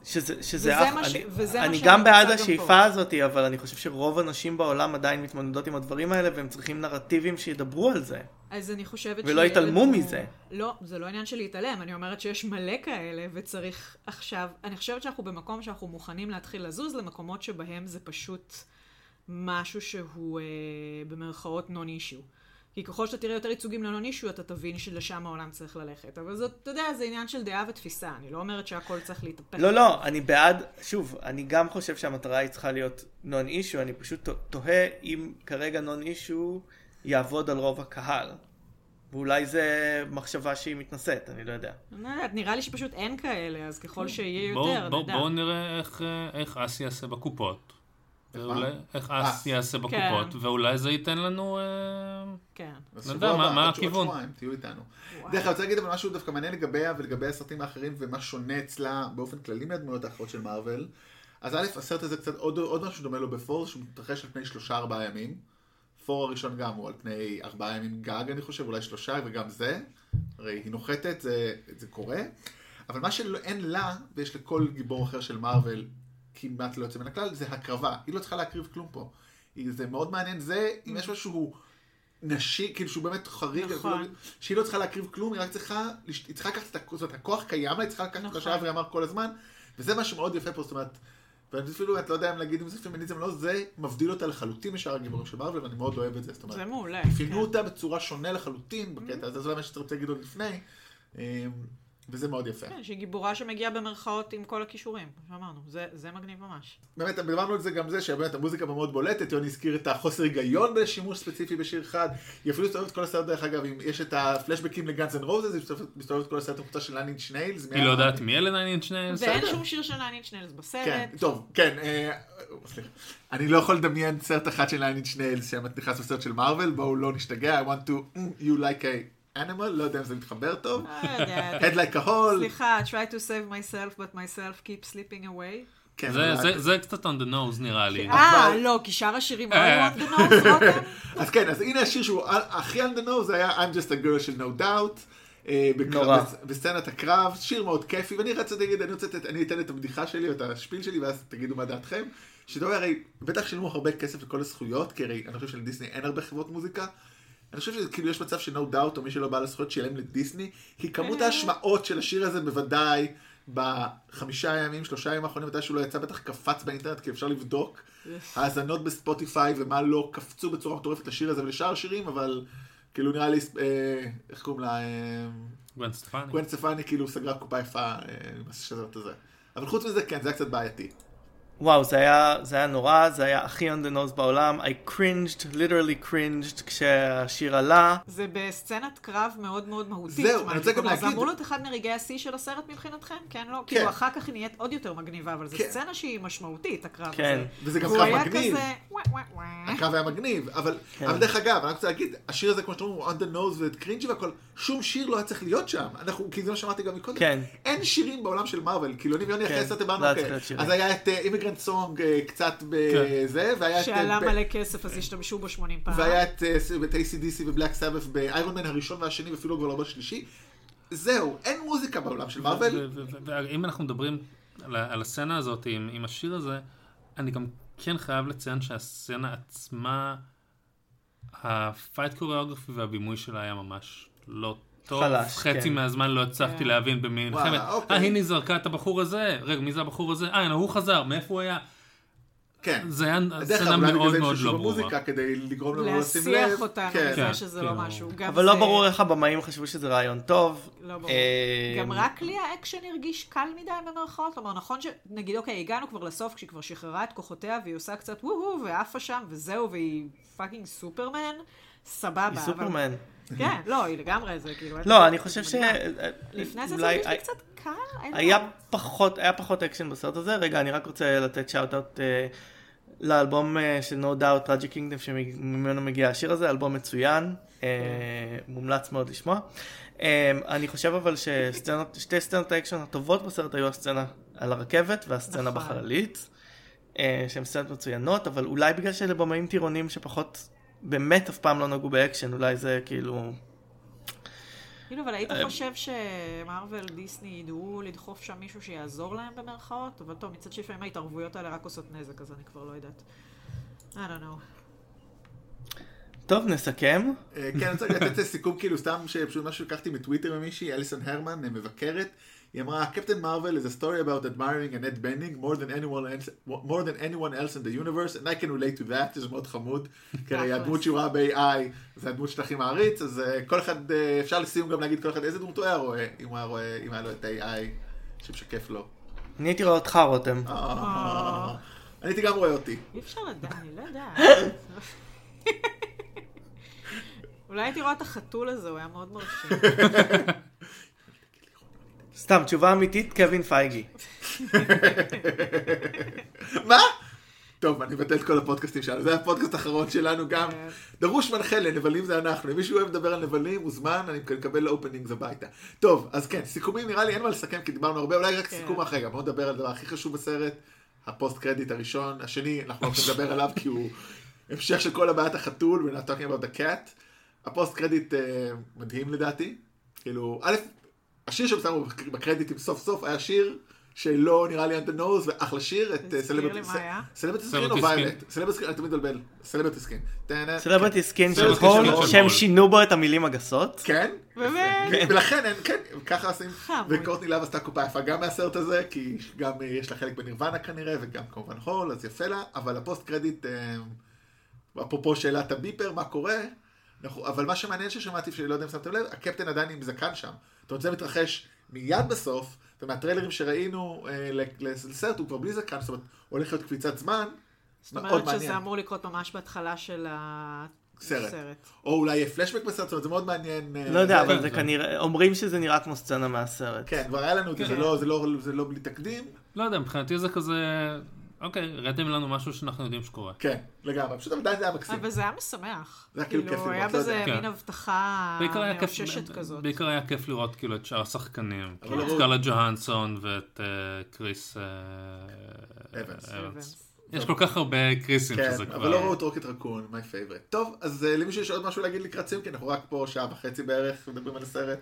אני גם בעד השאיפה הזאת, אבל אני חושב שרוב הנשים בעולם עדיין מתמודדות עם הדברים האלה, והם צריכים נרטיבים שידברו על זה. אז אני חושבת ולא יתעלמו מזה. לא, זה לא עניין של להתעלם, אני אומרת שיש מלא כאלה, וצריך עכשיו, אני חושבת שאנחנו במקום שאנחנו מוכנים להתחיל לזוז למקומות שבהם זה פשוט משהו שהוא במרכאות נון אישיו. כי ככל שאתה תראה יותר ייצוגים לנון אישו, אתה תבין שלשם העולם צריך ללכת. אבל זאת, אתה יודע, זה עניין של דעה ותפיסה. אני לא אומרת שהכל צריך להתהפך. לא, אני בעד, שוב, אני גם חושב שהמטרה היא צריכה להיות נון אישו, אני פשוט תוהה אם כרגע נון אישו יעבוד על רוב הקהל. ואולי זה מחשבה שהיא מתנשאת, אני לא יודע. נראה לי שפשוט אין כאלה, אז ככל שיהיה יותר, נדע. בואו נראה איך אסי יעשה בקופות. איך אס יעשה בקופות, ואולי זה ייתן לנו... כן. נדע, מה הכיוון? תהיו איתנו. דרך כלל, רוצה להגיד אבל משהו דווקא מעניין לגביה ולגבי הסרטים האחרים, ומה שונה אצלה באופן כללי מהדמויות האחרות של מארוול. אז א', הסרט הזה קצת עוד משהו דומה לו בפורס, שהוא מתרחש על פני 3-4 ימים. פור הראשון גם הוא על פני 4 ימים גג, אני חושב, אולי 3, וגם זה. הרי היא נוחתת, זה קורה. אבל מה שאין לה, ויש לכל גיבור אחר של מארוול, כמעט לא יוצא מן הכלל, זה הקרבה. היא לא צריכה להקריב כלום פה. זה מאוד מעניין. זה, אם יש משהו נשי, כאילו שהוא באמת חריג, שהיא לא צריכה להקריב כלום, היא רק צריכה לקחת את הכוח קיים לה, היא צריכה לקחת את השעה ואמר כל הזמן, וזה משהו מאוד יפה פה, זאת אומרת, ואני אפילו, את לא יודע אם להגיד אם זה פמיניזם או לא, זה מבדיל אותה לחלוטין משאר הגיבורים של מארוול, ואני מאוד אוהב את זה, זאת אומרת, זה מעולה. פינו אותה בצורה שונה לחלוטין בקטע, אז זה לא מה שאתה רוצה להגיד עוד לפני, וזה מאוד יפה. כן, שהיא גיבורה שמגיעה במרכאות עם כל הכישורים, שאמרנו, זה מגניב ממש. באמת, דיברנו על זה גם זה, שבאמת המוזיקה מאוד בולטת, יוני הזכיר את החוסר היגיון בשימוש ספציפי בשיר אחד, היא אפילו מסתובבת כל הסרט דרך אגב, אם יש את הפלשבקים לגאנס אנד רוזס, היא מסתובבת כל הסרט המחוצה של Nine Inch Nails. היא לא יודעת מי אלה Nine Inch Nails? ואין שום שיר של Nine Inch Nails בסרט. כן, טוב, כן, סליחה. אני לא יכול לדמיין סרט אחד של Nine Inch Nails שנכנס בסרט של מארוול, בואו לא נשתגע, I want to, you like a animal, לא יודע אם זה מתחבר טוב. Head like a hole. סליחה, try to save myself, but myself keep slipping away. זה קצת on the nose נראה לי. לא, כי שאר השירים לא היו on the nose, רותם. אז כן, אז הנה השיר שהוא הכי on the nose, זה היה I'm just a girl של no doubt. בסצנת הקרב, שיר מאוד כיפי, ואני רצה להגיד, אני אתן את הבדיחה שלי, או את השפיל שלי, ואז תגידו מה דעתכם. שתראו, הרי בטח שילמו הרבה כסף לכל הזכויות, כי הרי אני חושב שלדיסני אין הרבה חברות מוזיקה. אני חושב שכאילו יש מצב ש-No Doubt, או מי שלא בא לזכויות שילם לדיסני, כי כמות ההשמעות של השיר הזה בוודאי, 3 ימים האחרונים, מתי שהוא לא יצא, בטח קפץ באינטרנט, כי אפשר לבדוק האזנות בספוטיפיי, ומה לא קפצו בצורה מטורפת לשיר הזה ולשאר השירים, אבל כאילו נראה לי, איך קוראים לה? גוון סטפני, כאילו סגרה קופה יפה עם הסרט הזה. אבל חוץ מזה, כן, זה היה קצת בעייתי. וואו, זה היה נורא, זה היה הכי on the nose בעולם. I cringed, literally cringed, כשהשיר עלה. זה בסצנת קרב מאוד מאוד מהותית. זהו, אני רוצה גם להגיד. זה אמור להיות אחד מרגעי השיא של הסרט מבחינתכם? כן, לא? כאילו אחר כך היא נהיית עוד יותר מגניבה, אבל זו סצנה שהיא משמעותית, הקרב הזה. כן. וזה גם קרב מגניב. הוא היה כזה... הקרב היה מגניב, אבל דרך אגב, אני רוצה להגיד, השיר הזה, כמו שאתם אומרים, on the nose וקרינג'י והכל, שום שיר לא היה צריך להיות שם. כי זה מה שאמרתי גם מקודם. אין שירים בעולם של מארוול, כאילו אני ויוני אחרי הסרט הבנו, אז היה את אימיגרנט סונג קצת בזה, שעלה מלא כסף, אז השתמשו בו 80 פעם. והיה את ACDC ובלק סאבת באיירון מן הראשון והשני, ואפילו כבר לא בשלישי. זהו, אין מוזיקה בעולם של מארוול. ואם אנחנו מדברים על הסצנה הזאת עם השיר הזה, אני גם כן חייב לציין שהסצנה עצמה, הפייט קוריאוגרפי והבימוי שלה היה ממש לא טוב. חצי מהזמן לא הצלחתי להבין במי נלחמת. הנה היא זרקה את הבחור הזה. רגע, מי זה הבחור הזה? הנה, הוא חזר. מאיפה הוא היה? כן. זה היה סצנה מאוד מאוד לא ברורה. מוזיקה כדי לגרום לנו לשים לב. להסיח אותנו לזה שזה לא משהו. אבל לא ברור איך הבמאים חשבו שזה רעיון טוב. לא ברור. גם רק לי האקשן הרגיש קל מדי במרכאות. כלומר, נכון שנגיד, אוקיי, הגענו כבר לסוף כשהיא כבר שחררה את כוחותיה והיא עושה קצת וואו ועפה שם וזהו והיא פאקינג סופרמן. סבבה. היא סופרמן. כן, לא, היא לגמרי זה כאילו... לא, אני חושב ש... לפני זה זה לי קצת קל. היה פחות אקשן בסרט הזה. רגע, אני רק רוצה לתת שאוט-אוט לאלבום של No Doubt, Tragic Kingdom, שממנו מגיע השיר הזה, אלבום מצוין, מומלץ מאוד לשמוע. אני חושב אבל ששתי סצנות האקשן הטובות בסרט היו הסצנה על הרכבת והסצנה בחללית, שהן סצנות מצוינות, אבל אולי בגלל שאלה במאים טירונים שפחות באמת אף פעם לא נגעו באקשן, אולי זה כאילו... כאילו, אבל היית חושב שמרוול דיסני ידעו לדחוף שם מישהו שיעזור להם במרכאות? אבל טוב, מצד שלפעמים ההתערבויות האלה רק עושות נזק, אז אני כבר לא יודעת. I don't know. טוב, נסכם. כן, אני רוצה לתת סיכום כאילו סתם שפשוט משהו לקחתי מטוויטר ממישהי, אליסון הרמן, מבקרת. היא אמרה, Captain Marvel is a story about admiring Annette Bening more than anyone else in the universe, and I can relate to that, זה מאוד חמוד, כי הרי הדמות שהוא ראה ב-AI, זה הדמות שאתה הכי מעריץ, אז כל אחד, אפשר לסיום גם להגיד כל אחד איזה דמות הוא היה רואה, אם היה לו את ה-AI שמשקף לו. אני הייתי רואה אותך, רותם. אני הייתי גם רואה אותי. אי אפשר לדעת, אני לא יודעת. אולי הייתי רואה את החתול הזה, הוא היה מאוד מרשים. סתם, תשובה אמיתית, קווין פייגי. מה? טוב, אני מבטל את כל הפודקאסטים שלנו. זה הפודקאסט האחרון שלנו גם. דרוש מנחה לנבלים זה אנחנו. אם מישהו אוהב לדבר על נבלים, מוזמן, אני מקבל אופנינגס הביתה. טוב, אז כן, סיכומים נראה לי אין מה לסכם, כי דיברנו הרבה, אולי רק סיכום אחרי. בואו נדבר על הדבר הכי חשוב בסרט, הפוסט קרדיט הראשון. השני, אנחנו לא יכולים לדבר עליו, כי הוא המשך של כל הבעיית החתול, we're not talking about the cat. הפוסט קרדיט מדהים לדעתי. כאילו, א', השיר ששמו בקרדיטים סוף סוף היה שיר שלא נראה לי on the nose, ואחלה שיר, את סלבריטי סקין או ויילט? סלבריטי סקין, אני תמיד מבלבל. סלבריטי סקין. סלבריטי סקין של הול, שהם שינו בו את המילים הגסות. כן. ולכן, כן, ככה עושים. וקורטני לאב עשתה קופה יפה גם מהסרט הזה, כי גם יש לה חלק בנירוונה כנראה, וגם כמובן הול, אז יפה לה. אבל הפוסט קרדיט, אפרופו שאלת הביפר, מה קורה? אבל מה שמעניין ששמעתי, שלא יודע אם שמתם לב, הקפטן עדיין עם זקן שם. זאת אומרת, זה מתרחש מיד בסוף, ומהטריילרים שראינו לסרט, הוא כבר בלי זקן, זאת אומרת, הולך להיות קפיצת זמן, מאוד מעניין. זאת אומרת שזה אמור לקרות ממש בהתחלה של הסרט. או אולי יהיה פלשבק בסרט, זאת אומרת, זה מאוד מעניין. לא יודע, אבל זה כנראה, אומרים שזה נראה כמו סצנה מהסרט. כן, כבר היה לנו את זה, זה לא בלי תקדים. לא יודע, מבחינתי זה כזה... אוקיי, ראיתם לנו משהו שאנחנו יודעים שקורה. כן, לגמרי, פשוט עדיין זה היה מקסים. אבל זה היה משמח. זה היה כאילו כיף לראות. היה בזה מין הבטחה מאוששת כזאת. בעיקר היה כיף לראות כאילו את שאר השחקנים. את סקרלט ג'והנסון ואת קריס אבנס. יש כל כך הרבה קריסים שזה כבר... כן, אבל לא ראו את רוקט רקון, my favorite. טוב, אז למישהו יש עוד משהו להגיד לקראת סיום, כי אנחנו רק פה שעה וחצי בערך מדברים על הסרט.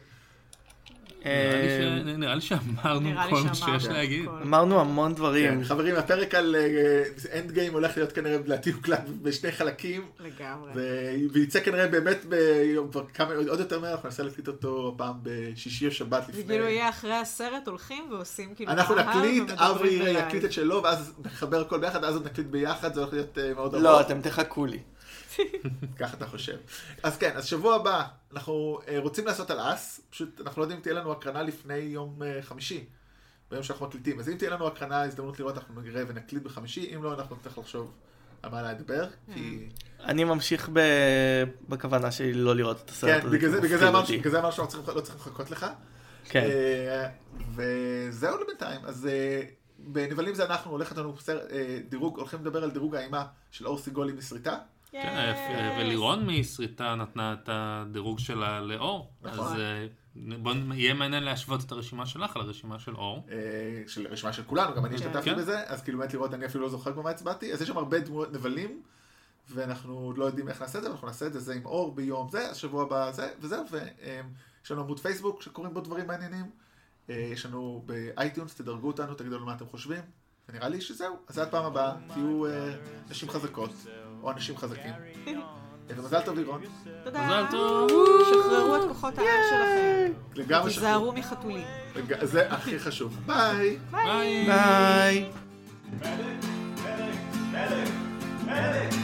נראה לי שאמרנו כל מה שיש להגיד. אמרנו המון דברים. חברים, הפרק על אנד גיים הולך להיות כנראה להטיב קלט בשני חלקים. לגמרי. וייצא כנראה באמת עוד יותר מהר, אנחנו ננסה להקליט אותו פעם בשישי או שבת לפני. וכאילו יהיה אחרי הסרט הולכים ועושים כאילו... אנחנו נקליט, אברי יקליט את שלו, ואז נחבר הכל ביחד, אז נקליט ביחד, זה הולך להיות מאוד ארוך. לא, אתם תחכו לי. ככה אתה חושב. אז כן, אז שבוע הבא אנחנו רוצים לעשות על אס, פשוט אנחנו לא יודעים אם תהיה לנו הקרנה לפני יום חמישי. ביום שאנחנו מקליטים. אז אם תהיה לנו הקרנה, הזדמנות לראות, אנחנו נראה ונקליט בחמישי, אם לא, אנחנו נצטרך לחשוב על מה לדבר, כי... אני ממשיך בכוונה שלי לא לראות את הסרט הזה. כן, בגלל זה אמרנו שאנחנו לא צריכים לחכות לך. כן. וזהו לבינתיים. אז בנבלים זה אנחנו הולך לנו דירוג, הולכים לדבר על דירוג האימה של אור סיגולי מסריטה. כן, ולירון מסריטה נתנה את הדירוג שלה לאור. נכון. אז בוא יהיה מעניין להשוות את הרשימה שלך על הרשימה של אור. של הרשימה של כולנו, גם אני השתתפתי בזה, אז כאילו באמת לראות, אני אפילו לא זוכר במה הצבעתי. אז יש שם הרבה דמויות נבלים, ואנחנו עוד לא יודעים איך נעשה את זה, אנחנו נעשה את זה עם אור ביום זה, השבוע הבא זה, וזהו, ויש לנו עמוד פייסבוק שקוראים בו דברים מעניינים. יש לנו באייטיונס, תדרגו אותנו, תגידו לנו מה אתם חושבים, ונראה לי שזהו. אז עד פעם הבאה, תהיו נשים חזקות, או אנשים חזקים. ומזל טוב לירון. תודה. מזל טוב. שחררו את כוחות העל שלכם. לגמרי תיזהרו מחתולים. זה הכי חשוב. ביי. ביי. Medic, medic, medic.